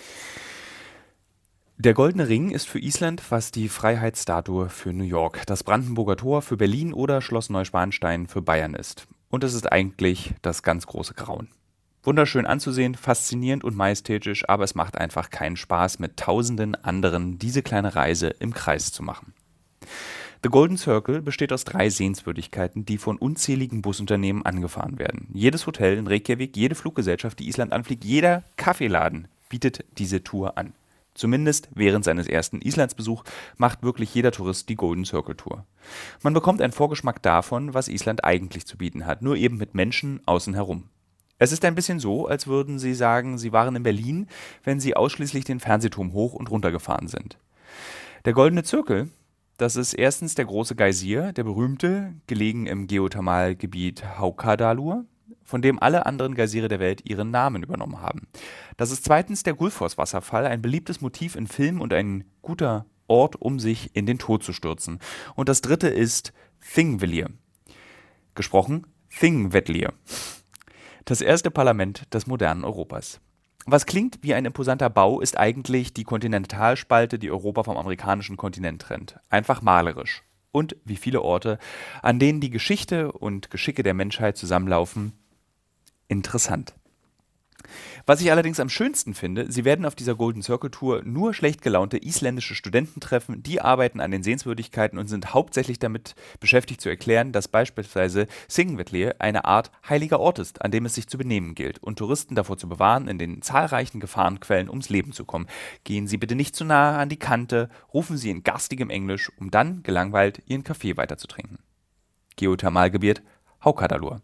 Der Goldene Ring ist für Island, was die Freiheitsstatue für New York, das Brandenburger Tor für Berlin oder Schloss Neuschwanstein für Bayern ist. Und es ist eigentlich das ganz große Grauen. Wunderschön anzusehen, faszinierend und majestätisch, aber es macht einfach keinen Spaß, mit tausenden anderen diese kleine Reise im Kreis zu machen. The Golden Circle besteht aus drei Sehenswürdigkeiten, die von unzähligen Busunternehmen angefahren werden. Jedes Hotel in Reykjavik, jede Fluggesellschaft, die Island anfliegt, jeder Kaffeeladen bietet diese Tour an. Zumindest während seines ersten Islandsbesuchs macht wirklich jeder Tourist die Golden Circle Tour. Man bekommt einen Vorgeschmack davon, was Island eigentlich zu bieten hat, nur eben mit Menschen außen herum. Es ist ein bisschen so, als würden Sie sagen, Sie waren in Berlin, wenn Sie ausschließlich den Fernsehturm hoch und runter gefahren sind. Der Goldene Zirkel, das ist erstens der große Geysir, der berühmte, gelegen im Geothermalgebiet Haukadalur, von dem alle anderen Geysire der Welt ihren Namen übernommen haben. Das ist zweitens der Gullfoss-Wasserfall, ein beliebtes Motiv in Filmen und ein guter Ort, um sich in den Tod zu stürzen. Und das dritte ist Thingvellir, gesprochen Thingvellir. Das erste Parlament des modernen Europas. Was klingt wie ein imposanter Bau, ist eigentlich die Kontinentalspalte, die Europa vom amerikanischen Kontinent trennt. Einfach malerisch. Und wie viele Orte, an denen die Geschichte und Geschicke der Menschheit zusammenlaufen, interessant. Was ich allerdings am schönsten finde, Sie werden auf dieser Golden Circle Tour nur schlecht gelaunte isländische Studenten treffen, die arbeiten an den Sehenswürdigkeiten und sind hauptsächlich damit beschäftigt zu erklären, dass beispielsweise Thingvellir eine Art heiliger Ort ist, an dem es sich zu benehmen gilt und Touristen davor zu bewahren, in den zahlreichen Gefahrenquellen ums Leben zu kommen. Gehen Sie bitte nicht zu nahe an die Kante, rufen Sie in garstigem Englisch, um dann gelangweilt Ihren Kaffee weiterzutrinken. Geothermalgebiet Haukadalur.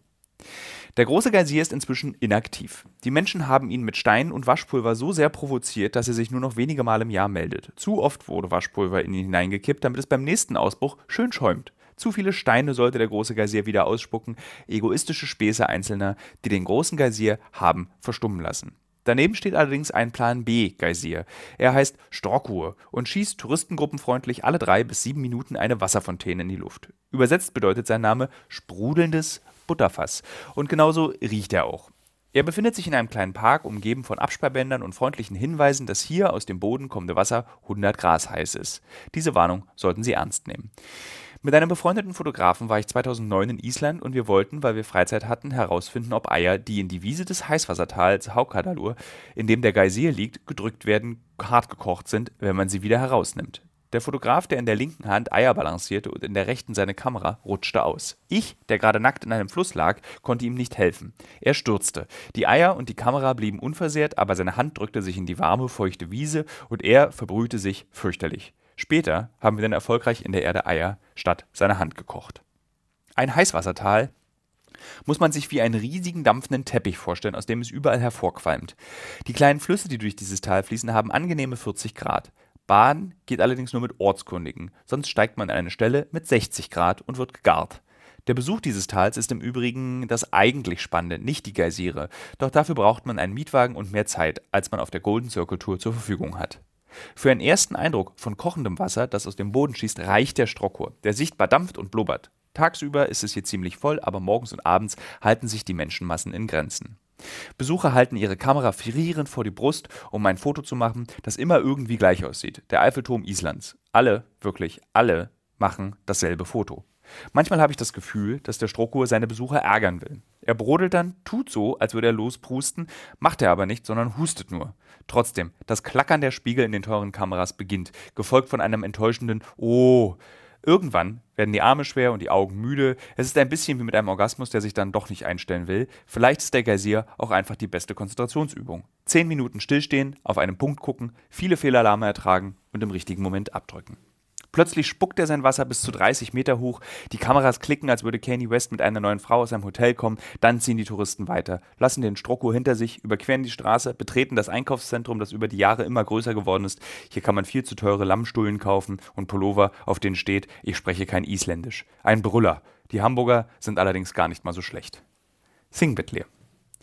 Der große Geysir ist inzwischen inaktiv. Die Menschen haben ihn mit Steinen und Waschpulver so sehr provoziert, dass er sich nur noch wenige Mal im Jahr meldet. Zu oft wurde Waschpulver in ihn hineingekippt, damit es beim nächsten Ausbruch schön schäumt. Zu viele Steine sollte der große Geysir wieder ausspucken, egoistische Späße Einzelner, die den großen Geysir haben verstummen lassen. Daneben steht allerdings ein Plan B Geysir. Er heißt Strokkur und schießt touristengruppenfreundlich alle drei bis sieben Minuten eine Wasserfontäne in die Luft. Übersetzt bedeutet sein Name sprudelndes Butterfass. Und genauso riecht er auch. Er befindet sich in einem kleinen Park, umgeben von Absperrbändern und freundlichen Hinweisen, dass hier aus dem Boden kommende Wasser hundert Grad heiß ist. Diese Warnung sollten Sie ernst nehmen. Mit einem befreundeten Fotografen war ich zweitausendneun in Island und wir wollten, weil wir Freizeit hatten, herausfinden, ob Eier, die in die Wiese des Heißwassertals Haukadalur, in dem der Geysir liegt, gedrückt werden, hart gekocht sind, wenn man sie wieder herausnimmt. Der Fotograf, der in der linken Hand Eier balancierte und in der rechten seine Kamera, rutschte aus. Ich, der gerade nackt in einem Fluss lag, konnte ihm nicht helfen. Er stürzte. Die Eier und die Kamera blieben unversehrt, aber seine Hand drückte sich in die warme, feuchte Wiese und er verbrühte sich fürchterlich. Später haben wir dann erfolgreich in der Erde Eier statt seiner Hand gekocht. Ein Heißwassertal muss man sich wie einen riesigen dampfenden Teppich vorstellen, aus dem es überall hervorqualmt. Die kleinen Flüsse, die durch dieses Tal fließen, haben angenehme vierzig Grad. Baden geht allerdings nur mit Ortskundigen, sonst steigt man an eine Stelle mit sechzig Grad und wird gegart. Der Besuch dieses Tals ist im Übrigen das eigentlich Spannende, nicht die Geysire, doch dafür braucht man einen Mietwagen und mehr Zeit, als man auf der Golden Circle Tour zur Verfügung hat. Für einen ersten Eindruck von kochendem Wasser, das aus dem Boden schießt, reicht der Strokkur, der sichtbar dampft und blubbert. Tagsüber ist es hier ziemlich voll, aber morgens und abends halten sich die Menschenmassen in Grenzen. Besucher halten ihre Kamera frierend vor die Brust, um ein Foto zu machen, das immer irgendwie gleich aussieht. Der Eiffelturm Islands. Alle, wirklich alle, machen dasselbe Foto. Manchmal habe ich das Gefühl, dass der Strokkur seine Besucher ärgern will. Er brodelt dann, tut so, als würde er losprusten, macht er aber nicht, sondern hustet nur. Trotzdem, das Klackern der Spiegel in den teuren Kameras beginnt, gefolgt von einem enttäuschenden Oh. Irgendwann werden die Arme schwer und die Augen müde. Es ist ein bisschen wie mit einem Orgasmus, der sich dann doch nicht einstellen will. Vielleicht ist der Geysir auch einfach die beste Konzentrationsübung. Zehn Minuten stillstehen, auf einen Punkt gucken, viele Fehlalarme ertragen und im richtigen Moment abdrücken. Plötzlich spuckt er sein Wasser bis zu dreißig Meter hoch. Die Kameras klicken, als würde Kanye West mit einer neuen Frau aus einem Hotel kommen. Dann ziehen die Touristen weiter, lassen den Strokkur hinter sich, überqueren die Straße, betreten das Einkaufszentrum, das über die Jahre immer größer geworden ist. Hier kann man viel zu teure Lammstullen kaufen und Pullover, auf denen steht, ich spreche kein Isländisch. Ein Brüller. Die Hamburger sind allerdings gar nicht mal so schlecht. Thingvellir.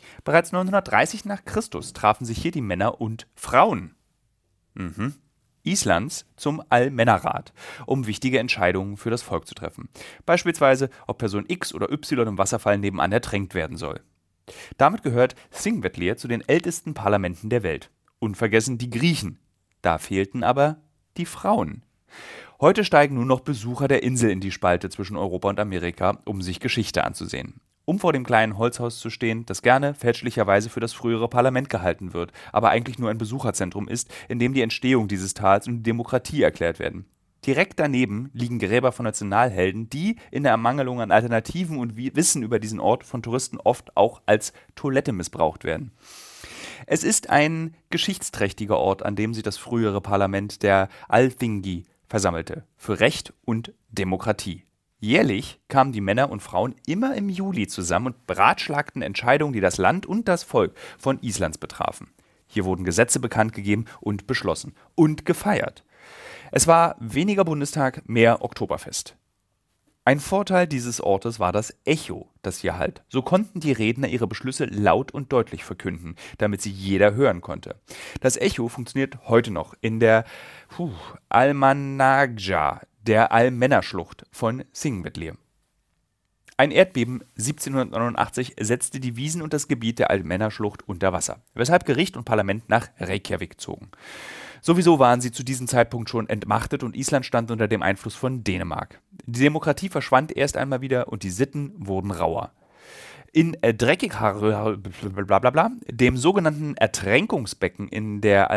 Bereits neunhundertdreißig nach Christus trafen sich hier die Männer und Frauen mhm. Islands zum Allmännerrat, um wichtige Entscheidungen für das Volk zu treffen. Beispielsweise, ob Person X oder Y im Wasserfall nebenan ertränkt werden soll. Damit gehört Þingvellir zu den ältesten Parlamenten der Welt. Unvergessen die Griechen. Da fehlten aber die Frauen. Heute steigen nur noch Besucher der Insel in die Spalte zwischen Europa und Amerika, um sich Geschichte anzusehen. Um vor dem kleinen Holzhaus zu stehen, das gerne fälschlicherweise für das frühere Parlament gehalten wird, aber eigentlich nur ein Besucherzentrum ist, in dem die Entstehung dieses Tals und die Demokratie erklärt werden. Direkt daneben liegen Gräber von Nationalhelden, die in der Ermangelung an Alternativen und Wissen über diesen Ort von Touristen oft auch als Toilette missbraucht werden. Es ist ein geschichtsträchtiger Ort, an dem sich das frühere Parlament der Alþingi versammelte, für Recht und Demokratie. Jährlich kamen die Männer und Frauen immer im Juli zusammen und beratschlagten Entscheidungen, die das Land und das Volk von Islands betrafen. Hier wurden Gesetze bekannt gegeben und beschlossen und gefeiert. Es war weniger Bundestag, mehr Oktoberfest. Ein Vorteil dieses Ortes war das Echo, das hier hallt. So konnten die Redner ihre Beschlüsse laut und deutlich verkünden, damit sie jeder hören konnte. Das Echo funktioniert heute noch in der puh, Almannagjá, der Allmännerschlucht von Þingvellir. Ein Erdbeben siebzehnhundertneunundachtzig setzte die Wiesen und das Gebiet der Allmännerschlucht unter Wasser, weshalb Gericht und Parlament nach Reykjavik zogen. Sowieso waren sie zu diesem Zeitpunkt schon entmachtet und Island stand unter dem Einfluss von Dänemark. Die Demokratie verschwand erst einmal wieder und die Sitten wurden rauer. In äh, Dreckig, blablabla, dem sogenannten Ertränkungsbecken in der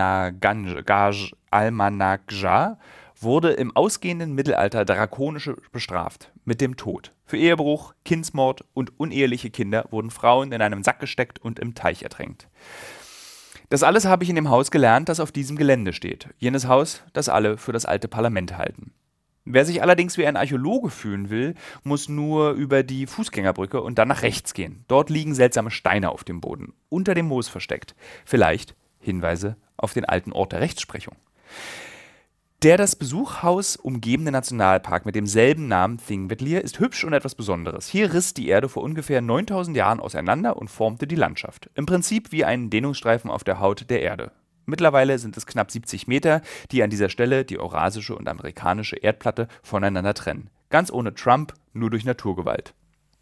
Almannagjá, wurde im ausgehenden Mittelalter drakonisch bestraft, mit dem Tod. Für Ehebruch, Kindsmord und uneheliche Kinder wurden Frauen in einem Sack gesteckt und im Teich ertränkt. Das alles habe ich in dem Haus gelernt, das auf diesem Gelände steht. Jenes Haus, das alle für das alte Parlament halten. Wer sich allerdings wie ein Archäologe fühlen will, muss nur über die Fußgängerbrücke und dann nach rechts gehen. Dort liegen seltsame Steine auf dem Boden, unter dem Moos versteckt. Vielleicht Hinweise auf den alten Ort der Rechtsprechung. Der das Besuchhaus umgebende Nationalpark mit demselben Namen Þingvellir ist hübsch und etwas Besonderes. Hier riss die Erde vor ungefähr neuntausend Jahren auseinander und formte die Landschaft. Im Prinzip wie ein Dehnungsstreifen auf der Haut der Erde. Mittlerweile sind es knapp siebzig Meter, die an dieser Stelle die eurasische und amerikanische Erdplatte voneinander trennen. Ganz ohne Trump, nur durch Naturgewalt.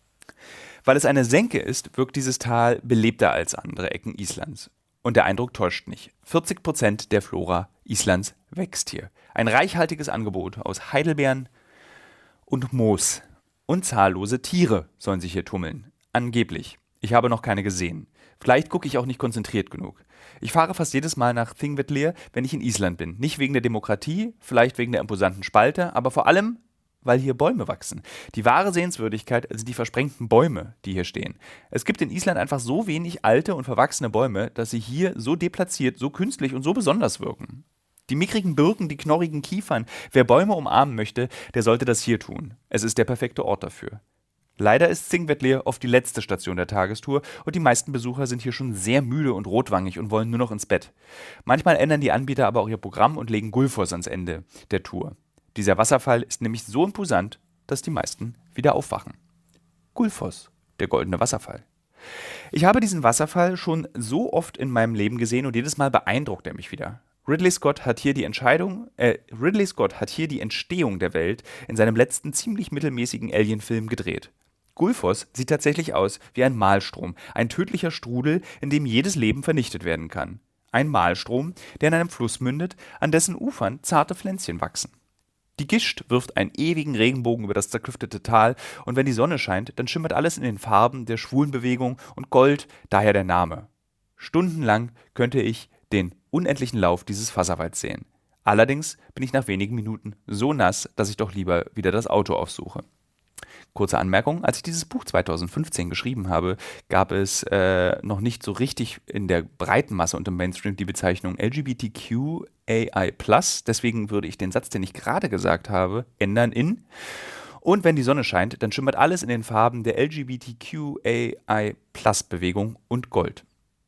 Weil es eine Senke ist, wirkt dieses Tal belebter als andere Ecken Islands. Und der Eindruck täuscht nicht. vierzig Prozent der Flora Islands wächst hier. Ein reichhaltiges Angebot aus Heidelbeeren und Moos. Und zahllose Tiere sollen sich hier tummeln. Angeblich. Ich habe noch keine gesehen. Vielleicht gucke ich auch nicht konzentriert genug. Ich fahre fast jedes Mal nach Þingvellir, wenn ich in Island bin. Nicht wegen der Demokratie, vielleicht wegen der imposanten Spalte, aber vor allem, weil hier Bäume wachsen. Die wahre Sehenswürdigkeit sind die versprengten Bäume, die hier stehen. Es gibt in Island einfach so wenig alte und verwachsene Bäume, dass sie hier so deplatziert, so künstlich und so besonders wirken. Die mickrigen Birken, die knorrigen Kiefern. Wer Bäume umarmen möchte, der sollte das hier tun. Es ist der perfekte Ort dafür. Leider ist Þingvellir oft die letzte Station der Tagestour und die meisten Besucher sind hier schon sehr müde und rotwangig und wollen nur noch ins Bett. Manchmal ändern die Anbieter aber auch ihr Programm und legen Gullfoss ans Ende der Tour. Dieser Wasserfall ist nämlich so imposant, dass die meisten wieder aufwachen. Gullfoss, der goldene Wasserfall. Ich habe diesen Wasserfall schon so oft in meinem Leben gesehen und jedes Mal beeindruckt er mich wieder. Ridley Scott hat hier die Entscheidung, äh, Ridley Scott hat hier die Entstehung der Welt in seinem letzten ziemlich mittelmäßigen Alien-Film gedreht. Gullfoss sieht tatsächlich aus wie ein Mahlstrom, ein tödlicher Strudel, in dem jedes Leben vernichtet werden kann. Ein Mahlstrom, der in einem Fluss mündet, an dessen Ufern zarte Pflänzchen wachsen. Die Gischt wirft einen ewigen Regenbogen über das zerklüftete Tal und wenn die Sonne scheint, dann schimmert alles in den Farben der Schwulenbewegung und Gold, daher der Name. Stundenlang könnte ich den unendlichen Lauf dieses Wasserfalls sehen. Allerdings bin ich nach wenigen Minuten so nass, dass ich doch lieber wieder das Auto aufsuche. Kurze Anmerkung, als ich dieses Buch zweitausendfünfzehn geschrieben habe, gab es äh, noch nicht so richtig in der breiten Masse und im Mainstream die Bezeichnung L G B T Q A I plus. Deswegen würde ich den Satz, den ich gerade gesagt habe, ändern in: Und wenn die Sonne scheint, dann schimmert alles in den Farben der L G B T Q A I plus Bewegung und Gold.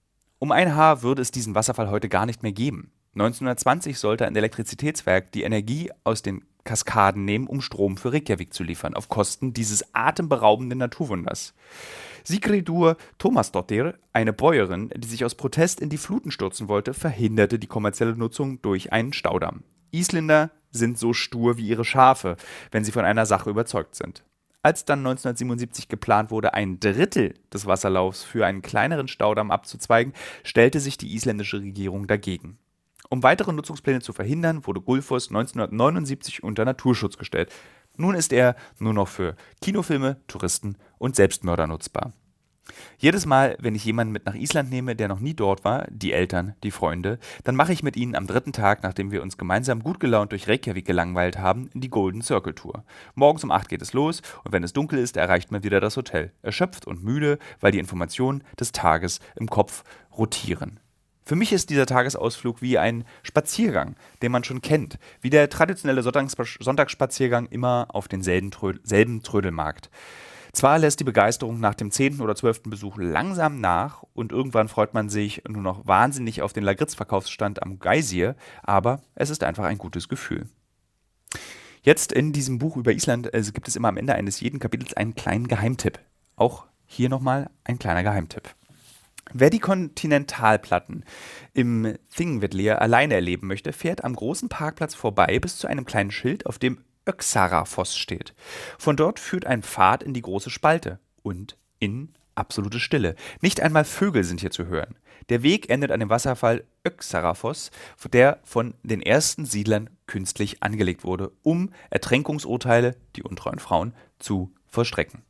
Um ein Haar würde es diesen Wasserfall heute gar nicht mehr geben. neunzehnhundertzwanzig sollte ein Elektrizitätswerk die Energie aus den Kaskaden nehmen, um Strom für Reykjavik zu liefern, auf Kosten dieses atemberaubenden Naturwunders. Sigridur Thomasdottir, eine Bäuerin, die sich aus Protest in die Fluten stürzen wollte, verhinderte die kommerzielle Nutzung durch einen Staudamm. Isländer sind so stur wie ihre Schafe, wenn sie von einer Sache überzeugt sind. Als dann neunzehnhundertsiebenundsiebzig geplant wurde, ein Drittel des Wasserlaufs für einen kleineren Staudamm abzuzweigen, stellte sich die isländische Regierung dagegen. Um weitere Nutzungspläne zu verhindern, wurde Gullfoss neunzehnhundertneunundsiebzig unter Naturschutz gestellt. Nun ist er nur noch für Kinofilme, Touristen und Selbstmörder nutzbar. Jedes Mal, wenn ich jemanden mit nach Island nehme, der noch nie dort war, die Eltern, die Freunde, dann mache ich mit ihnen am dritten Tag, nachdem wir uns gemeinsam gut gelaunt durch Reykjavik gelangweilt haben, die Golden Circle Tour. Morgens um acht geht es los und wenn es dunkel ist, erreicht man wieder das Hotel. Erschöpft und müde, weil die Informationen des Tages im Kopf rotieren. Für mich ist dieser Tagesausflug wie ein Spaziergang, den man schon kennt, wie der traditionelle Sonntagsspaziergang immer auf denselben Trö- selben Trödelmarkt. Zwar lässt die Begeisterung nach dem zehnten oder zwölften Besuch langsam nach und irgendwann freut man sich nur noch wahnsinnig auf den Lagritz-Verkaufsstand am Geysir, aber es ist einfach ein gutes Gefühl. Jetzt in diesem Buch über Island äh, gibt es immer am Ende eines jeden Kapitels einen kleinen Geheimtipp. Auch hier nochmal ein kleiner Geheimtipp. Wer die Kontinentalplatten im Þingvellir alleine erleben möchte, fährt am großen Parkplatz vorbei bis zu einem kleinen Schild, auf dem Öxarárfoss steht. Von dort führt ein Pfad in die große Spalte und in absolute Stille. Nicht einmal Vögel sind hier zu hören. Der Weg endet an dem Wasserfall Öxarárfoss, der von den ersten Siedlern künstlich angelegt wurde, um Ertränkungsurteile, die untreuen Frauen, zu vollstrecken.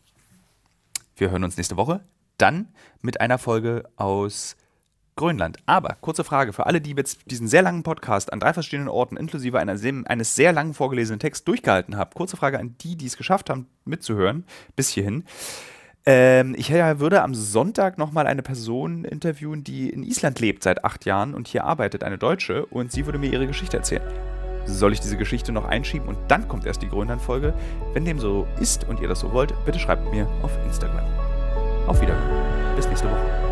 Wir hören uns nächste Woche. Dann mit einer Folge aus Grönland. Aber, kurze Frage, für alle, die jetzt diesen sehr langen Podcast an drei verschiedenen Orten inklusive einer, eines sehr langen vorgelesenen Texts durchgehalten haben. Kurze Frage an die, die es geschafft haben, mitzuhören, bis hierhin. Ähm, ich würde am Sonntag nochmal eine Person interviewen, die in Island lebt seit acht Jahren und hier arbeitet, eine Deutsche, und sie würde mir ihre Geschichte erzählen. Soll ich diese Geschichte noch einschieben und dann kommt erst die Grönland-Folge? Wenn dem so ist und ihr das so wollt, bitte schreibt mir auf Instagram. Auf Wiedersehen. Bis nächste Woche.